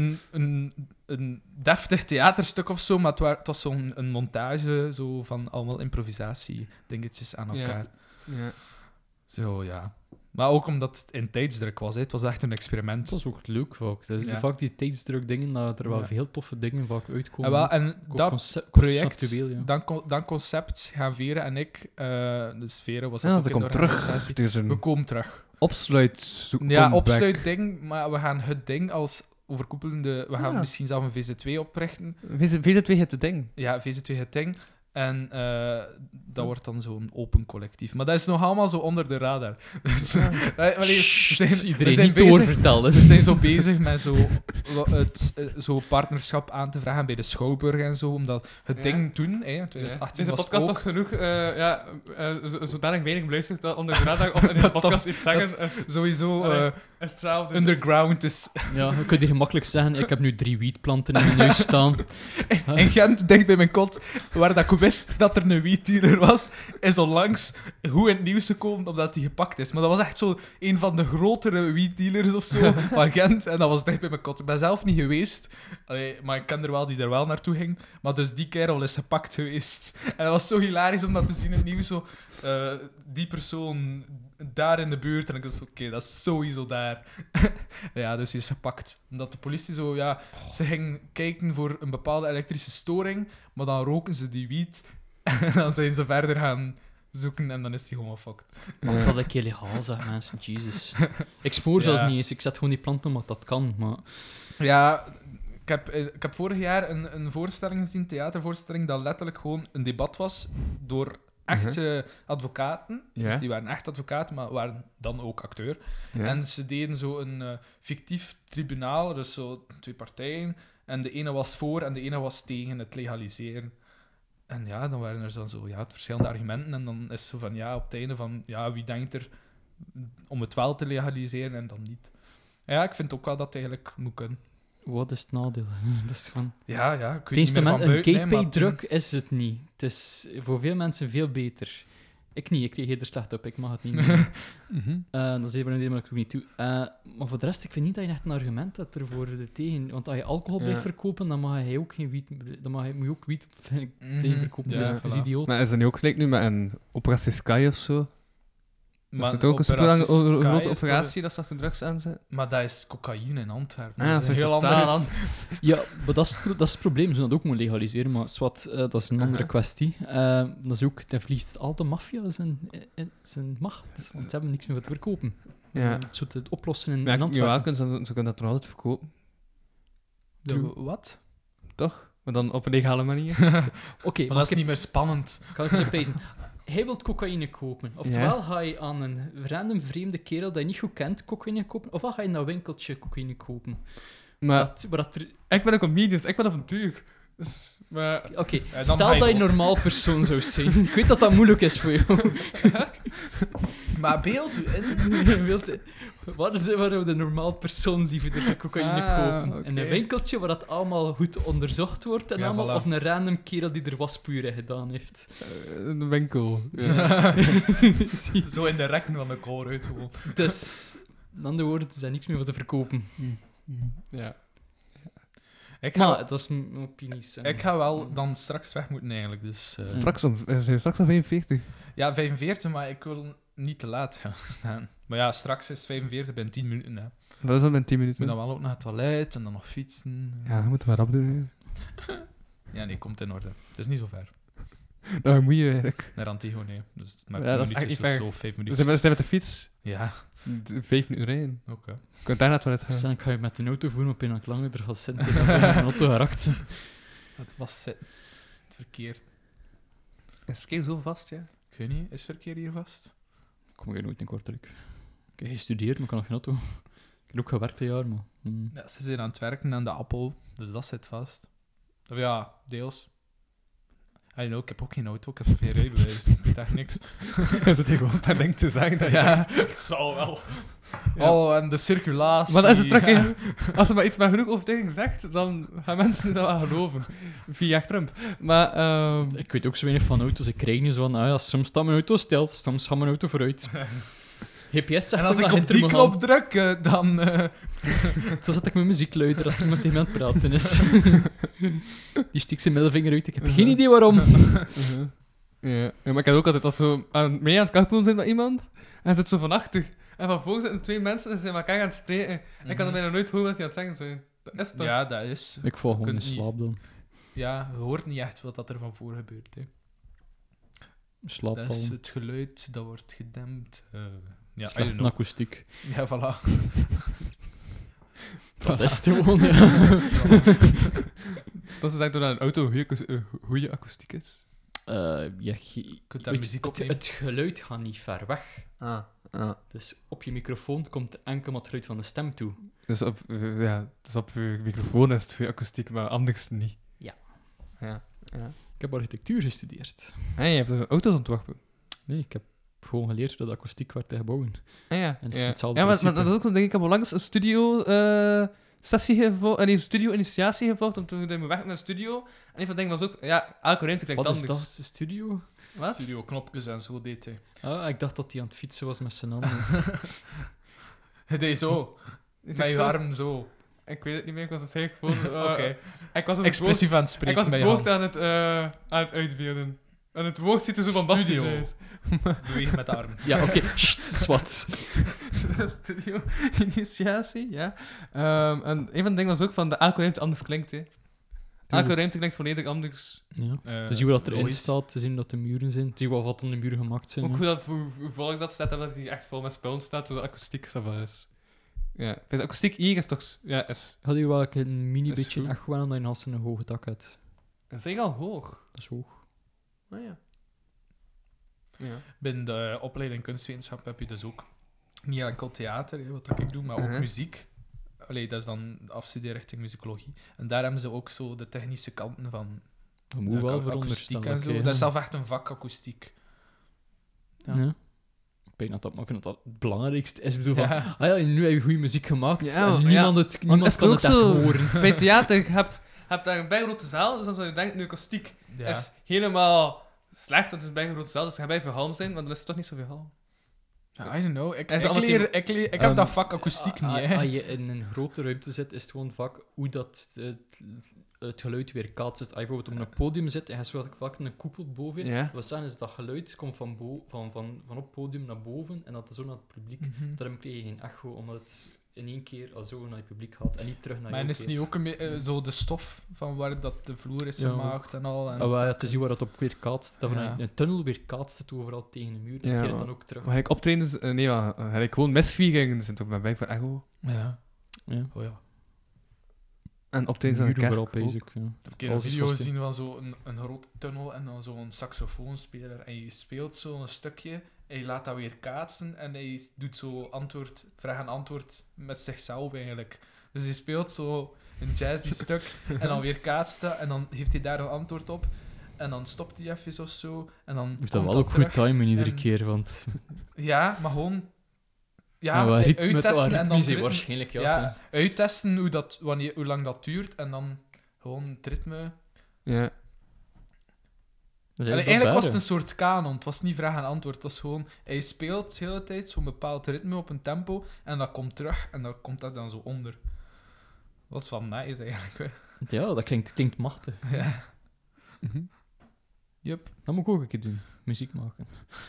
een deftig theaterstuk of zo, maar het was zo'n een montage zo van allemaal improvisatie-dingetjes aan elkaar. Ja. Zo, ja. Maar ook omdat het in tijdsdruk was, hè. Het was echt een experiment. Dat is ook leuk vaak. Dat is Ja. vaak die tijdsdruk dingen, dat er wel Ja. veel toffe dingen vaak uitkomen. En Ook dat project, conceptueel, ja. dan concept gaan Vere en ik, dus Vere was Ja, ook dat in de komt terug. organisatie. Er is We een komen terug. opsluit. Ja, opsluitding, maar we gaan het ding als overkoepelende... We gaan Ja. misschien zelf een VZ2 oprichten. VZ2 het ding. Ja, VZ2 het ding. En dat wordt dan zo'n open collectief. Maar dat is nog allemaal zo onder de radar. Dus, Iedereen we zijn niet bezig, doorvertellen. we zijn zo bezig met zo partnerschap aan te vragen bij de Schouwburg en zo. Omdat het Ja. ding toen, in 2018 Deze was podcast ook... toch genoeg, zodanig weinig beluisterd dat onder de radar of in de podcast iets zeggen is Sowieso hetzelfde. underground is... Ja, je kunt hier gemakkelijk zeggen, ik heb nu 3 wietplanten in mijn neus staan. In Gent, dicht bij mijn kot, waar dat ik wist dat er een wietdealer was, is onlangs goed in het nieuws gekomen omdat hij gepakt is. Maar dat was echt zo een van de grotere wietdealers of zo van Gent. En dat was dicht bij mijn kot. Ik ben zelf niet geweest, maar ik ken er wel die er wel naartoe ging. Maar dus die kerel is gepakt geweest. En dat was zo hilarisch om dat te zien in het nieuws. Zo, die persoon daar in de buurt. En ik dacht, oké, dat is sowieso daar. Ja, dus hij is gepakt. Omdat de politie zo, ja... Ze ging kijken voor een bepaalde elektrische storing, maar dan roken ze die wiet. En dan zijn ze verder gaan zoeken en dan is die gewoon fucked. Want dat ik illegaal zeg, mensen. Jesus. Ik spoor zelfs Ja. niet eens. Ik zet gewoon die planten omdat dat kan. Maar Ja, ik heb vorig jaar een voorstelling gezien, theatervoorstelling, dat letterlijk gewoon een debat was door echte advocaten. Ja. Dus die waren echt advocaten, maar waren dan ook acteur. Ja. En ze deden zo een fictief tribunaal, dus zo 2 partijen. En de ene was voor en de ene was tegen het legaliseren. En ja, dan waren er dan zo verschillende argumenten. En dan is het zo van, ja, op het einde van, ja, wie denkt er om het wel te legaliseren en dan niet. Ja, ik vind ook wel dat het eigenlijk moet kunnen. wat is het nadeel? Dat is gewoon... Ja, ik weet Het niet eerste meer van een buiten, hè, gateway maar druk is het niet. Het is voor veel mensen veel beter. Ik niet, ik reageer er slecht op, ik mag het niet doen. Dat is even een deel dat ik ook niet toe. Maar voor de rest, ik vind niet dat je echt een argument hebt ervoor de tegen. Want als je alcohol blijft verkopen, dan mag je ook geen wiet... Dan moet je ook wiet blijven verkopen. Ja, Dus het is voilà. idioot. Maar is dat nu ook gelijk nu met een Operatie Sky of zo? Maar Is het ook een Operatie super Sky grote is operatie dat ze achter drugs aanzet? Maar dat is cocaïne in Antwerpen. Ah, dat is een heel totaal ander... Ja, maar dat is het probleem. Ze zullen dat ook moeten legaliseren, maar zwart, dat is een andere kwestie. Dat is ook, dan verliest al de maffia zijn macht, want ze hebben niks meer te verkopen. Ja. Zo te oplossen in, Maar in ja, Antwerpen. ze kunnen dat toch altijd verkopen, Wat? toch? Maar dan op een legale manier. Oké, Maar dat is niet meer spannend. kan ik eens pezen. Hij wil cocaïne kopen. Oftewel ga je aan een random vreemde kerel dat je niet goed kent cocaïne kopen, ofwel ga je naar een winkeltje cocaïne kopen. Maar Waar dat er... ik ben een comedian, ik ben avontuur. Dus, maar... Oké, dan stel ga je dat je een dood. normaal persoon zou zijn. Ik weet dat dat moeilijk is voor jou. Maar beeld u in. Wat is waar we de normaal persoon die de cocaïne kopen? oké. In een winkeltje waar dat allemaal goed onderzocht wordt en Ja, allemaal, voilà. of een random kerel die er waspuren gedaan heeft. Een winkel. Ja. Zie. Zo in de rekken van de koor uit gewoon. Dus, in andere woorden, er zijn niks meer voor te verkopen. Ja. Ik ga, Maar dat is mijn opinies. ik ga wel dan straks weg moeten eigenlijk. Dus, Zijn we straks al 45? ja, 45, maar ik wil niet te laat gaan staan. Maar ja, straks is 45 binnen 10 minuten. Hè. Ik Dat is al mijn 10 minuten. moet dan wel ook naar het toilet en dan nog fietsen. Ja, dat moeten we rap doen. Ja, nee, komt in orde. Het is niet zo ver. Dat moet je eigenlijk. Naar Antigone. Dus met Ja, 10 dat is echt minuutjes niet of ver. zo, 5 Zijn minuten. we met de fiets? Ja, 5 minuten rijden. oké. Je kunt daar naar het toilet gaan. Dus dan ga je met de auto voeren op een langer er gaat zitten en dan ben je in een auto geraakt. Het was het verkeer. Is het verkeer zo vast, ja? Ik weet niet, is verkeer hier vast? Kom je nooit in Kortrijk. Ik heb gestudeerd, maar ik kan nog geen auto. Ik heb ook gewerkt een jaar, maar Ja, ze zijn aan het werken aan de Apple, dus dat zit vast. Of ja, deels. I know, ik heb ook geen auto, ik heb geen rijbewijs, ik weet echt niks. Je zit hier gewoon per ding te zeggen. Dat Ja, het zal wel. Ja. Oh, en de circulatie. Maar dat is het terug in. Als je maar iets met genoeg overtuiging zegt, dan gaan mensen dat wel geloven. Via Trump. Maar, Ik weet ook zo weinig van auto's. Ik krijg nu zo van, soms staat mijn auto stil, soms gaat mijn auto vooruit. GPS zegt En als ook ik dat op die Hinter me knop druk, dan... Zo zet ik mijn muziek luider als er iemand tegen me aan het praten is. Die stiekt zijn middelvinger uit. Ik heb geen idee waarom. ja, maar ik heb ook altijd als zo mee aan het carpoolen zijn met iemand, en zit zo van achter. En van voor zitten 2 mensen en ze zijn elkaar aan het spreken. En ik kan er bijna nooit horen wat die aan het zeggen zijn. Dat is toch? Ja, dat is... Ik val gewoon in kunt niet- slaap dan. Ja, je hoort niet echt wat dat er van voor gebeurt. Hè. Slaap Dat is vallen. het geluid, dat wordt gedempt. Ja, I Slecht don't een know. akoestiek. Ja, voilà. Dat is het gewoon, ja. Dat is eigenlijk dat een auto goede akoestiek is. Je kunt daar weet, muziek het, opnemen. het geluid gaat niet ver weg. Dus op je microfoon komt enkel maar het geluid van de stem toe. Dus op je microfoon is het goede akoestiek, maar anders niet. Ja. Ja. Ik heb architectuur gestudeerd. En je hebt een auto ontworpen. Nee, ik heb gewoon geleerd hoe dat akoestiek werd te gebouwen. Ja. En het is hetzelfde Ja, maar principe. dat is ook zo, denk ik, ik heb onlangs een studio sessie gevolgd, en een studio-initiatie gevolgd, om te doen werken met een studio. En een van de dingen was ook, ja, elke ruimte klinkt Wat is anders. dat? De studio? Wat? Studio knopjes en zo deed hij. Ah, ik dacht dat hij aan het fietsen was met zijn handen. Hij deed zo. Is Met ik je zo? arm zo. Ik weet het niet meer, ik was waarschijnlijk gewoon... Oké. Ik was op het woord, Expressief aan het ik spreken was bij het je woord hand. aan het uitbeelden. En het woord ziet er zo bombastisch Studio. uit. Bewegen met de arm. Ja, oké. Sst, zwart. Studio-initiatie, ja. En een van de dingen was ook van, de elke ruimte anders klinkt, hè. Elke ruimte klinkt volledig anders. Ja. Te zien wat erin logisch. staat, te zien dat de muren zijn, te zien wat van de muren gemaakt zijn. Ook hè. hoe dat hoe volk dat staat, en dat die echt vol met spullen staat, zodat de akoestiek zo is. Ja. De akoestiek hier is toch... Ja, is... Had je wel een mini Dat is beetje goed. echt wel omdat je als een hoge dak hebt. Is eigenlijk al hoog. Dat is hoog. Oh ja. Ja. Binnen de opleiding kunstwetenschap heb je dus ook niet enkel theater, hè, wat ik doe, maar ook Uh-huh. muziek. Allee, dat is dan afstuderen richting muzikologie. En daar hebben ze ook zo de technische kanten van Dat moet wel akoestiek veronderstellen. en zo. oké, Dat is ja. zelf echt een vak akoestiek. Ja. Ja. Ik vind dat het belangrijkste is. Ik bedoel, van, Ja. ah ja, nu heb je goede muziek gemaakt. Ja, en ja. niemand, Want niemand is het kan ook het echt zo? horen. Bij theater, je hebt daar een bijgrote zaal, dus dan zou je denken, nu akoestiek Ja. is helemaal slecht, want het is een bijgrote zaal, dus het gaat bij verhalm zijn, maar dan is het toch niet zoveel halm. Ja, I don't know. En ze allemaal Ik heb Ehm, dat vak akoestiek niet, hè. Als je in een grote ruimte zit, is het gewoon vak hoe dat het geluid weer kaatst. Dus als je bijvoorbeeld op een podium zit en je hebt vaak een koepel boven je, Ja. wat zeggen is dat geluid komt van op het podium naar boven en dat is zo naar het publiek. Mhm. Daarom krijg je geen echo, omdat het in één keer al zo naar je publiek gaat en niet terug naar Maar je is het niet keert. ook zo de stof van waar dat de vloer is Ja. gemaakt en al? En Ah, wel, ja, te zien waar het op weer kaatst. Dat van Ja. een tunnel weer kaatst het overal tegen de muur. En Ja, keert het maar- dan ook terug. Maar ik optredens, nee, maar ik gewoon misvieringen zijn toch bij mij voor echo. Ja. Ja. Oh ja. En optredens aan de Muren kerk vooral, ook. bezig. Ja. Ik heb een keer een Alles is video vast, hè. gezien van een grote tunnel en dan zo'n saxofoonspeler. En je speelt zo'n stukje en je laat dat weer kaatsen en hij doet zo vraag en antwoord met zichzelf eigenlijk. Dus hij speelt zo een jazzy stuk en dan weer kaatst dat en dan heeft hij daar een antwoord op. En dan stopt hij even of zo. En dan Je moet komt dat wel ook terug. goed timen iedere en- keer, want Ja, maar gewoon... Ja, ja, wat ritme, met uittesten wat en dan ritme het ritme- waarschijnlijk. Ja, Ja, uittesten hoe lang dat duurt en dan gewoon het ritme. Ja. Eigenlijk was het een soort kanon. Het was niet vraag en antwoord. Het was gewoon, hij speelt de hele tijd zo'n bepaald ritme op een tempo en dat komt terug en dan komt dat dan zo onder. Dat was van nice eigenlijk. Hè. Ja, dat klinkt machtig. Ja. Mhm. Yup. Dat moet ik ook een keer doen. Muziek maken.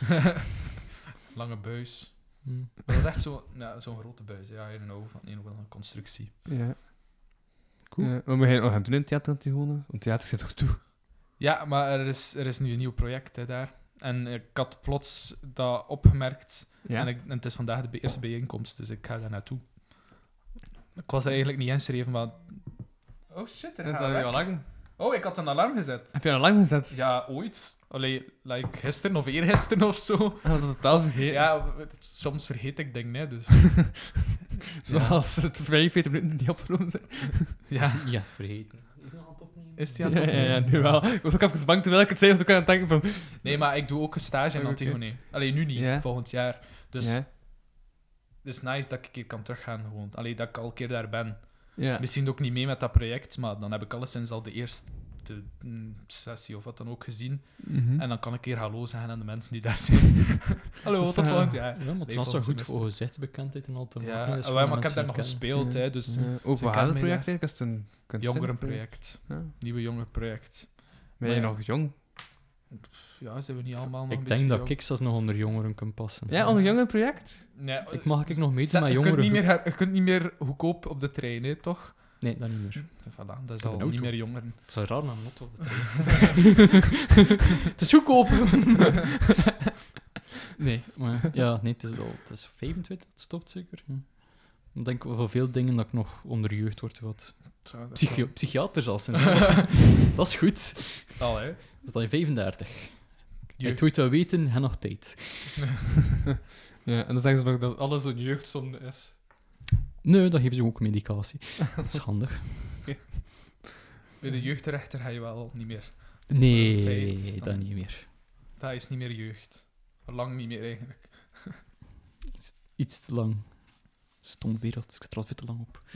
Lange buis. Hm. Maar dat is echt zo'n grote buis. Ja, I don't know, van een of andere constructie. Ja. Cool. Ja. Wat moet je nog gaan doen in het theater, Antigone? Want theater zit toch toe? Ja, maar er is nu een nieuw project hè, daar. En ik had plots dat opgemerkt. Ja. En het is vandaag de eerste bijeenkomst, dus ik ga daar naartoe. Ik was eigenlijk niet ingeschreven, maar... Oh shit, En is dat je alarm? Oh, ik had een alarm gezet. Heb je een alarm gezet? Ja, ooit. Allee, like gisteren of eergisteren of zo. Ik was dat totaal vergeten. Ja, soms vergeet ik dingen, hè, dus... Zoals het 45 minuten niet opgenomen zijn. Ja. Ja, het vergeten. Is dat aan het opnemen? Is die aan het Ja, opnemen? nu wel. Ik was ook even bang terwijl ik het zei, want ik aan het denken van... Nee, maar ik doe ook een stage in Oké. Antigone. Alleen nu niet, Ja. volgend jaar. Dus Ja. het is nice dat ik een keer kan teruggaan gewoon. Allee, dat ik al een keer daar ben. Ja. Misschien ook niet mee met dat project, maar dan heb ik alleszins al de eerste sessie of wat dan ook gezien. Mhm. En dan kan ik een keer hallo zeggen aan de mensen die daar zijn. Hallo, tot volgend jaar. Ja, maar het Nee, was zo volgend goed semester. voor gezichtsbekendheid en al te maken. Ja, Dus maar gewoon ik heb mensen daar nog kennen. gespeeld, Ja. hè, dus Over kennen waar het mij project eigenlijk? Is het een jongerenproject. Ja. Nieuwe jongerenproject. Ben je Maar ja. nog jong? Ja, zijn we niet allemaal nog een Ik beetje denk dat jong? ik zelfs nog onder jongeren kan passen. Ja, onder jongerenproject? Nee, Ik nog meedoen met je, jongeren. je kunt niet meer goedkoop op de trein, hè, toch? Nee, dat niet meer. Voilà, dat is heb al een auto. niet meer jongeren. Het is wel raar naar een auto op de trein. Het is goedkoop. Nee, maar ja, nee, het is 25, het stopt zeker. Ja. Ik denk voor veel dingen dat ik nog onder jeugd word. Wat psychiater zelfs. Dat is goed. Al, hè? Dat is dan 35. Je Jeugd. moet wel weten, en nog tijd. Ja, en dan zeggen ze nog dat alles een jeugdzonde is. Nee, dan geven ze ook medicatie. Dat is handig. Bij de jeugdrechter ga je wel niet meer. Nee, Feit is dan- dat niet meer. Dat is niet meer jeugd. Lang niet meer, eigenlijk. Iets te lang. Stom wereld, ik zit er al veel te lang op.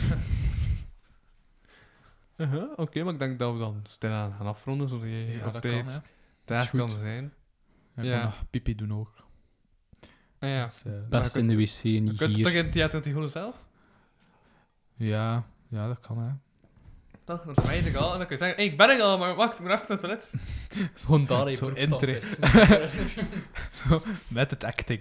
Oké, maar ik denk dat we dan stilaan gaan afronden, zodat je Ja, op dat tijd kan, hè. daar Is goed. kan zijn. Ik Ja. kan nog pipi doen ook. Ah, ja. Dus, Best je in de kunt- wc, Je niet kunt toch hier. in het theater Antigone zelf? ja, dat kan, hè. Toch, dan ben je er al en dan kun je zeggen, hey, ik ben er al, maar wacht, ik moet even naar het toilet. Gewoon daar Zo even op intre- stappen. Zo, met het acting.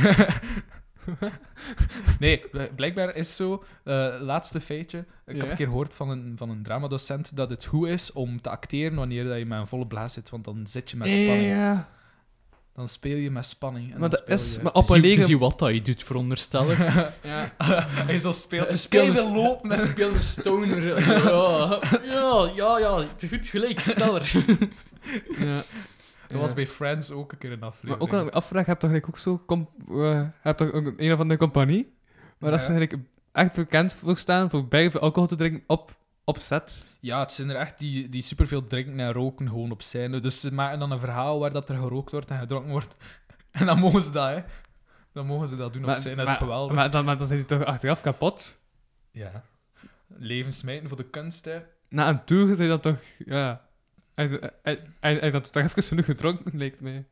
Nee, blijkbaar is zo, laatste feitje. Ik heb Ja? een keer gehoord van een dramadocent dat het goed is om te acteren wanneer dat je met een volle blaas zit, want dan zit je met spanning. Ja. Dan speel je met spanning. En Maar dan dat speel is... je... Maar op een lege... Zie wat dat je doet, veronderstellen. Ja. Hij zo speelt. Hij Speel speelt je een- lopen met speel een stoner. Ja, goed gelijk, sneller. Ja. Dat was bij Friends ook een keer een Maar aflevering. ook al afvraag, je hebt toch eigenlijk ook zo... je hebt toch ook een of andere compagnie? Maar dat ze Ja. eigenlijk echt bekend voor staan voor bij alcohol te drinken op set. Ja, het zijn er echt die superveel drinken en roken gewoon op scène. Dus ze maken dan een verhaal waar dat er gerookt wordt en gedronken wordt. En dan mogen ze dat, hè. Dan mogen ze dat doen op scène. Dat is geweldig. Maar dan zijn die toch achteraf kapot? Ja. Leven smijten voor de kunst, hè. Na en toe zijn dan toch... Ja... Hij had toch even genoeg gedronken, lijkt mij.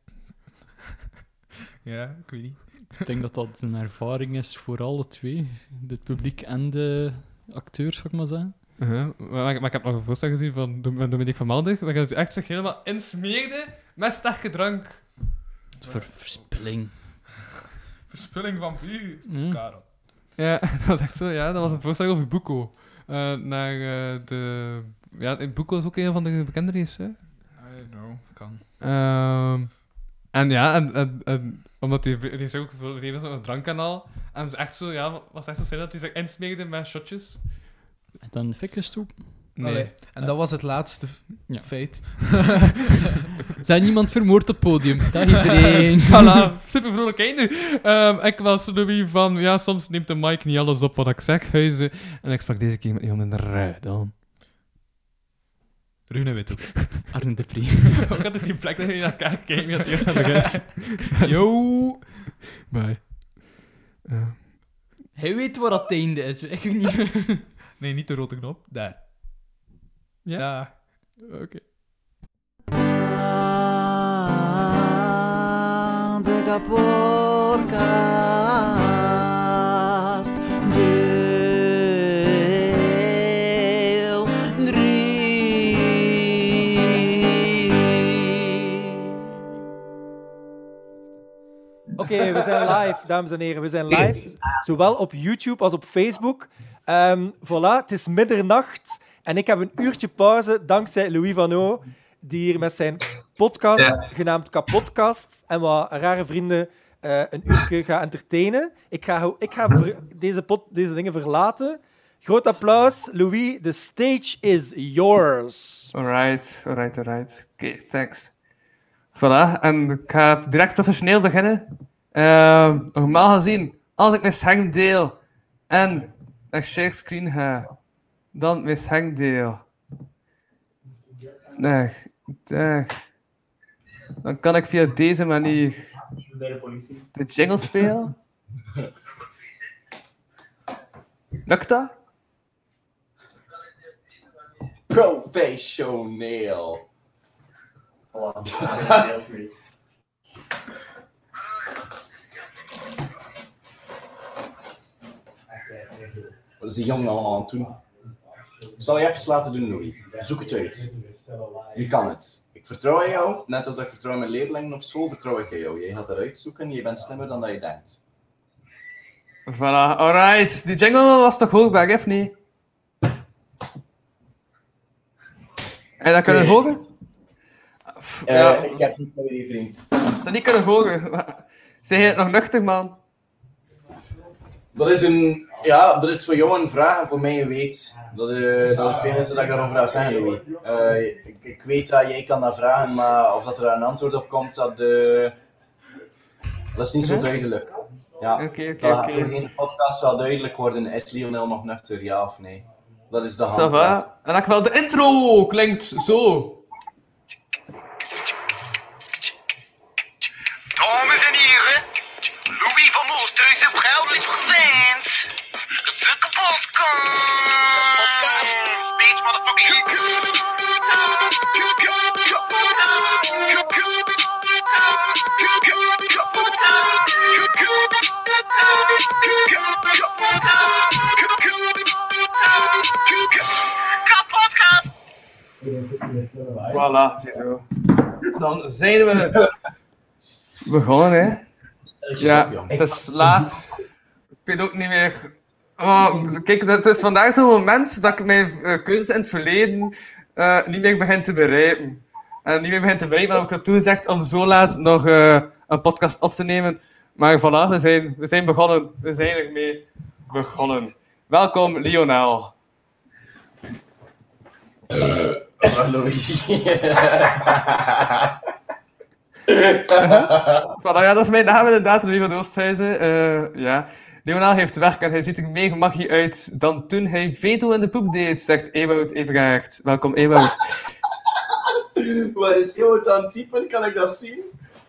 Ja, ik weet niet. Ik denk dat dat een ervaring is voor alle twee. Het publiek en de acteurs, zou ik maar zeggen. Maar ik heb nog een voorstel gezien van Dominique van Maldig, waar hij echt zich helemaal insmeerde met sterke drank. Verspilling. Verspilling van bier. Mm. Karel. Ja, dat was echt zo. Ja, dat was een voorstel over Buco. Naar de... Ja, Buco is ook een van de bekende regisseurs. I don't know, kan. En ja, en omdat die regisseur ook veel leven op een drankkanaal, en ze echt zo, ja, was echt zo zin dat hij zich insmeerde met shotjes. En dan fikjes toe. Nee. Allee, en dat was het laatste Ja. feit. Zijn niemand vermoord op het podium? Dag iedereen. Voilà, super vrolijk einde. Ik was Louis van, ja, soms neemt de mic niet alles op wat ik zeg, huizen. En ik sprak deze keer met iemand in de rij dan. Rune weet ook. Arne de Pree. Ook had ik die plek dat je naar elkaar kijkt, je had eerst aan het begin. Yo! Bye. Hij weet waar dat einde is. Ik weet niet. Nee, niet de rode knop. Daar. Ja? Ja. Oké. De kapotkast. Deel 3. Oké, we zijn live, dames en heren. We zijn live, zowel op YouTube als op Facebook. Voilà, het is middernacht en ik heb een uurtje pauze dankzij Louis Van O, die hier met zijn podcast, genaamd Kapotkast, en wat rare vrienden een uurtje gaat entertainen. Ik ga deze dingen verlaten. Groot applaus, Louis. The stage is yours. Alright. Oké, thanks. Voilà, en ik ga direct professioneel beginnen. Normaal gezien, als ik een scherm deel, en naar share screen ga, dan mijn hangdeel. Daar. Dan kan ik via deze manier de jingle spelen. Lukt dat? Professioneel. Wat is die jongen allemaal aan het doen? Ik zal je even laten doen, Louis. Zoek het uit. Je kan het. Ik vertrouw in jou. Net als ik vertrouw in mijn leerlingen op school, vertrouw ik in jou. Jij gaat het uitzoeken. Je bent slimmer dan dat je denkt. Voilà, alright. Die jingle was toch hoorbaar, of niet? Heb je dat kunnen horen? Ik heb niet meer die vriend. Dat niet kunnen horen. Zeg je het nog nuchter, man? Dat is een... Ja, dat is voor jou een vraag en voor mij een weet. Dat is het enige dat ik daarover ga zeggen, Louis. Ik weet dat jij kan dat vragen, maar of dat er een antwoord op komt, dat is niet zo duidelijk. Ja, Oké. dat gaat door in de podcast wel duidelijk worden. Is Lionel nog nuchter, ja of nee? Dat is de Ça handvraag. va. En dan wel de intro klinkt zo. Dames en heren, Louis van Oosthuizen, proudly presents de kapotkast. Bitch, motherfucking kapotkast. Voilà, ziezo. Dan zijn we begonnen, hè. Ja, het is laat. Ik weet ook niet meer... Oh, kijk, het is vandaag zo'n moment dat ik mijn keuzes in het verleden niet meer begin te bereiken. En niet meer begin te bereiken, maar ik heb toegezegd om zo laat nog een podcast op te nemen. Maar voilà, we zijn begonnen. We zijn ermee begonnen. Welkom, Lionel. Louis. Voilà, ja, dat is mijn naam inderdaad, Louis van Oosthuizen. Ja. Lionel heeft werk en hij ziet er meer magie uit dan toen hij veto in de poep deed, zegt Ewout Evergaard. Welkom, Ewout. Waar is Ewout aan het typen? Kan ik dat zien?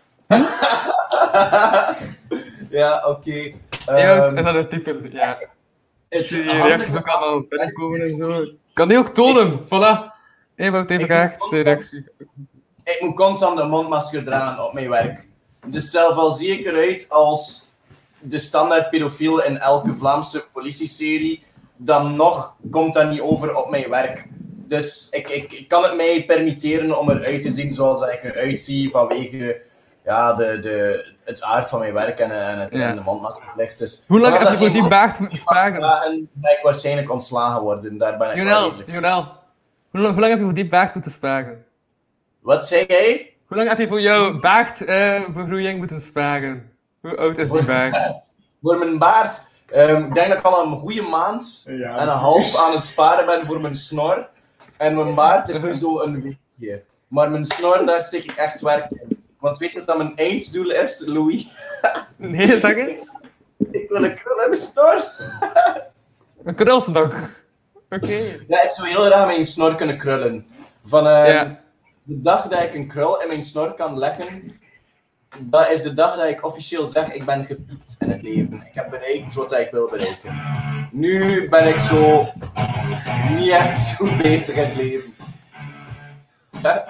Ja, oké. Ewout is aan het typen, ja. Het Die reacties ook allemaal binnenkomen en zo. Kan die ook tonen, voilà. Ewout Evergaard, zijn reactie. Ik moet constant een mondmasker dragen op mijn werk. Dus zelf al zie ik eruit als de standaard pedofiel in elke Vlaamse politieserie, dan nog komt dat niet over op mijn werk. Dus ik kan het mij permitteren om eruit te zien zoals ik eruit zie vanwege ja, het aard van mijn werk en de mondmaskerplicht. Dus, hoe lang heb je voor die baard moeten sparen? En ben ik waarschijnlijk ontslagen worden. Daar ben ik wel redelijk zeker. Lionel. Hoe lang heb je voor die baard moeten sparen? Wat zei jij? Hoe lang heb je voor jouw baardvergroeiing moeten sparen? Hoe oud is die baard? Voor mijn baard? Ik denk dat ik al een goede maand en een half aan het sparen ben voor mijn snor. En mijn baard is nu zo een weekje. Maar mijn snor, daar steek ik echt werk in. Want weet je wat dat mijn einddoel is, Louis? Nee, zeg het. Ik wil een krul in mijn snor. Een krulsnog. Oké. Ja, ik zou heel graag mijn snor kunnen krullen. Van Ja. de dag dat ik een krul in mijn snor kan leggen, dat is de dag dat ik officieel zeg, ik ben gepiekt in het leven. Ik heb bereikt wat ik wil bereiken. Nu ben ik zo niet echt zo bezig in het leven. Ja?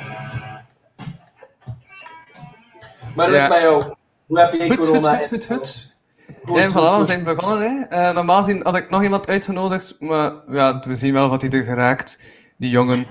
Maar dus bij jou, hoe heb jij corona? Goed. Ja, voilà, we zijn begonnen. Hè. Normaal gezien had ik nog iemand uitgenodigd, maar ja, we zien wel wat hij er geraakt. Die jongen.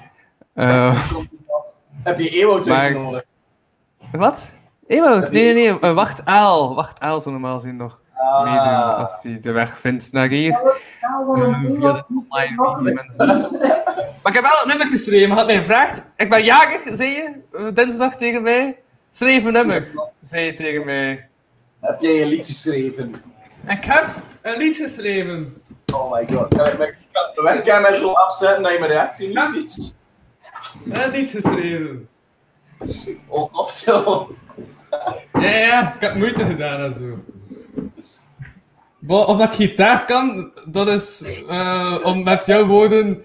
Heb je Ewout uitgenodigd? Wat? Ewout? Nee. Wacht Aal zou normaal gezien nog meedoen als hij de weg vindt naar hier. Via de online mensen. Maar ik heb wel het nummer geschreven. Hij had mij gevraagd. Ik ben jager, zei je dinsdag tegen mij. Schreef een nummer, zei je tegen mij. Heb jij een lied geschreven? Ik heb een lied geschreven. Oh my god. Kan de webcam zo afzetten dat je mijn reactie niet ziet? Een lied geschreven. Oh god, zo. Ja, ik heb moeite gedaan en zo. Of dat ik gitaar kan, dat is om met jouw woorden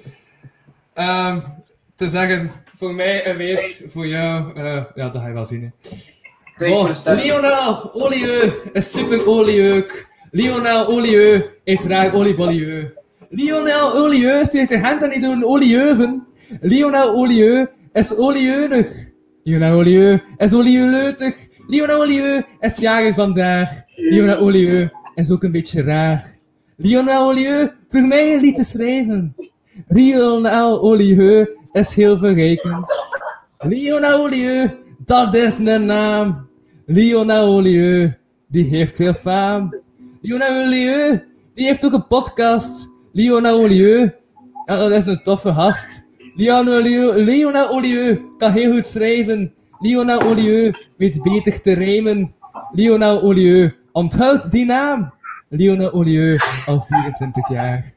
te zeggen, voor mij een weet, voor jou, ja, dat ga je wel zien. Hè. Lionel Olieu is super olieuk. Lionel Olieu eet graag oliebolieu. Lionel Olieu steekt de hand aan niet door een olieuven. Lionel Olieu is olieunig. Lionel Olieu is olieleutig. Lionel Olieu is jarig vandaag. Lionel Olieu is ook een beetje raar. Lionel Olieu voor mij een lied te schrijven. Lionel Olieu is heel verrijkend. Lionel Olieu, dat is een naam. Lionel Olieu, die heeft veel faam. Lionel Olieu, die heeft ook een podcast. Lionel Olieu, dat is een toffe gast. Lionel Olieu kan heel goed schrijven. Lionel Olieu weet beter te rijmen. Lionel Olieu, onthoud die naam. Lionel Olieu, al 24 jaar.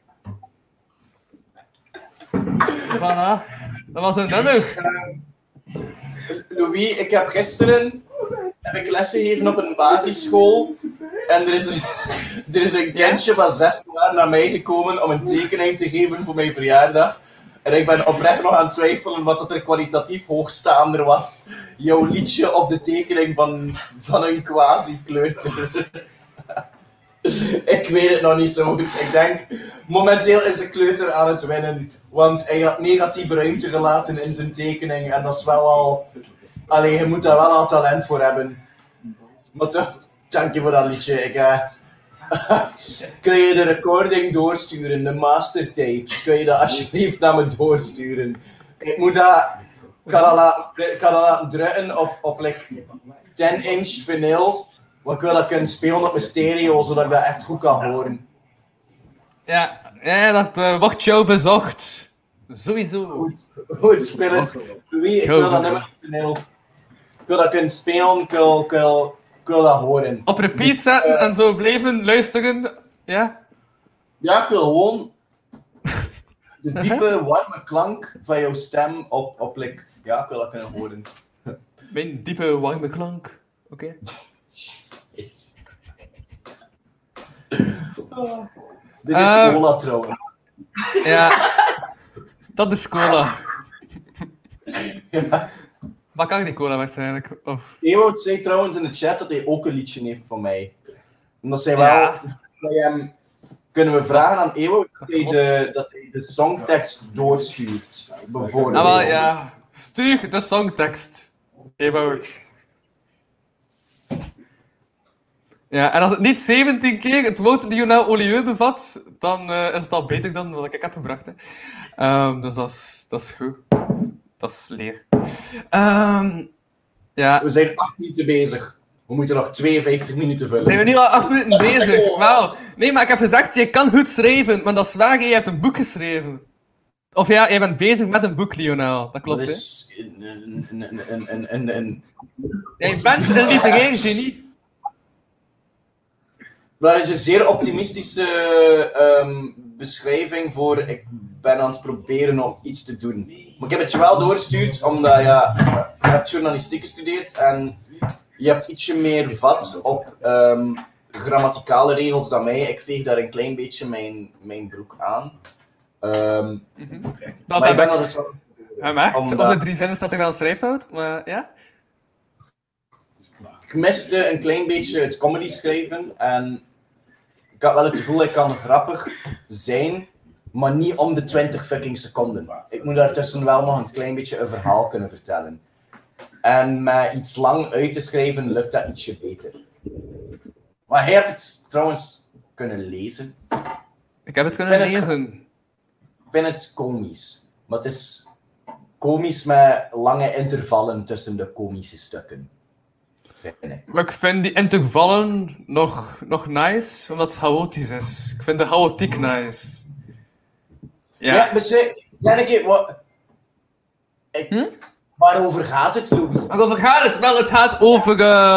Voilà, dat was een nummer. Louis, ik heb gisteren lessen gegeven op een basisschool. En er is een kindje van 6 jaar naar mij gekomen om een tekening te geven voor mijn verjaardag. En ik ben oprecht nog aan het twijfelen wat dat er kwalitatief hoogstaander was. Jouw liedje op de tekening van een quasi-kleuter. Ik weet het nog niet zo goed. Ik denk, momenteel is de kleuter aan het winnen. Want hij had negatieve ruimte gelaten in zijn tekening. En dat is wel al... Allee, je moet daar wel al talent voor hebben. Maar toch, dank je voor dat liedje. Kun je de recording doorsturen, de mastertapes? Kun je dat alsjeblieft naar me doorsturen? Ik kan dat laten drukken op like 10-inch vinyl. Want ik wil dat kunnen spelen op mijn stereo, zodat ik dat echt goed kan horen. Ja, dat wordt jou bezocht. Sowieso. Goed, speel het. Louis, ik wil dat niet meer op vinyl. Ik wil dat kunnen spelen, ik wil dat horen. Op repeat zetten en zo blijven luisteren, ja? Ja, ik wil gewoon de diepe, warme klank van jouw stem op like, ja, ik wil dat kunnen horen. Mijn diepe, warme klank. Oké. Dit is cola trouwens. Ja, dat is cola. Ja. Wat kan die cola waarschijnlijk? Of... Ewout zei trouwens in de chat dat hij ook een liedje heeft van mij. En dat zijn wel... Kunnen we vragen aan Ewout dat hij de songtekst doorstuurt, bijvoorbeeld. Nou wel, ja. Stuur de songtekst, Ewout. Ja, en als het niet 17 keer het woord Lionel Olieu bevat, dan is het al beter dan wat ik heb gebracht. Hè. Dus dat is goed. Dat is leer. Ja. We zijn 8 minuten bezig. We moeten nog 52 minuten vullen. Zijn we nu al 8 minuten bezig? Wauw. Nee, maar ik heb gezegd, je kan goed schrijven, maar dat is waar, je hebt een boek geschreven. Of ja, jij bent bezig met een boek, Lionel. Dat klopt, dat is Jij bent een literair genie. Dat is een zeer optimistische beschrijving voor ik ben aan het proberen om iets te doen. Maar ik heb het je wel doorgestuurd, omdat je hebt journalistiek gestudeerd en je hebt ietsje meer vat op grammaticale regels dan mij. Ik veeg daar een klein beetje mijn broek aan. Dat maar ik ben ik. dat dus wel... Echt? Op de 3 zinnen staat er wel een schrijffout, maar ja? Ik miste een klein beetje het comedy schrijven en ik had wel het gevoel dat ik kan grappig zijn, maar niet om de 20 fucking seconden. Ik moet daartussen wel nog een klein beetje een verhaal kunnen vertellen. En met iets lang uit te schrijven lukt dat ietsje beter. Maar hij heeft het trouwens kunnen lezen. Ik heb het kunnen lezen. Ik vind het komisch. Maar het is komisch met lange intervallen tussen de komische stukken. Ik vind die intervallen nog nice, omdat het chaotisch is. Ik vind de chaotiek nice. Ja, maar zeg een keer, waarover gaat het, Louis? Waarover gaat het? Wel, het gaat over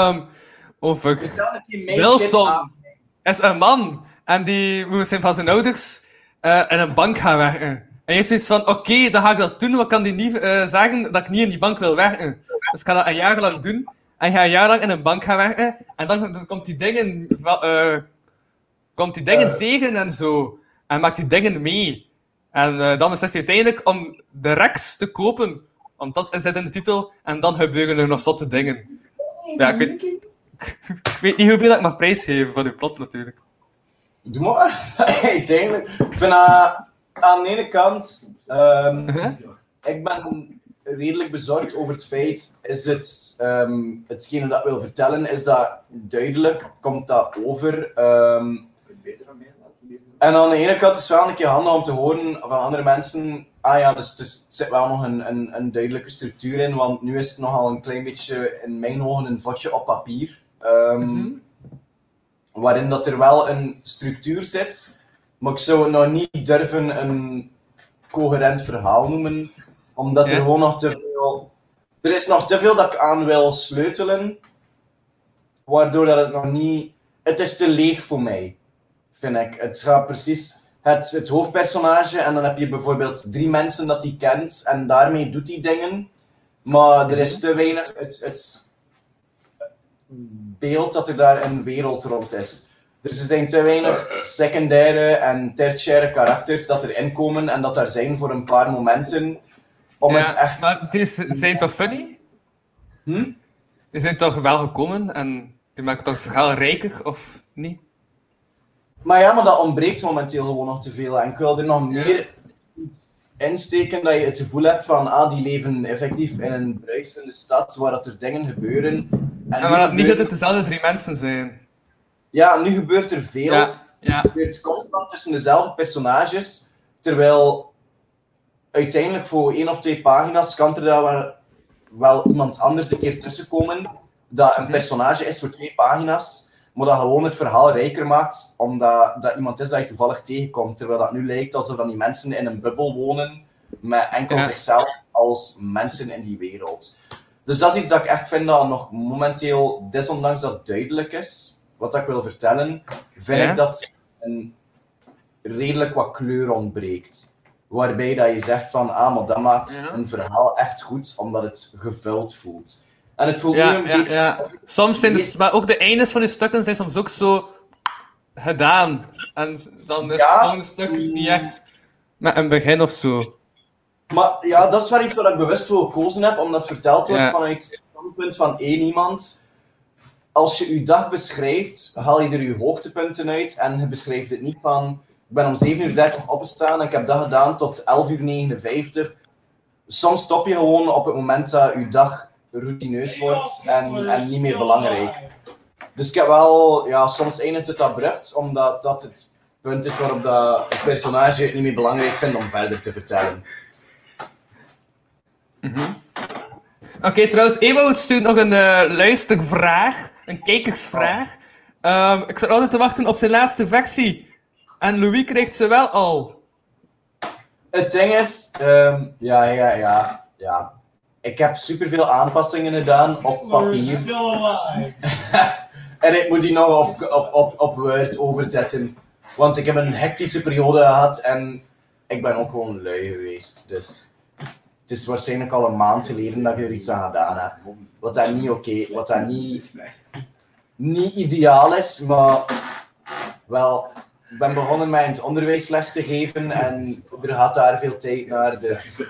Wilson is een man en die moet van zijn ouders in een bank gaan werken. En je is zoiets van, oké, dan ga ik dat doen, wat kan die niet zeggen dat ik niet in die bank wil werken. Dus ik ga dat een jaar lang doen. En je gaat een jaar lang in een bank gaan werken. En dan komt die dingen komt die dingen tegen en zo. En maakt die dingen mee. En dan beslist hij uiteindelijk om de Rex te kopen. Want dat zit in de titel. En dan gebeuren er nog zotte dingen. Ja, ik weet niet hoeveel ik mag prijsgeven van uw plot natuurlijk. Doe maar. Uiteindelijk. Ik vind aan de ene kant... Ik ben redelijk bezorgd over het feit... Is hetgene dat ik wil vertellen, is dat duidelijk? Komt dat over? En aan de ene kant is het wel een keer handig om te horen van andere mensen... Dus er zit wel nog een duidelijke structuur in, want nu is het nogal een klein beetje, in mijn ogen, een vodje op papier. Waarin dat er wel een structuur zit, maar ik zou het nog niet durven een coherent verhaal noemen, omdat er gewoon nog te veel... Er is nog te veel dat ik aan wil sleutelen, waardoor dat het nog niet... Het is te leeg voor mij, vind ik. Het gaat precies... Het hoofdpersonage, en dan heb je bijvoorbeeld 3 mensen dat hij kent, en daarmee doet hij dingen, maar er is te weinig het beeld dat er daar een wereld rond is. Dus er zijn te weinig secundaire en tertiaire karakters dat erin komen en dat daar zijn voor een paar momenten om het echt... Maar die zijn toch funny? Die zijn toch wel gekomen en die maken toch het verhaal rijker, of niet? Maar ja, maar dat ontbreekt momenteel gewoon nog te veel. En ik wil er nog meer insteken dat je het gevoel hebt van die leven effectief in een bruisende stad waar dat er dingen gebeuren. En maar dat niet dat het dezelfde 3 mensen zijn. Ja, nu gebeurt er veel. Ja. Het gebeurt constant tussen dezelfde personages, terwijl uiteindelijk voor 1 of 2 pagina's kan er daar wel iemand anders een keer tussenkomen dat een personage is voor 2 pagina's. Maar dat gewoon het verhaal rijker maakt, omdat dat iemand is dat je toevallig tegenkomt. Terwijl dat nu lijkt alsof dan die mensen in een bubbel wonen, met enkel zichzelf als mensen in die wereld. Dus dat is iets dat ik echt vind dat nog momenteel, desondanks dat het duidelijk is, wat ik wil vertellen, vind ik dat een redelijk wat kleur ontbreekt. Waarbij dat je zegt van, maar dat maakt een verhaal echt goed, omdat het gevuld voelt. En het voelt nu een beetje... Ja. Soms zijn maar ook de eindes van die stukken zijn soms ook zo gedaan. En dan is het volgende stuk niet echt met een begin of zo. Maar ja, dat is wel iets wat ik bewust voor gekozen heb, omdat het verteld wordt vanuit het standpunt van één iemand. Als je je dag beschrijft, haal je er je hoogtepunten uit en je beschrijft het niet van... Ik ben om 7:30 opgestaan en ik heb dat gedaan tot 11:59. Soms stop je gewoon op het moment dat je dag routineus wordt en niet meer belangrijk. Dus ik heb wel, soms eindigt het abrupt, omdat dat het punt is waarop dat het personage het niet meer belangrijk vindt om verder te vertellen. Oké, trouwens, Ewout stuurt nog een luistervraag, een kijkersvraag. Ik zat altijd te wachten op zijn laatste versie. En Louis krijgt ze wel al. Het ding is, ik heb superveel aanpassingen gedaan op papier. En ik moet die nog op Word overzetten. Want ik heb een hectische periode gehad en ik ben ook gewoon lui geweest. Dus het is waarschijnlijk al een maand geleden dat ik er iets aan gedaan heb. Wat dat niet wat dat niet ideaal is, maar wel... Ik ben begonnen met het onderwijsles te geven en er gaat daar veel tijd naar, dus...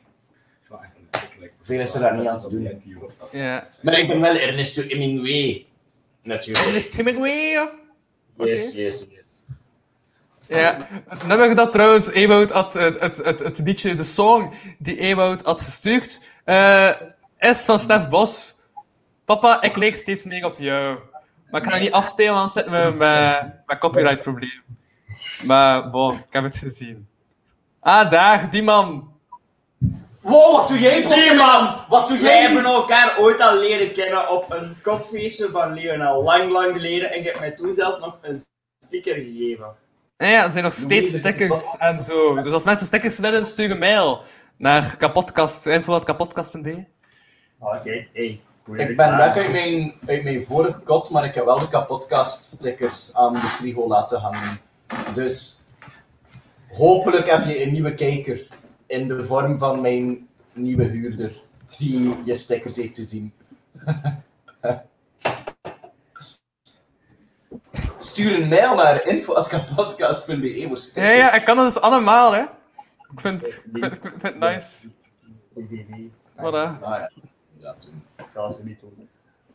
Veel is er daar niet aan te doen. Ja. Maar ik ben wel Ernesto Hemingway. Natuurlijk. Ernest Hemingway? Yes. Ja, dan heb ik dat trouwens, Ewout had het liedje, de song die Ewout had gestuurd, is van Stef Bos. Papa, ik lijk steeds meer op jou. Maar ik ga het niet afspelen, want dan zitten we met copyright probleem. Maar bon, ik heb het gezien. Daar, die man. Wow, wat doe jij die man? Wat doe jij? Wij hebben elkaar ooit al leren kennen op een kotfeestje van Lionel. Lang geleden. En je hebt mij toen zelfs nog een sticker gegeven. Ja, er zijn nog steeds stickers en zo. Dus als mensen stickers willen, stuur een mail naar info@kapotkast.be. Oké, hey. Ik ben weg uit mijn vorige kot, maar ik heb wel de kapotkast-stickers aan de frigo laten hangen. Dus hopelijk heb je een nieuwe kijker in de vorm van mijn nieuwe huurder, die je stickers heeft gezien. Stuur een mail naar info@kapodcast.be voor stickers. Ja, ik kan dat dus allemaal, hè. Ik vind het nice. Voilà. Ah, ja. Ja, toen. Ik zal ze niet doen.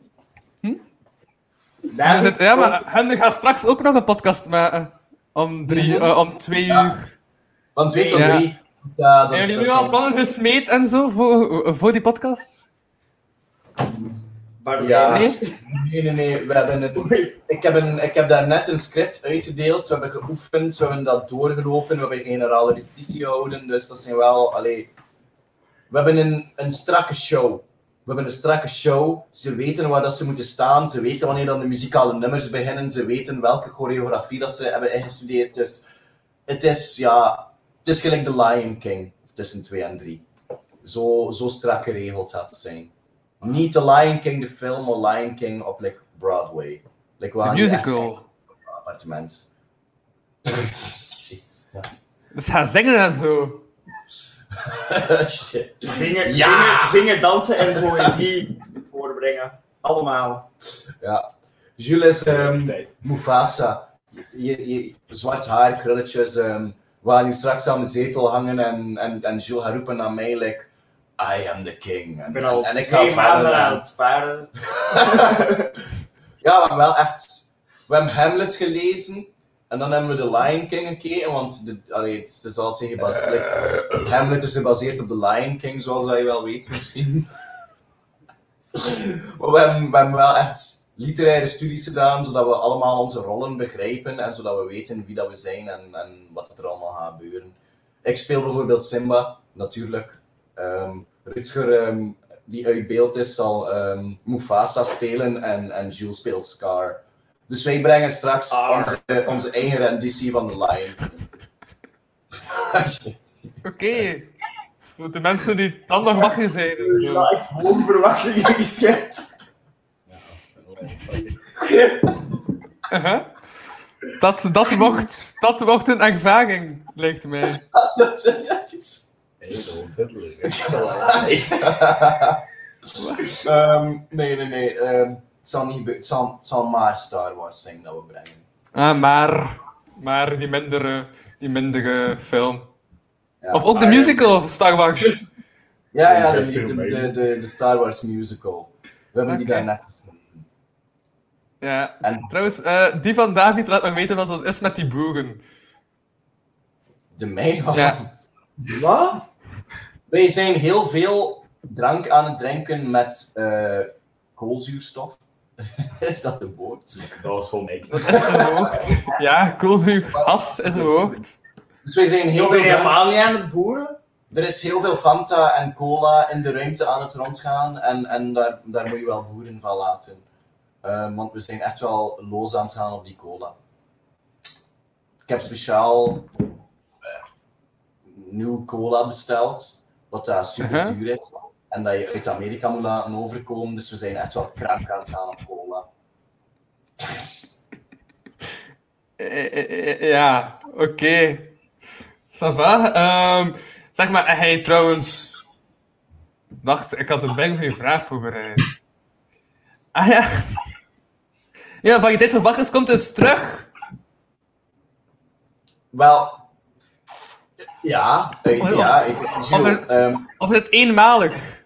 Ja, maar Hen gaat straks ook nog een podcast maken. Om 2 uur. Van 2 tot Ja. 3. Ja, dat Hebben is- jullie dat nu al zijn- plannen gesmeed en zo voor die podcast? Ja. Nee? Nee. We hebben ik heb daar net een script uitgedeeld. We hebben geoefend, we hebben dat doorgelopen, we hebben een generale repetitie gehouden. Dus dat zijn wel... Allee, we hebben een strakke show. Ze weten waar dat ze moeten staan. Ze weten wanneer dan de muzikale nummers beginnen. Ze weten welke choreografie dat ze hebben ingestudeerd. Dus het is gelijk The Lion King tussen 2 en 3. Zo strak geregeld gaat het zijn. Niet The Lion King, de film, maar Lion King op Broadway. De musical. Appartement. Shit. Ja. Dus ga zingen en zo. Shit. Zingen, dansen en poëzie voorbrengen. Allemaal. Ja. Jules is Mufasa. Zwart haar, krulletjes. We gaan hier straks aan de zetel hangen en Jules gaat roepen naar mij, like, I am the king. Ik ben al en ik 2 ga maanden verder aan het sparen. Ja, we hebben wel echt... We hebben Hamlet gelezen. En dan hebben we The Lion King gekeken, want het is altijd gebaseerd... Hamlet is gebaseerd op The Lion King, zoals je wel weet misschien. Maar we hebben wel echt literaire studies gedaan, zodat we allemaal onze rollen begrijpen en zodat we weten wie dat we zijn en wat er allemaal gaat gebeuren. Ik speel bijvoorbeeld Simba, natuurlijk. Rutger, die uit beeld is, zal Mufasa spelen en Jules speelt Scar. Dus wij brengen straks onze eigen renditie van The Lion King. Shit. Oké. Dus voor de mensen die dan nog wakker zijn. en zo. Ja, echt hoge verwachtingen geschept. Dat mocht een ervaring, lijkt mij. Dat is... Nee. Het zal maar Star Wars zijn dat we brengen. Maar die mindere film. Ja. Of ook de musical Star Wars. Ja, de Star Wars musical. We hebben die Oké. daar net gesproken. Ja. En Trouwens, die van David laat nog weten wat het is met die boeren. de mijne. Ja. Wat? Wij zijn heel veel drank aan het drinken met koolzuurstof. Is dat de woord? Dat was gewoon ik. Dat is een woord. Ja, koolzuurgas is een woord. Dus wij zijn heel Ik ben veel... helemaal niet aan het boeren. Er is heel veel Fanta en cola in de ruimte aan het rondgaan en daar moet je wel boeren van laten. Want we zijn echt wel los aan het gaan op die cola. Ik heb speciaal nieuw cola besteld, wat daar super duur is. En dat je uit Amerika moet laten overkomen, dus we zijn echt wel krank aan het gaan op cola. Ja, oké. Ça va. Zeg maar, hij trouwens... Wacht, ik had een bijna goede vraag voorbereid. Ah ja. Ja, Variëteit van Wakkers komt dus terug. Wel, ja, Gilles, Of is het eenmalig?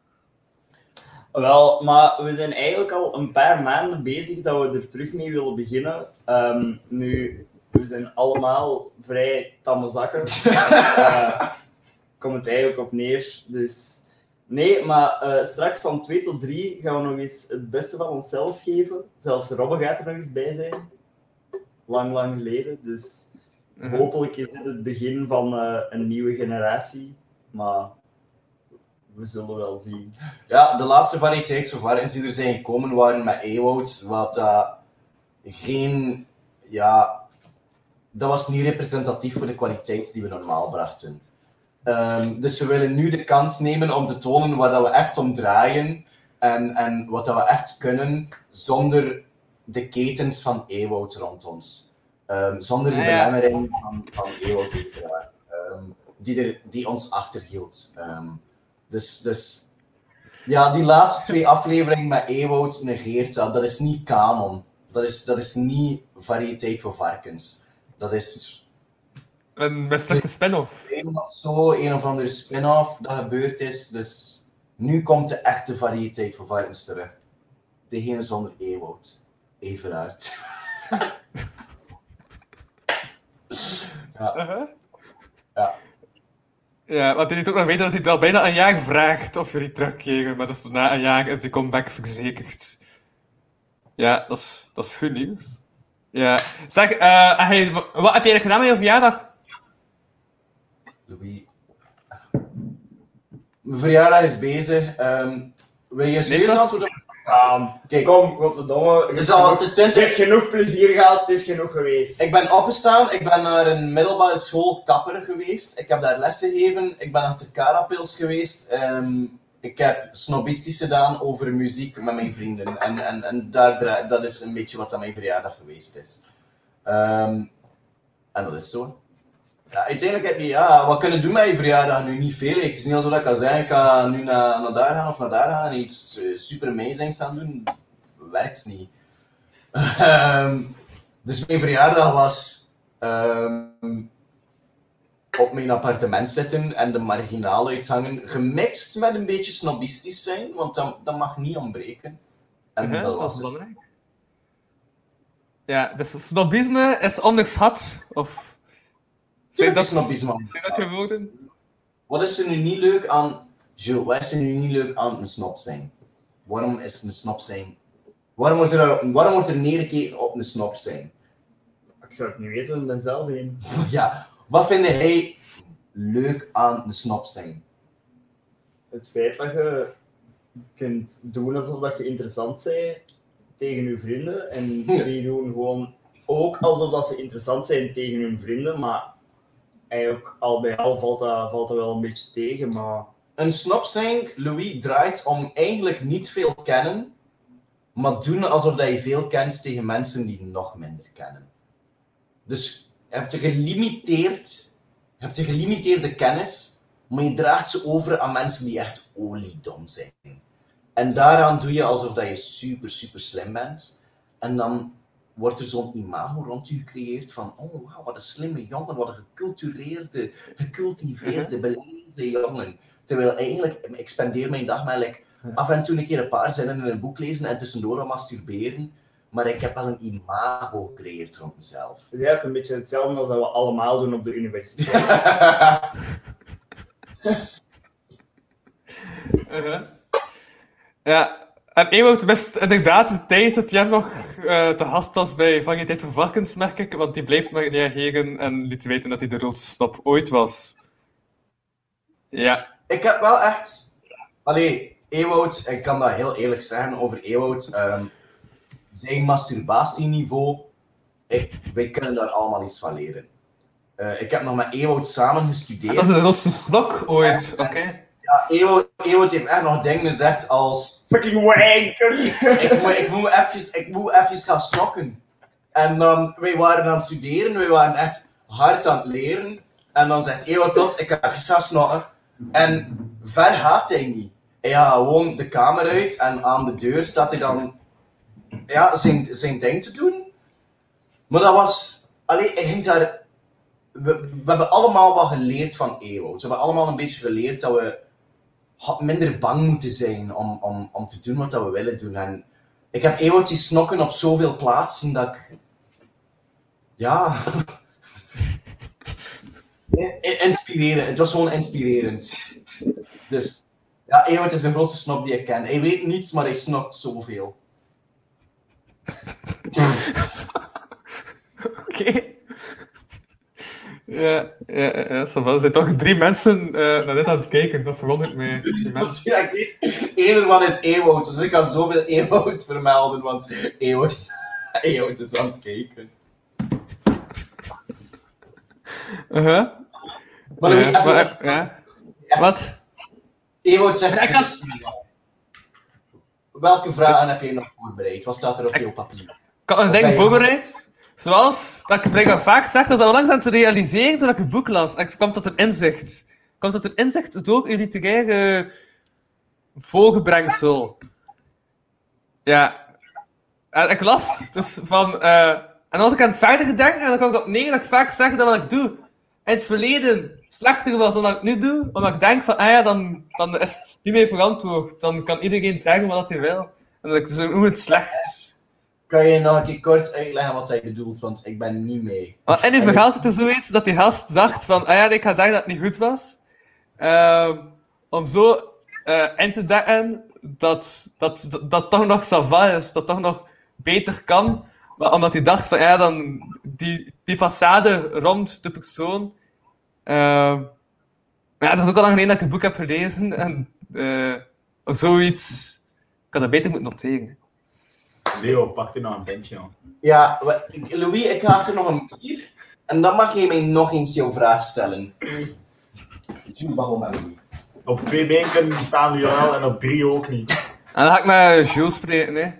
Wel, maar we zijn eigenlijk al een paar maanden bezig dat we er terug mee willen beginnen. Nu, we zijn allemaal vrij tamme zakken. Komt het eigenlijk op neer. Dus nee, maar straks van 2 tot 3 gaan we nog eens het beste van onszelf geven. Zelfs Robbe gaat er nog eens bij zijn. Lang geleden. Dus hopelijk is dit het begin van een nieuwe generatie. Maar we zullen wel zien. Ja, de laatste variëteitsverwarrings die er zijn gekomen waren met Ewoud, wat geen... Ja, dat was niet representatief voor de kwaliteit die we normaal brachten. Dus we willen nu de kans nemen om te tonen waar dat we echt om draaien en wat dat we echt kunnen zonder de ketens van Ewoud rond ons. Zonder de belemmering van Ewoud uiteraard, die ons achterhield. Dus ja, die laatste 2 afleveringen met Ewoud negeert dat. Dat is niet kanon. Dat is niet variëteit voor varkens. Dat is Een mislukte spin-off. een of andere spin-off dat gebeurd is. Dus nu komt de echte variëteit voor varkens terug. Degene zonder Ewout. Everaard. Ja. Ja. Ja, want hij liet ook nog weten dat hij het al bijna een jaar vraagt of jullie terugkeren, maar dus na een jaar is die comeback verzekerd. Ja, dat is goed nieuws. Ja. Zeg, wat heb jij gedaan met je verjaardag? Louis. Mijn verjaardag is bezig. Wil je serieus antwoorden? Kijk, Kom, godverdomme. het is al, het is Je 20. hebt genoeg plezier gehad, het is genoeg geweest. Ik ben opgestaan, ik ben naar een middelbare school kapper geweest. Ik heb daar lessen gegeven, ik ben naar de Carapils geweest. Ik heb snobistisch gedaan over muziek met mijn vrienden. En dat is een beetje wat aan mijn verjaardag geweest is. En dat is zo. Ja, uiteindelijk heb je, wat kunnen doen met je verjaardag nu? Niet veel. Het is niet alsof ik kan zeggen, ik ga nu naar daar gaan of naar daar gaan en iets super amazings gaan doen. Werkt niet. Dus mijn verjaardag was op mijn appartement zitten en de marginaal uithangen, gemixt met een beetje snobistisch zijn, want dat mag niet ontbreken. En dat was het. belangrijk. Ja, dus snobisme is onderschat, of... Zijn dat Snobisme. Zijn dat je woorden? Wat is er nu niet leuk aan... Jules, wat is er nu niet leuk aan een snop zijn? Waarom is een snop zijn? Waarom wordt er neergekeken op een snop zijn? Ik zou het niet weten, ik ben zelf een. Ja, wat vind jij leuk aan een snop zijn? Het feit dat je kunt doen alsof dat je interessant bent tegen je vrienden. En die doen gewoon ook alsof dat ze interessant zijn tegen hun vrienden, maar eigenlijk al bij al valt dat wel een beetje tegen, maar... Een snop zijn, Louis, draait om eigenlijk niet veel kennen, maar doen alsof dat je veel kent tegen mensen die nog minder kennen. Dus je hebt een gelimiteerde kennis, maar je draagt ze over aan mensen die echt oliedom zijn. En daaraan doe je alsof dat je super, super slim bent. En dan wordt er zo'n imago rond je gecreëerd van oh, wow, wat een slimme jongen, wat een gecultiveerde, beleefde jongen. Terwijl eigenlijk, ik spendeer mijn dag met af en toe een keer een paar zinnen in een boek lezen en tussendoor wat masturberen. Maar ik heb wel een imago gecreëerd rond mezelf. Het is eigenlijk een beetje hetzelfde als dat we allemaal doen op de universiteit. Ja, en Ewout wist inderdaad de tijd dat jij nog te gast was bij Variëteit voor Varkens, merk ik, want die bleef maar reageren en liet weten dat hij de roodste snop ooit was. Ja. Ik heb wel echt... Allee, Ewout, ik kan dat heel eerlijk zeggen over Ewout. Zijn masturbatieniveau, wij kunnen daar allemaal iets van leren. Ik heb nog met Ewout samen gestudeerd. Dat is de roodste snok ooit, oké. Ja, Ewout heeft echt nog dingen gezegd als... Fucking wanker! ik moet even gaan snokken. En dan, wij waren aan het studeren, wij waren echt hard aan het leren. En dan zegt Ewout plots, ik ga even gaan snokken. En ver gaat hij niet. Hij gaat gewoon de kamer uit en aan de deur staat hij dan zijn ding te doen. Maar dat was... Allee, hij ging daar... We hebben allemaal wat geleerd van Ewout. We hebben allemaal een beetje geleerd dat we minder bang moeten zijn om te doen wat we willen doen. En ik heb Ewout die snokken op zoveel plaatsen dat ik... Ja... Inspirerend. Het was gewoon inspirerend. Dus... Ja, Ewout is de grootste snop die ik ken. Hij weet niets, maar hij snokt zoveel. Oké. Ja, er zijn toch 3 mensen naar dit aan het kijken, dat verwondert mij. Die mensen. Ja, ik weet, één ervan is Ewout, dus ik kan zoveel Ewout vermelden, want Ewout is aan het kijken. Maar wat? Ewout zegt... Welke vragen heb je nog voorbereid? Wat staat er op jouw papier? Ik had een ding voorbereid. Zoals, dat ik blijkbaar vaak zeg, dat we langs aan het realiseren toen ik het boek las. En ik kwam tot een inzicht. Door uw literaire voorgebrengsel. Ja. En ik las dus van... en als ik aan het verder gedenken, dan kan ik op neer dat ik vaak zeg dat wat ik doe in het verleden slechter was dan wat ik nu doe. Omdat ik denk van, dan is het niet meer verantwoord. Dan kan iedereen zeggen wat hij wil. En dat ik zo noem het slecht. Kan je nog een keer kort uitleggen wat hij bedoelt, want ik ben niet mee. Maar in die verhaal zit er zoiets dat die gast dacht van, ik ga zeggen dat het niet goed was. Om zo in te dekken dat toch nog ça va is, dat toch nog beter kan. Maar omdat hij dacht van, dan die façade rond de persoon. Dat is ook al lang geleden dat ik een boek heb gelezen. En zoiets, ik had dat beter moeten noteren. Leo, pak er nou een bandje aan. Ja, Louis, ik ga er nog een bier. En dan mag je mij nog eens jouw vraag stellen. Jules, waarom met Louis? Op 2 benen kunnen die staan die wel en op 3 ook niet. En dan ga ik met Jules spreken, hè.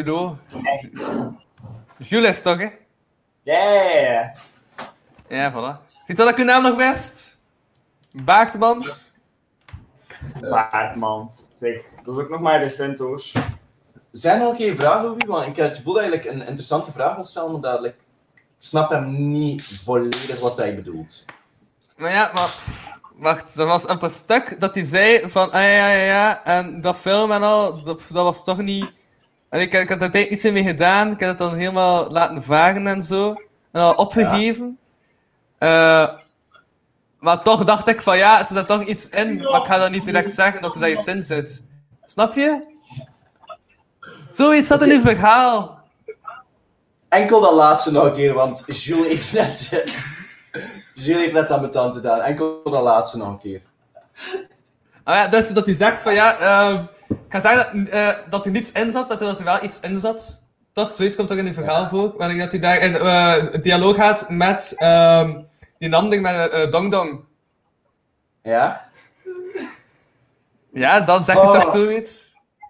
Jules is toch, hè? Yeah! Ja, voilà. Ziet dat ik uw naam nog best? Baartmans? Baartmans. Zeg, dat is ook nog maar recent hoor. Zijn er nog een keer vragen, Louis? Want ik heb het gevoel dat ik een interessante vraag wil stellen, maar ik snap hem niet volledig wat hij bedoelt. Maar wacht, er was een stuk dat hij zei van, ja, en dat film en al, dat was toch niet... En ik had er tijd niets mee gedaan, ik heb het dan helemaal laten varen en zo, en al opgegeven. Maar toch dacht ik van, het zit er toch iets in, maar ik ga dan niet direct zeggen dat er daar iets in zit. Snap je? Zoiets zat in uw verhaal. Enkel dat laatste nog een keer, want Jules heeft net aan mijn tand gedaan. Enkel dat laatste nog een keer. Dus dat hij zegt van ik ga zeggen dat er niets in zat, maar dat er wel iets in zat. Toch? Zoiets komt toch in uw verhaal voor. Wanneer dat hij daar in dialoog gaat met die namding met Dong Dong. Ja? Ja, dan zegt hij toch zoiets?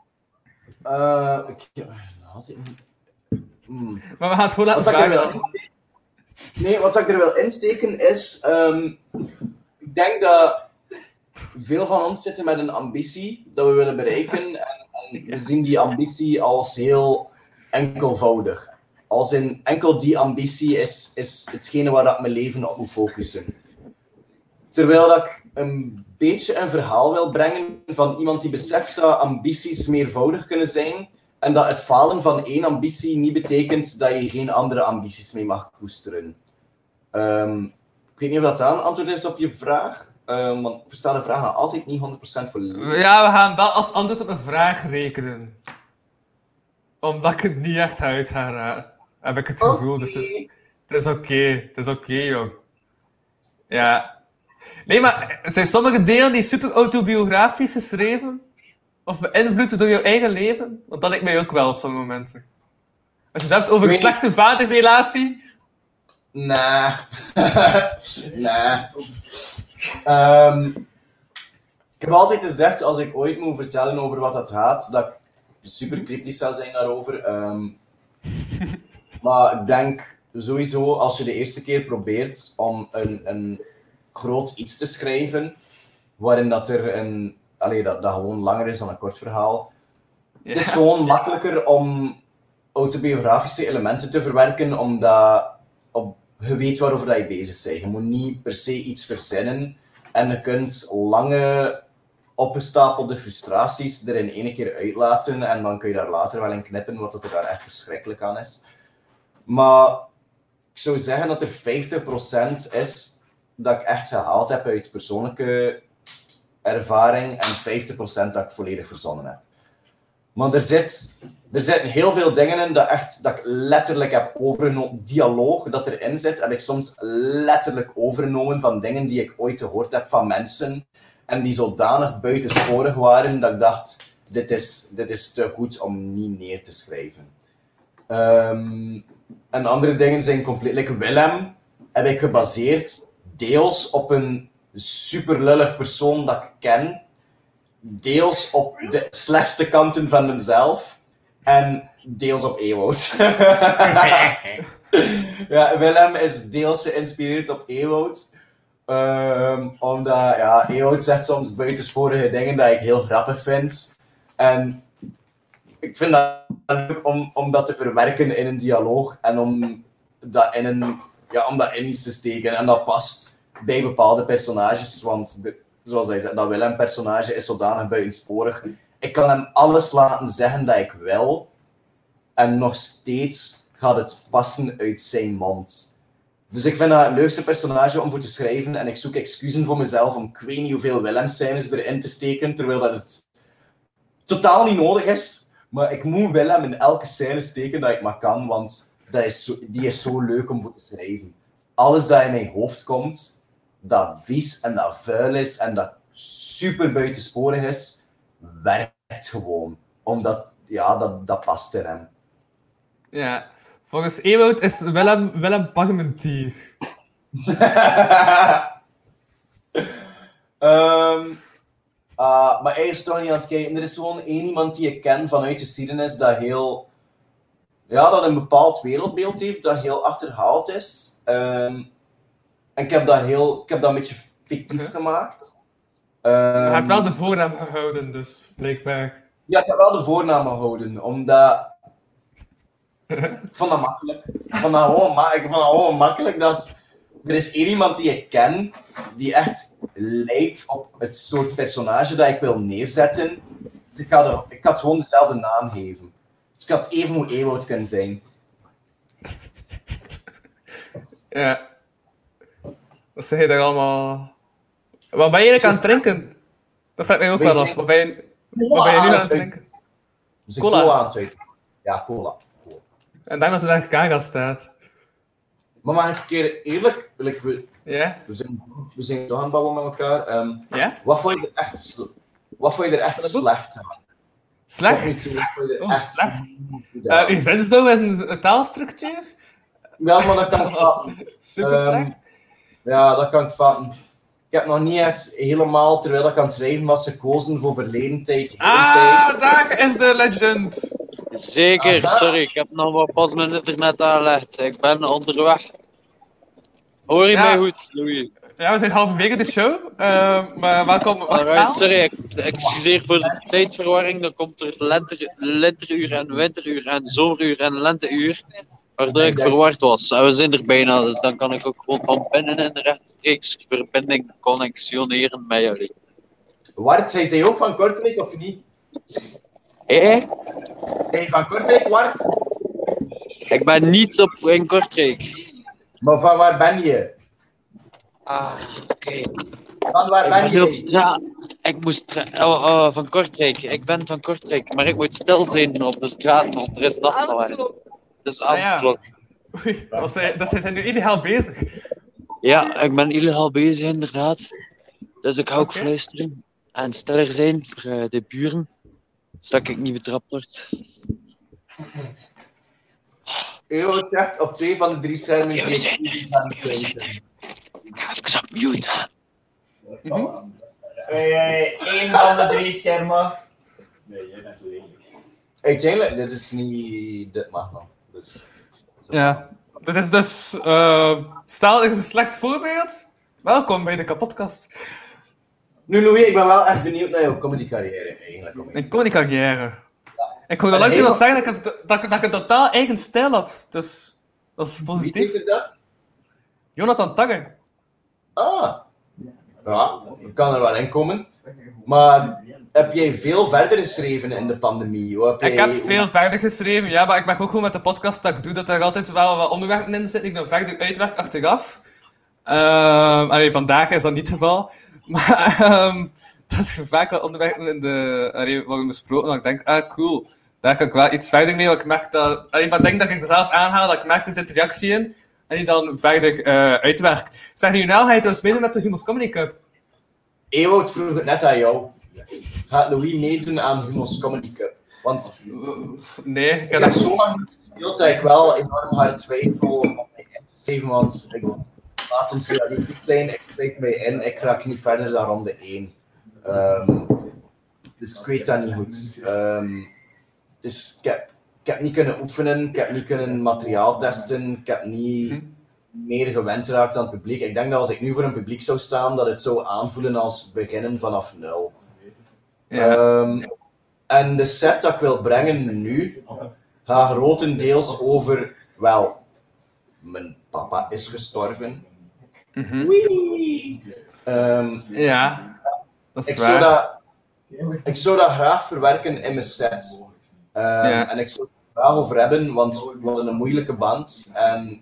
Maar we gaan het gewoon laten vragen. Nee, wat ik er wil insteken is... ik denk dat veel van ons zitten met een ambitie dat we willen bereiken. En we zien die ambitie als heel enkelvoudig. Als in enkel die ambitie is hetgene waar ik mijn leven op moet focussen. Terwijl dat ik een beetje een verhaal wil brengen van iemand die beseft dat ambities meervoudig kunnen zijn. En dat het falen van één ambitie niet betekent dat je geen andere ambities mee mag koesteren. Ik weet niet of dat een antwoord is op je vraag. Want ik versta de vraag nog altijd niet 100% volledig. Ja, we gaan dat als antwoord op een vraag rekenen. Omdat ik het niet echt uit ga raden. Heb ik het gevoel. Dus het is oké, jong. Ja. Nee, maar zijn sommige delen die super autobiografisch geschreven? Of beïnvloed door jouw eigen leven? Want dat lijkt mij ook wel op sommige momenten. Als je het hebt over een slechte vaderrelatie... Nee. Ik heb altijd gezegd, als ik ooit moet vertellen over wat dat gaat, dat ik super cryptisch zou zijn daarover. Maar ik denk sowieso, als je de eerste keer probeert om een groot iets te schrijven, waarin dat er dat gewoon langer is dan een kort verhaal. Ja. Het is gewoon makkelijker om autobiografische elementen te verwerken, omdat je weet waarover dat je bezig bent. Je moet niet per se iets verzinnen en je kunt lange opgestapelde frustraties er in één keer uitlaten en dan kun je daar later wel in knippen wat er daar echt verschrikkelijk aan is. Maar ik zou zeggen dat er 50% is dat ik echt gehaald heb uit persoonlijke ervaring en 50% dat ik volledig verzonnen heb. Maar er zitten heel veel dingen in dat ik letterlijk heb overgenomen. Dialoog dat erin zit, heb ik soms letterlijk overgenomen van dingen die ik ooit gehoord heb van mensen. En die zodanig buitensporig waren dat ik dacht, dit is te goed om niet neer te schrijven. En andere dingen zijn compleet... Like Willem heb ik gebaseerd deels op een super lullig persoon dat ik ken. Deels op de slechtste kanten van mezelf. En deels op Ewout. Ja, Willem is deels geïnspireerd op Ewout. Omdat Ewout zegt soms buitensporige dingen dat ik heel grappig vind. En ik vind dat leuk om dat te verwerken in een dialoog en om dat in te steken. En dat past bij bepaalde personages, want zoals hij zei, dat Willem-personage is zodanig buitensporig. Ik kan hem alles laten zeggen dat ik wil, en nog steeds gaat het passen uit zijn mond. Dus ik vind dat het leukste personage om voor te schrijven, en ik zoek excuses voor mezelf om ik weet niet hoeveel Willem-scènes erin te steken, terwijl dat het totaal niet nodig is. Maar ik moet Willem in elke scène steken dat ik maar kan, want die is zo leuk om voor te schrijven. Alles dat in mijn hoofd komt, dat vies en dat vuil is en dat super buitensporig is, werkt gewoon. Omdat, dat past in hem. Ja. Volgens Ewout is Willem Parmentier. Maar hij is toch niet aan het kijken. Er is gewoon één iemand die ik ken vanuit de geschiedenis dat dat een bepaald wereldbeeld heeft, dat heel achterhaald is. En ik heb dat een beetje fictief gemaakt. Je hebt wel de voornaam gehouden, dus blijkbaar. Ja, ik heb wel de voornaam gehouden, omdat... Ik vond dat makkelijk. Ik vond dat gewoon makkelijk dat... Er is één iemand die ik ken, die echt lijkt op het soort personage dat ik wil neerzetten. Dus ik had gewoon dezelfde naam geven. Dus ik had even hoe Ewout kunnen zijn. Ja. Wat zeg je daar allemaal... Wat ben je eigenlijk aan het drinken? Dat vraag ik mij ook wel af. Wat ben je nu aan het drinken? Dus cola aan het uitdrinken. Ja, cola. En daarom dat er daar Kaga staat. Maar mag ik een keer eerlijk... Ja? We zijn toch aan het babbelen met elkaar. Ja? Wat vond je er echt slecht aan? Slecht? Slecht? Uw zinsbouw en taalstructuur? Ja, maar dat kan ik vatten. Super slecht? Ja, dat kan ik vatten. Ik heb nog niet echt helemaal, terwijl ik aan het schrijven was, gekozen voor verleden tijd. Daar is de legend! Zeker, sorry, ik heb nog maar pas mijn internet aangelegd. Ik ben onderweg. Hoor je mij goed, Louis? Ja, we zijn halverwege de show. Maar welkom. Sorry, ik excuseer voor de tijdverwarring. Dan komt er lenteruur en winteruur en zomeruur en lenteuur. Waardoor ik verward was. En we zijn er bijna, dus dan kan ik ook gewoon van binnen in de rechtstreeks verbinding connectioneren met jullie. Wart, zijn zij ook van Kortrijk of niet? Zijn je van Kortrijk, Wart? Ik ben niet in Kortrijk. Maar van waar ben je? Oké. Van waar ben je? Ik moest... van Kortrijk. Ik ben van Kortrijk, maar ik moet stil zijn op de straat, want er is nachtwaar. Dus avondklok. Oei, dus zij zijn nu illegaal bezig. Ja, ik ben illegaal bezig, inderdaad. Dus ik ga ook fluisteren en stiller zijn voor de buren, zodat ik niet betrapt word. Ewout zegt op 2 van de 3 schermen... We zijn er. Ik ga even op mute. 1 van de 3 schermen. Nee, jij bent zo enig. Uiteindelijk, dit is niet... Dit mag nog. Dus... Ja. Dit is dus... stel, dit is een slecht voorbeeld. Welkom bij de kapotkast. Nu, Louis, ik ben wel echt benieuwd naar jouw comedy-carrière eigenlijk. Mijn comedy-carrière? Ik hoorde langs iemand zeggen dat ik een totaal eigen stijl had. Dus dat is positief. Wie dat? Jonathan Tagge. Ja, ik kan er wel in komen. Maar heb jij veel verder geschreven in de pandemie? Ik heb veel verder geschreven, ja, maar ik merk ook gewoon met de podcast dat ik doe, dat er altijd wel wat onderwerpen in zitten die ik dan verder uitwerk achteraf. Vandaag is dat niet het geval. Maar dat is vaak wel onderwerpen in de worden besproken, dat ik denk, cool, daar kan ik wel iets verder mee, want ik merk dat... Maar ik denk dat ik het zelf aanhaal, dat ik merk er zit reactie in, en die dan verder uitwerk. Zeg nu nou, ga je trouwens meedoen met de Humo's Comedy Cup? Ewout vroeg het net aan jou. Gaat Louis meedoen aan Humo's Comedy Cup? Want nee, ik heb zo lang gespeeld dat ik wel enorm hard twijfel om mij in te schrijven, want laat ons realistisch zijn, ik schrijf mij in, ik raak niet verder dan ronde 1. Dus ik weet dat niet goed. Dus ik heb niet kunnen oefenen, ik heb niet kunnen materiaal testen, ik heb niet meer gewend geraakt aan het publiek. Ik denk dat als ik nu voor een publiek zou staan, dat het zou aanvoelen als beginnen vanaf 0. Ja. En de set dat ik wil brengen nu, gaat grotendeels over, wel, mijn papa is gestorven. Wee! Ja, dat is ik waar. zou dat graag verwerken in mijn set. En ik zou het er graag over hebben, want we hadden een moeilijke band. En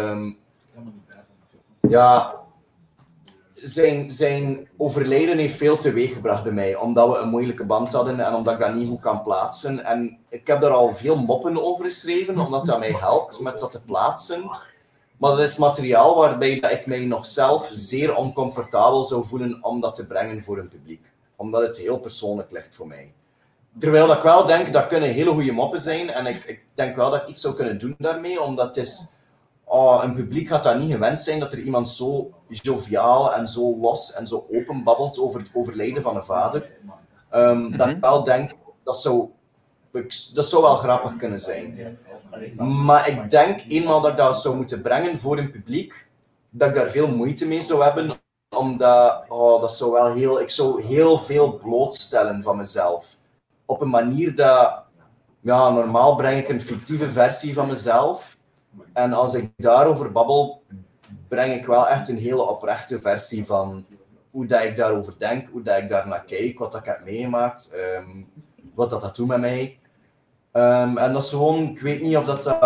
zijn overlijden heeft veel teweeggebracht bij mij, omdat we een moeilijke band hadden en omdat ik dat niet goed kan plaatsen. En ik heb daar al veel moppen over geschreven, omdat dat mij helpt met dat te plaatsen. Maar dat is materiaal waarbij dat ik mij nog zelf zeer oncomfortabel zou voelen om dat te brengen voor een publiek. Omdat het heel persoonlijk ligt voor mij. Terwijl dat ik wel denk, dat kunnen hele goede moppen zijn en ik denk wel dat ik iets zou kunnen doen daarmee, omdat het is... een publiek gaat dat niet gewend zijn dat er iemand zo joviaal en zo los en zo open babbelt over het overlijden van een vader. Dat ik wel denk, dat zou wel grappig kunnen zijn. Maar ik denk, eenmaal dat ik dat zou moeten brengen voor een publiek, dat ik daar veel moeite mee zou hebben, omdat dat zou wel ik zou heel veel blootstellen van mezelf. Op een manier dat, normaal breng ik een fictieve versie van mezelf. En als ik daarover babbel, breng ik wel echt een hele oprechte versie van hoe dat ik daarover denk, hoe dat ik daarnaar kijk, wat dat ik heb meegemaakt, wat dat doet met mij. En dat is gewoon, ik weet niet of dat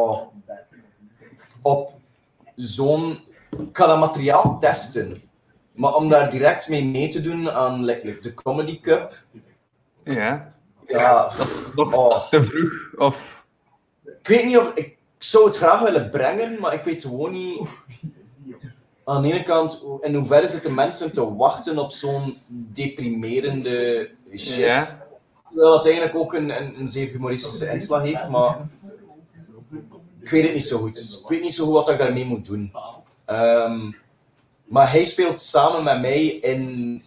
op zo'n... Ik ga dat materiaal testen, maar om daar direct mee te doen aan de Comedy Cup... Ja, dat is nog te vroeg, of... Ik weet niet of... Ik zou het graag willen brengen, maar ik weet gewoon niet... Aan de ene kant, in hoeverre zitten mensen te wachten op zo'n deprimerende shit. Ja. Terwijl het eigenlijk ook een zeer humoristische inslag heeft, maar... Ik weet het niet zo goed. Ik weet niet zo goed wat ik daarmee moet doen. Maar hij speelt samen met mij in...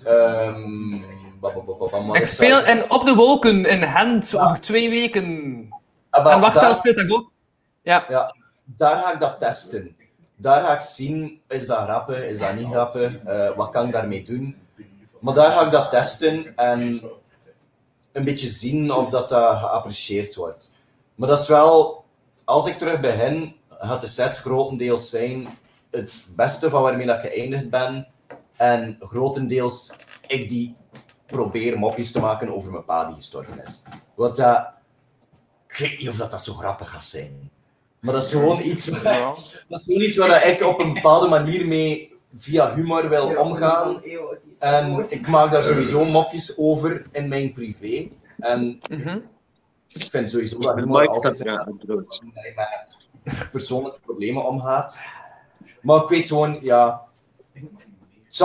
Ik speel in Op de Wolken in Gent over 2 weken. En Wachttaal speelt dat ook. Ja, daar ga ik dat testen. Daar ga ik zien, is dat grappen, is dat niet grappen, wat kan ik daarmee doen. Maar daar ga ik dat testen en een beetje zien of dat geapprecieerd wordt. Maar dat is wel, als ik terug begin, gaat de set grotendeels zijn het beste van waarmee dat ik geëindigd ben. En grotendeels ik die probeer mopjes te maken over mijn pa die gestorven is. Wat dat... Ik weet niet of dat zo grappig gaat zijn. Maar dat is gewoon iets waar ik op een bepaalde manier mee via humor wil omgaan. En ik maak daar sowieso mopjes over in mijn privé. En ik vind sowieso dat humor altijd met persoonlijke problemen omgaat. Maar ik weet gewoon, het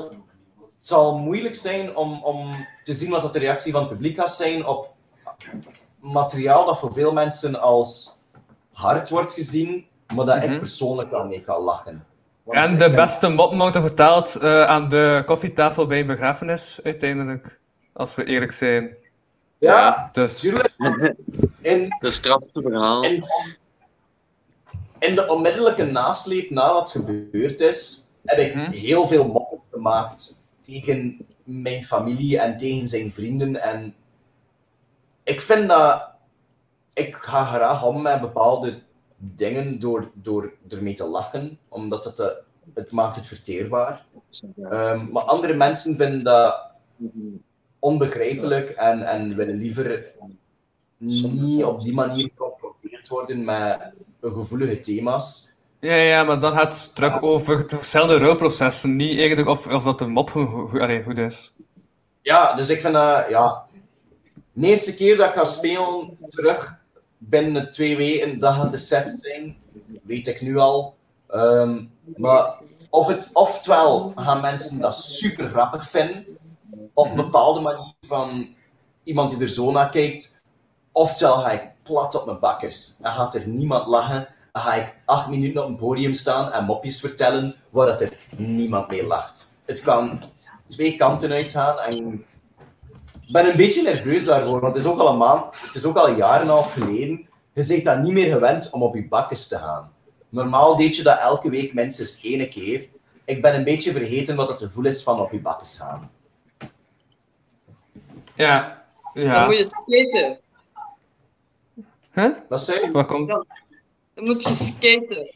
zal moeilijk zijn om te zien wat de reactie van het publiek gaat zijn op materiaal dat voor veel mensen als hard wordt gezien, maar dat ik persoonlijk wel mee kan lachen. Want en de beste mop worden verteld aan de koffietafel bij een begrafenis, uiteindelijk. Als we eerlijk zijn. Ja, dus. Tuurlijk. De strafste verhaal. In de onmiddellijke nasleep nadat het gebeurd is, heb ik heel veel moppen gemaakt tegen mijn familie en tegen zijn vrienden. En ik vind dat... Ik ga graag om met bepaalde dingen door ermee te lachen, omdat het maakt het verteerbaar. Maar andere mensen vinden dat onbegrijpelijk en willen liever niet op die manier geconfronteerd worden met gevoelige thema's. Ja, maar dan gaat het terug over de verschillende rouwprocessen, niet eigenlijk of dat de mop goed is. Ja, dus ik vind dat, de eerste keer dat ik ga spelen, terug binnen 2 weken, dat gaat de set zijn, weet ik nu al. Maar oftewel gaan mensen dat super grappig vinden, op een bepaalde manier van iemand die er zo naar kijkt, oftewel ga ik plat op mijn bakkers en gaat er niemand lachen. Dan ga ik 8 minuten op een podium staan en mopjes vertellen waar dat er niemand mee lacht. Het kan 2 kanten uitgaan en ik ben een beetje nerveus daarvoor, want het is ook al een maand, het is ook al een jaar en een half geleden. Je bent dat niet meer gewend om op je bakkes te gaan. Normaal deed je dat elke week minstens 1 keer. Ik ben een beetje vergeten wat het gevoel is van op je bakkes gaan. Ja, Ja. moet je skaten. Huh? Wat zei je? Wat komt? Dan moet je skaten.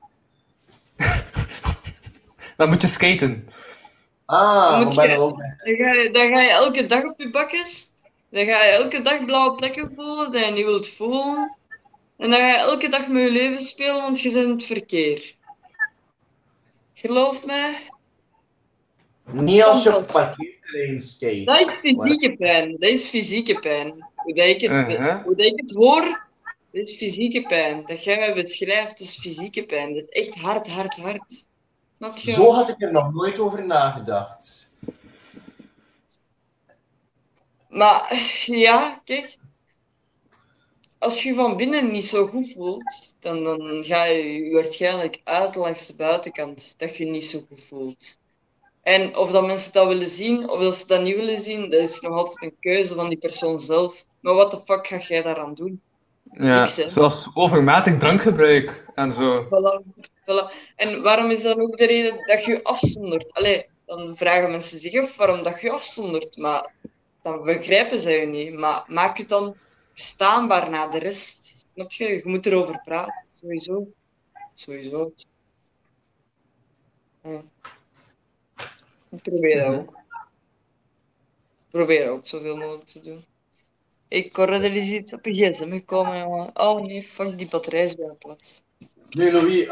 Dan moet je skaten. Ah, Dan maar moet ben je- er ook bij. Dan ga je elke dag op je bakjes. Dan ga je elke dag blauwe plekken voelen die je niet wilt voelen. En dan ga je elke dag met je leven spelen, want je bent in het verkeer. Geloof mij, Niet als je op het Fantastisch. parkeerterrein skate. dat is fysieke pijn. Dat is fysieke pijn. Hoe dat ik het, hoe dat ik het hoor, dat is fysieke pijn. Dat jij mij beschrijft, dat is fysieke pijn. Dat is echt hard, hard, hard. Snap je? Zo had ik er nog nooit over nagedacht. Maar ja, kijk. Als je van binnen niet zo goed voelt, dan ga je je waarschijnlijk uit langs de buitenkant. Dat je je niet zo goed voelt. En of dat mensen dat willen zien, of dat ze dat niet willen zien, dat is nog altijd een keuze van die persoon zelf. Maar wat de fuck ga jij daaraan doen? Ja, Niks, hè. zoals overmatig drankgebruik en zo. Voilà. En waarom is dat ook de reden dat je je afzondert? Allee, dan vragen mensen zich af waarom dat je je afzondert. Maar dan begrijpen ze je niet. Maar maak het dan verstaanbaar naar de rest. Snap je? Je moet erover praten. Sowieso. Sowieso. Ja. Ik probeer dat ook. Probeer ook zoveel mogelijk te doen. Cor, er is iets op je gsm gekomen, jongen. Oh nee, fuck, die batterij is bijna plat. Nu, Louis,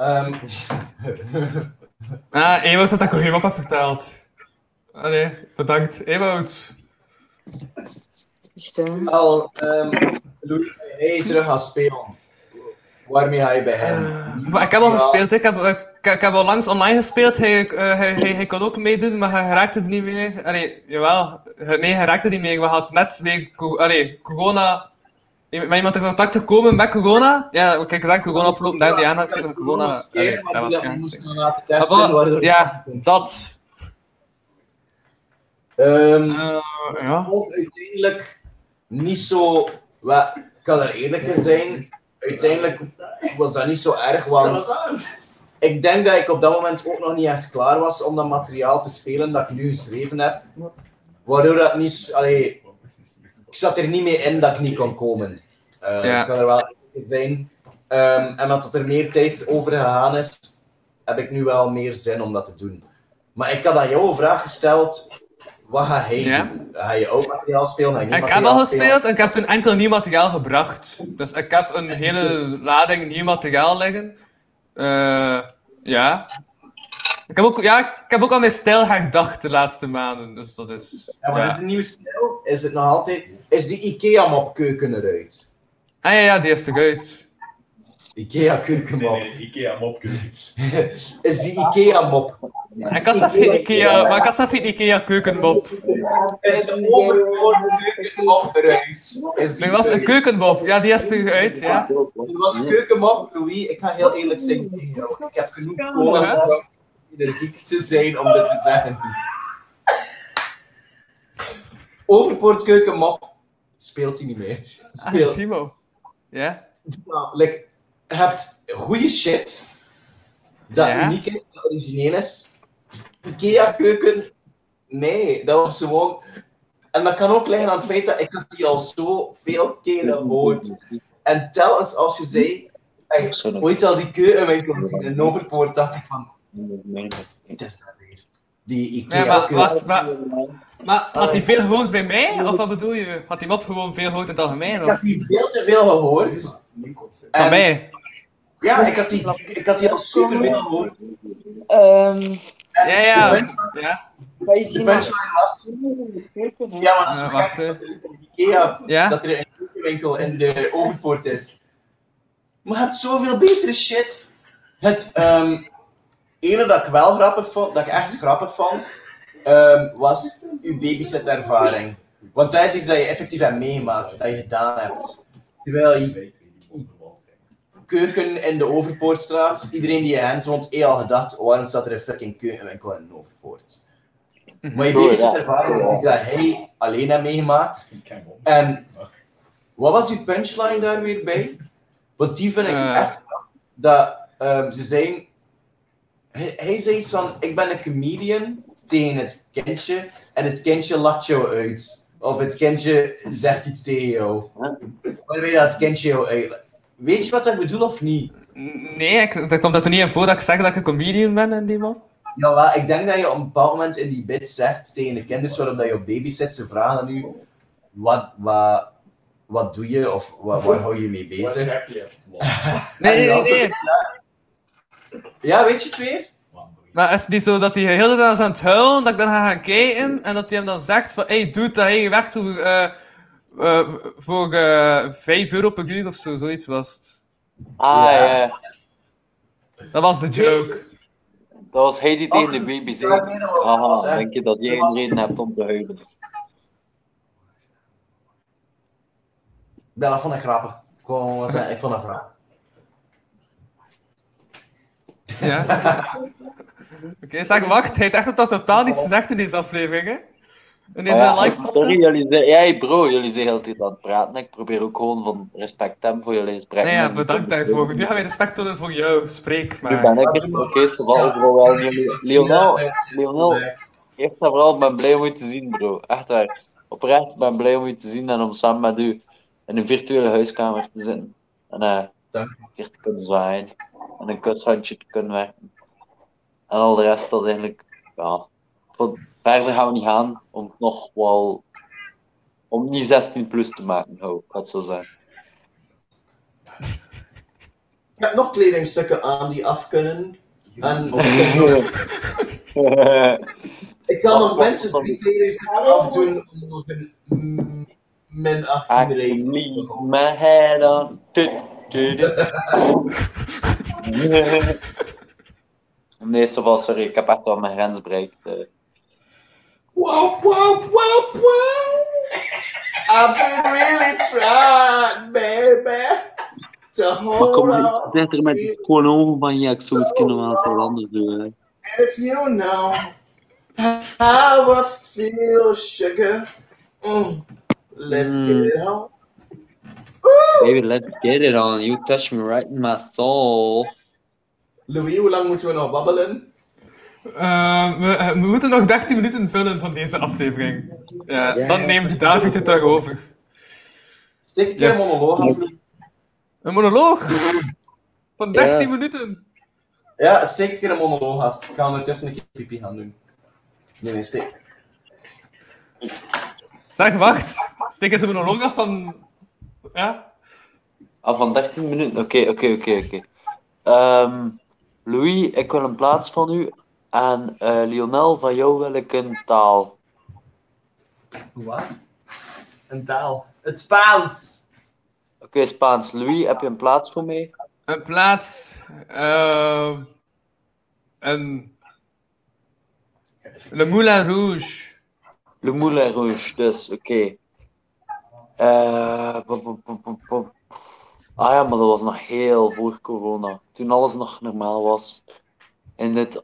Ewout had dat ik nog helemaal heb verteld. Allee, bedankt. Ewout. Echt, hè? Louis, hij terug gaan spelen. Waarmee ga je bij hem? Maar ik heb al gespeeld, hè. Ik heb al langs online gespeeld. Hij kon ook meedoen, maar hij raakte er niet mee. Allee, jawel. Nee, hij raakte niet mee. We hadden net weer corona. Met iemand in contact gekomen met corona. Ja, kijk, dan corona oplopen, daar die aandacht van corona. Allee, dat was We moesten dan laten Ah, testen. voilà. Waardoor... Ja, dat. Ja. Ook uiteindelijk niet zo... Ik kan er eerlijk in zijn. Uiteindelijk was dat niet zo erg, want ik denk dat ik op dat moment ook nog niet echt klaar was om dat materiaal te spelen dat ik nu geschreven heb. Waardoor dat niet... Allee, ik zat er niet mee in dat ik niet kon komen. Ja. Ik kan er wel eerlijk in zijn. En omdat er meer tijd over gegaan is, heb ik nu wel meer zin om dat te doen. Maar ik had aan jou een vraag gesteld. Wat ga hij doen? Ga je ook materiaal spelen? Ga je niet Ik heb materiaal al spelen? gespeeld en ik heb toen enkel nieuw materiaal gebracht. Dus ik heb een hele lading nieuw materiaal liggen. Ja. Ik heb ook aan mijn stijl gedacht de laatste maanden. Dus dat is... Ja, maar is een nieuwe stijl? Is het nog altijd... Is die IKEA-mopkeuken eruit? Ja, die is eruit. IKEA-keukenmop. Nee, IKEA-mopkeuken. Is die IKEA-mop? Ik had zelf geen IKEA, maar ik had zelf geen IKEA-keukenmop. Is de overwoord keukenmop eruit? Er was een keukenmop, ja, die is eruit, ja. Er was een keukenmop, Louis. Ik ga heel eerlijk zijn tegen jou. Ik heb genoeg cola's om energiek te zijn om dit te zeggen. Overpoort keukenmop speelt hij niet meer. Speelt. Timo. Ja? Nou, like, je hebt goede shit dat Ja. uniek is, dat origineel is. IKEA-keuken, nee, dat was gewoon... En dat kan ook liggen aan het feit dat ik had die al zo veel keren gehoord. En telkens als je zei, hey, ooit al die keukenwinkel zien in Overpoort, dacht ik van... Het is dat weer. Die Ja, maar IKEA-keuken. wacht, maar had hij veel gehoord bij mij? Of wat bedoel je? Had hij mop gewoon veel gehoord in het algemeen? Ik Of? had die veel te veel gehoord. Van mij? Ja, ik had die al super veel gehoord. Ja. De punchline was... Ja, maar dat is zo wacht, gek dat er een IKEA, Ja? dat er een keukenwinkel in de Overpoort is. Maar je hebt zoveel betere shit. Het ene dat ik wel grappig vond, dat ik echt grappig vond, was uw babysittervaring. Want dat is iets dat je effectief hebt meegemaakt, dat je gedaan hebt. Terwijl je keuken in de Overpoortstraat, iedereen die je kent woont, al gedacht, waarom staat er een fucking keukenwinkel in de Overpoort? Maar je babysittervaring is iets dat hij alleen heeft meegemaakt. En wat was uw punchline daar weer bij? Want die vind ik echt dat ze zijn... Hij zei iets van, ik ben een comedian tegen het kindje en het kindje lacht jou uit. Of het kindje zegt iets tegen jou. Maar weet je dat het kindje jou eigenlijk... Weet je wat ik bedoel of niet? Nee, er komt dat er niet in voor dat ik zeg dat ik een comedian ben in die man. Ja, maar ik denk dat je op een bepaald moment in die bit zegt tegen de kinders waarop dat je op babysit, ze vragen aan u, wat doe je of waar hou je mee bezig? Nee. Ja, weet je het weer? Maar is het niet zo dat hij heel de tijd is aan het huilen, dat ik dan ga gaan kijken en dat hij hem dan zegt van hey, doe dat hij werkt voor €5 per uur of zo, zoiets was het. Ja. Dat was de joke. Dat was hij die tegen de baby zei. Haha, denk je dat jij een reden hebt om te huilen? Ja, dat vond ik grappig. Ik vond dat grappig. Ja. Oké, zeg, wacht. Hij heeft echt dat totaal niets gezegd in deze aflevering, hè? In deze live podcast. Sorry, jullie zijn heel de tijd aan het praten. Ik probeer ook gewoon van respect te hebben voor jullie gesprek. Nee, ja, bedankt daarvoor. Nu gaan wij respect tonen voor jou. Spreek maar. Nu ben ik het. Oké, overal wel. Lionel, eerst en vooral, ik ben blij om je te zien, bro. Echt waar. Oprecht, ik ben blij om je te zien en om samen met u in een virtuele huiskamer te zitten. En een keer te kunnen zwaaien. En een kushandje te kunnen werken. En al de rest, dat eigenlijk, ja. Verder gaan we niet gaan, om het nog wel... Om het niet 16 plus te maken, ik had zo zeggen. Ik heb nog kledingstukken aan die af kunnen. En ik kan nog mensen die kledingstukken afdoen om nog een min 18 rating te leave my head on. Nee, sorry, ik heb echt wel mijn grens bereikt. Wow. I've been really trying, baby, to hold Maar kom, on. dit er met gewoon ogen van ja, ik zou het kunnen wel anders doen. And if you know how I feel, sugar, let's get it on. Baby, let's get it on. You touch me right in my soul. Louis, hoe lang moeten we nog babbelen? We moeten nog 13 minuten vullen van deze aflevering. Ja, dan neemt David het terug over. Steek een keer een monoloog af. Een monoloog? Van 13 minuten? Ja, steek een keer een monoloog af. Ik ga ondertussen een keer pipi gaan doen. Nee, steek. Zeg, wacht. Steek eens een monoloog af van... Ja? Van 13 minuten? Oké. Louis, ik wil een plaats van u. En Lionel, van jou wil ik een taal. Wat? Een taal. Het Spaans! Oké, Spaans. Louis, heb je een plaats voor mij? Een plaats... Le Moulin Rouge. Le Moulin Rouge, dus, oké. Ah ja, maar dat was nog heel voor corona. Toen alles nog normaal was. In dit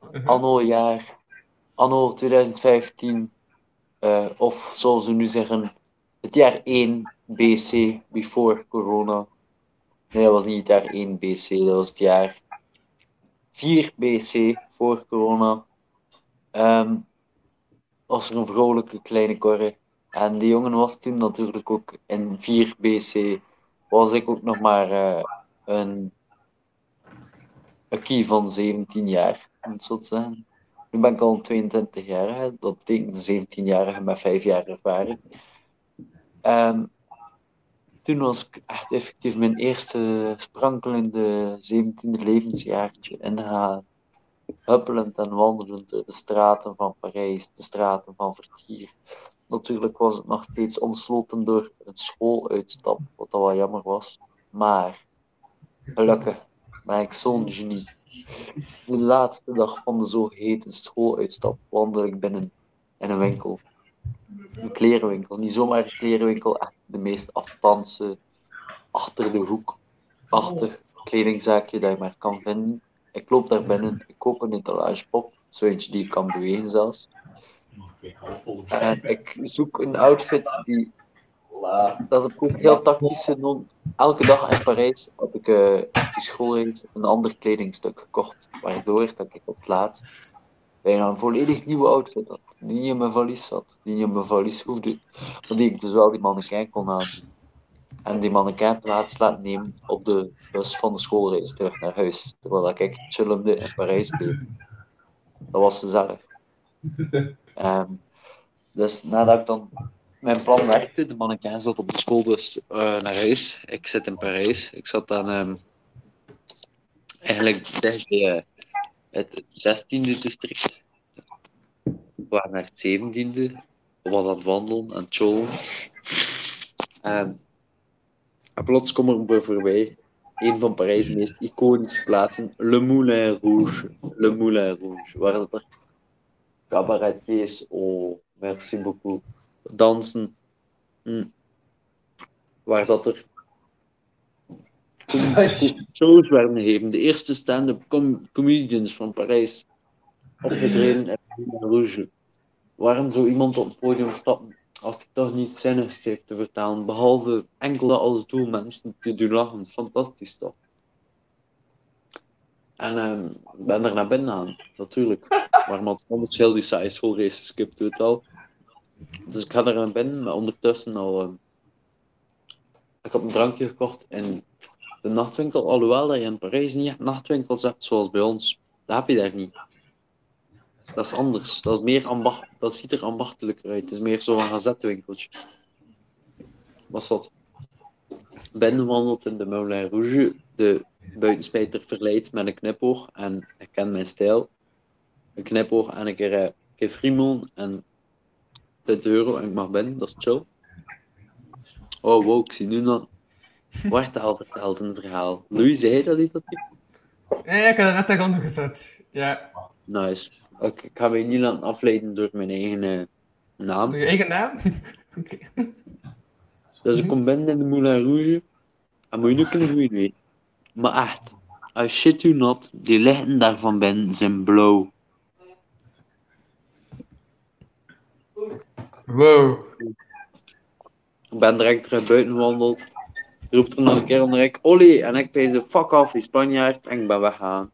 anno 2015, of zoals we nu zeggen, het jaar 1 BC, before corona. Nee, dat was niet het jaar 1 BC, dat was het jaar 4 BC, voor corona. Was er een vrouwelijke kleine korre. En die jongen was toen natuurlijk ook in 4 BC, was ik ook nog maar een kie van 17 jaar, om het zo te zeggen. Nu ben ik al 22 jaar, hè. Dat betekent een 17-jarige met 5 jaar ervaring. Toen was ik echt effectief mijn eerste sprankelende 17e levensjaartje ingegaan. Huppelend en wandelend door de straten van Parijs, de straten van Vertier. Natuurlijk was het nog steeds omsloten door een schooluitstap, wat al wel jammer was. Maar, gelukkig ben ik zo'n genie. De laatste dag van de zogeheten schooluitstap wandel ik binnen in een winkel. Een klerenwinkel, niet zomaar een klerenwinkel, echt de meest Afghaanse, achter de hoek, achter kledingzaakje dat je maar kan vinden. Ik loop daar binnen, ik koop een etalagepop, zo eentje die ik kan bewegen zelfs. En ik zoek een outfit die, dat ik ook heel tactisch doen. Elke dag in Parijs had ik op die schoolreis een ander kledingstuk gekocht, waardoor dat ik op het laatst bijna een volledig nieuwe outfit had. Die niet in mijn valies zat, die niet in mijn valies hoefde. Maar die ik dus wel die mannequin kon aandoen. En die mannequin plaats laten nemen op de bus van de schoolreis terug naar huis. Terwijl ik chillende in Parijs bleef. Dat was gezellig. Dus nadat ik dan mijn plan werkte, de mannequin zat op de schoolbus naar huis. Ik zit in Parijs. Ik zat dan eigenlijk dicht bij het 16e district. We waren naar het 17e. We waren aan het wandelen, aan het chillen. En plots komt er voorbij een van Parijs' meest iconische plaatsen, Le Moulin Rouge. Le Moulin Rouge, waar dat er cabaretiers, oh, merci beaucoup, dansen. Waar dat er shows werden gegeven. De eerste stand-up comedians van Parijs opgetreden in Le Moulin Rouge. Waarom zou iemand op het podium stappen als hij toch niet zinnigs heeft te vertellen, behalve enkel als doel mensen te doen lachen? Fantastisch toch? En ik ben er naar binnen aan, natuurlijk. Maar met heel die saaie schoolraces skipt het al. Dus ik ga er naar binnen, maar ondertussen al... ik had een drankje gekocht in de nachtwinkel, alhoewel dat je in Parijs niet echt nachtwinkels hebt zoals bij ons. Dat heb je daar niet. Dat is anders. Dat is meer dat ziet er ambachtelijker uit. Het is meer zo'n gazettenwinkeltje. Was wat binnenwandelt in de Moulin Rouge. De buitenspijter verleidt met een knipoog. En ik ken mijn stijl. Een knipoog en een keer friemel en €20 en ik mag binnen. Dat is chill. Oh wow, ik zie nu dat Wartaal vertelt een verhaal. Louis, zei dat hij dat typt? Ja, ik heb het net aan gezet. Ja. Nice. Ik ga mij niet laten afleiden door mijn eigen naam. Door je eigen naam? Okay. Dus ik kom binnen in de Moulin Rouge. En moet je nu kunnen goed weten. Maar echt, I shit you not, die lichten daar van binnen zijn blauw. Wow. Ik ben direct terug buiten gewandeld. Roept er nog een keer onder ik, Ollie, en ik zei fuck off, die Spanjaard, en ik ben weggegaan.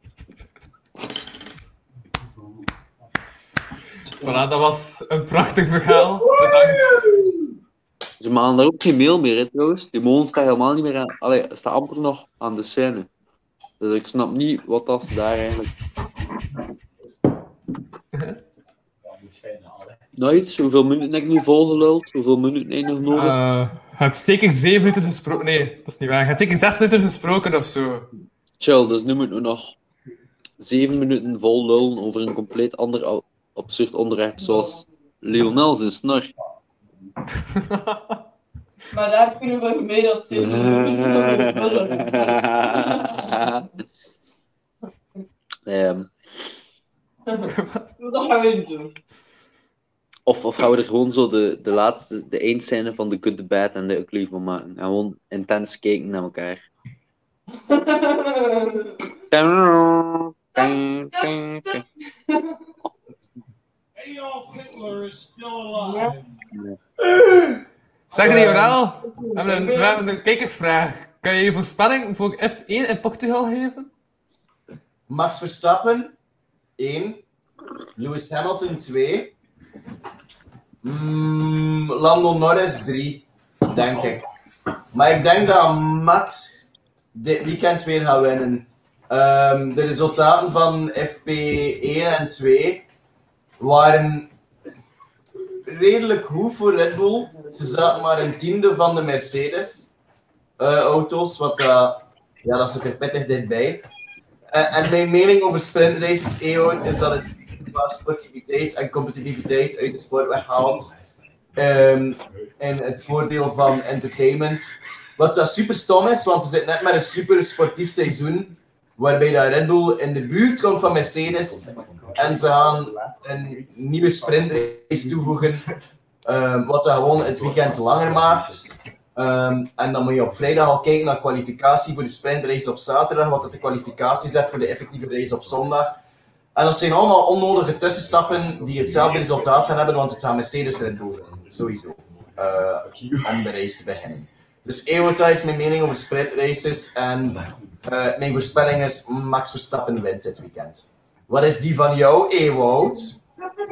Voilà, dat was een prachtig verhaal. Bedankt. Ze maken daar ook geen mail meer, hè, trouwens. Die molen staan helemaal niet meer aan. Allee, staat amper nog aan de scène. Dus ik snap niet wat dat ze daar eigenlijk. Nou iets, hoeveel minuten heb ik nu volgeluld? Hoeveel minuten heb je nog nodig? Je hebt zeker 7 minuten gesproken. Nee, dat is niet waar. Je hebt zeker 6 minuten gesproken of zo. Chill, dus nu moeten we nog 7 minuten vol lullen over een compleet ander absurd onderwerp, zoals Lionel zijn snor. Maar daar kunnen we mee dat ze dat gaan we niet doen. Of gaan we er gewoon zo de laatste, de eindscène van The Good, The Bad en The Ugly van maken. En gewoon intens kijken naar elkaar. Adolf Hitler is still alive. Zeg Lionel, we hebben een kijkersvraag. Kan je je voorspelling voor F1 in Portugal geven? Max Verstappen 1, Lewis Hamilton 2, Lando Norris 3, denk ik. Maar ik denk dat Max dit weekend weer gaat winnen. De resultaten van FP1 en 2 waren redelijk goed voor Red Bull. Ze zaten maar een tiende van de Mercedes auto's, wat dat zit er pittig dichtbij. En mijn mening over sprintraces Ewout is dat het qua sportiviteit en competitiviteit uit de sport weghaalt. En het voordeel van entertainment. Wat dat super stom is, want ze zitten net met een super sportief seizoen, waarbij dat Red Bull in de buurt komt van Mercedes en ze gaan een nieuwe sprintrace toevoegen, wat dat gewoon het weekend langer maakt. En dan moet je op vrijdag al kijken naar kwalificatie voor de sprintrace op zaterdag, wat dat de kwalificatie zet voor de effectieve race op zondag. En dat zijn allemaal onnodige tussenstappen die hetzelfde resultaat gaan hebben, want het gaat Mercedes Red Bull zijn, sowieso, om de race te beginnen. Dus Ewout is mijn mening over sprintraces en mijn voorspelling is Max Verstappen wint dit weekend. Wat is die van jou, Ewout?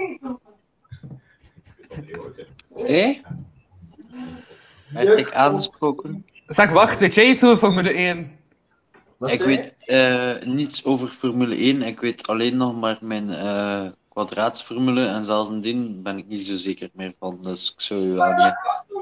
Werd ik aangesproken? Zeg, wacht, weet jij iets over Formule 1? Ik weet niets over Formule 1. Ik weet alleen nog maar mijn kwadraatsformule. En zelfs in die ben ik niet zo zeker meer van. Dus ik zou je wel niet...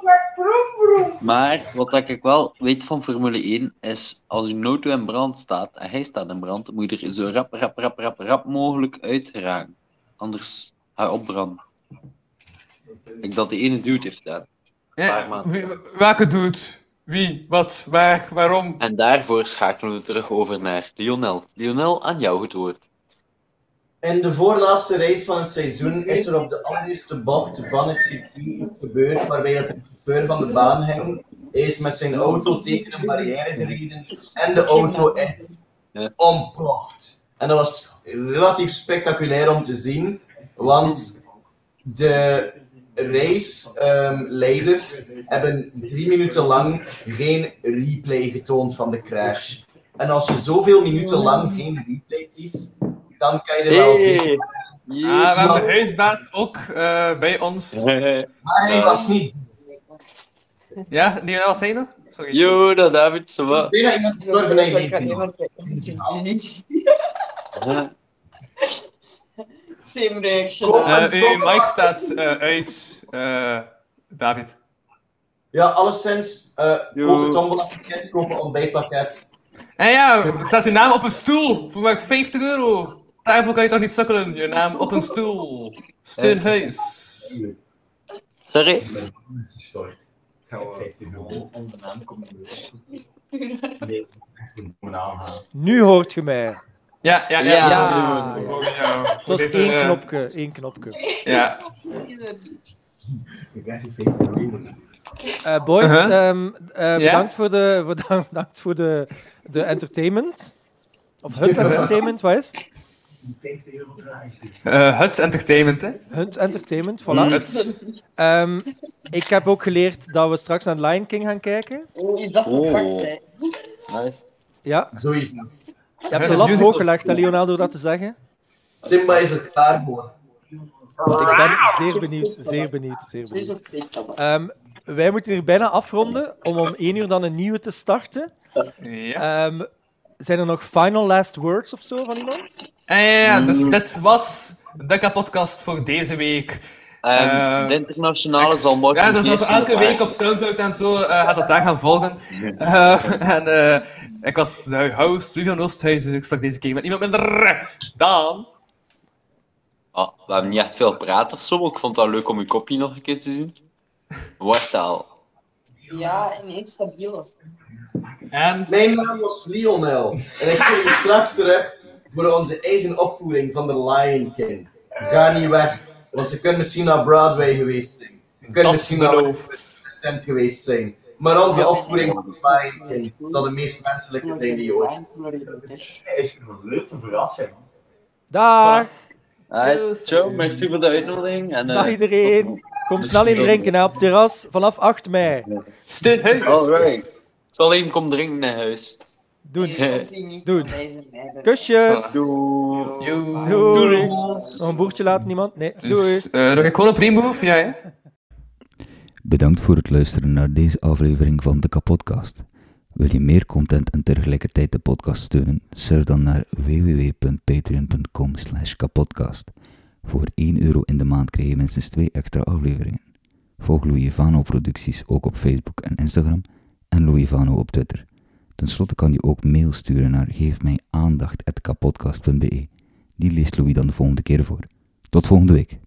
Maar wat ik wel weet van Formule 1 is, als uw auto in brand staat en hij staat in brand, moet je er zo rap mogelijk uit geraken. Anders ga je opbranden. Ik dat de ene dude heeft gedaan. Welke dude? Wie? Wat? Waar? Waarom? En daarvoor schakelen we terug over naar Lionel. Lionel, aan jou het woord. In de voorlaatste race van het seizoen is er op de allereerste bocht van het circuit iets gebeurd waarbij dat de chauffeur van de baan hing. Hij is met zijn auto tegen een barrière gereden en de auto is ontploft. En dat was relatief spectaculair om te zien, want de race-leiders hebben 3 minuten lang geen replay getoond van de crash. En als je zoveel minuten lang geen replay ziet, dan kan je er wel zien. We hebben de huisbaas ook bij ons. Maar hij was niet. Ja, die was hij nog? Sorry. Yo, dat David, zo wat. Er is bijna iemand gestorven en hij leeft Same reaction. Uw mic staat uit, David. Ja, alleszins. Koop een tombola-pakket, koop een ontbijtpakket. En ja, staat uw naam op een stoel voor maar €50. Daarvoor kan je toch niet sukkelen? Je naam op een stoel. Steunhuis. Sorry? Nu hoort je mij. Ja. Dat is één knopje. Ja. Boys, bedankt voor de entertainment. Of het entertainment, wat is het? Het entertainment, hè? Het entertainment, voilà. Ik heb ook geleerd dat we straks naar Lion King gaan kijken. Is dat perfect, hè? Nice. Ja. Sowieso. Je hebt de lat hoog gelegd, hè, Lionel, door dat te zeggen. Simba is er klaar voor. Ik ben zeer benieuwd. Wij moeten hier bijna afronden om 1 uur dan een nieuwe te starten. Ja. Zijn er nog final last words of zo van iemand? Ja, dus dit was de podcast voor deze week. De internationale zal morgen... Ja, dus als elke week op Soundcloud en zo gaat dat daar gaan volgen. Ik was de host, Ruben Oosthuizen. Ik sprak deze keer met iemand minder dan... We hebben niet echt veel gepraat of zo, maar ik vond het wel leuk om je kopie nog een keer te zien. Woordtaal. Ja, ineens stabiel. En... Mijn naam was Lionel. En ik zie je straks terug voor onze eigen opvoering van The Lion King. Ga niet weg, want ze kunnen misschien naar Broadway geweest zijn. Ze kunnen misschien naar West geweest zijn. Maar onze opvoering van The Lion King zal de meest menselijke zijn die je ooit... Is een leuke verrassing. Dag! Ciao, merci voor de uitnodiging. En, Dag iedereen. Kom snel in drinken hè, op het terras vanaf 8 mei. Steunhuis! Alright. Ik zal even komen drinken naar huis. Doen. Kusjes. Doei. Nog een boertje laten, niemand? Nee. Doei. Nog een gewoon op Remove? Ja, hè? Bedankt voor het luisteren naar deze aflevering van de Kapodcast. Wil je meer content en tegelijkertijd de podcast steunen? Surf dan naar www.patreon.com/kapodcast. Voor €1 in de maand krijg je minstens 2 extra afleveringen. Volg Louis Vano producties ook op Facebook en Instagram en Louis Vano op Twitter. Ten slotte kan je ook mail sturen naar geefmijaandacht@kapodcast.be. Die leest Louis dan de volgende keer voor. Tot volgende week.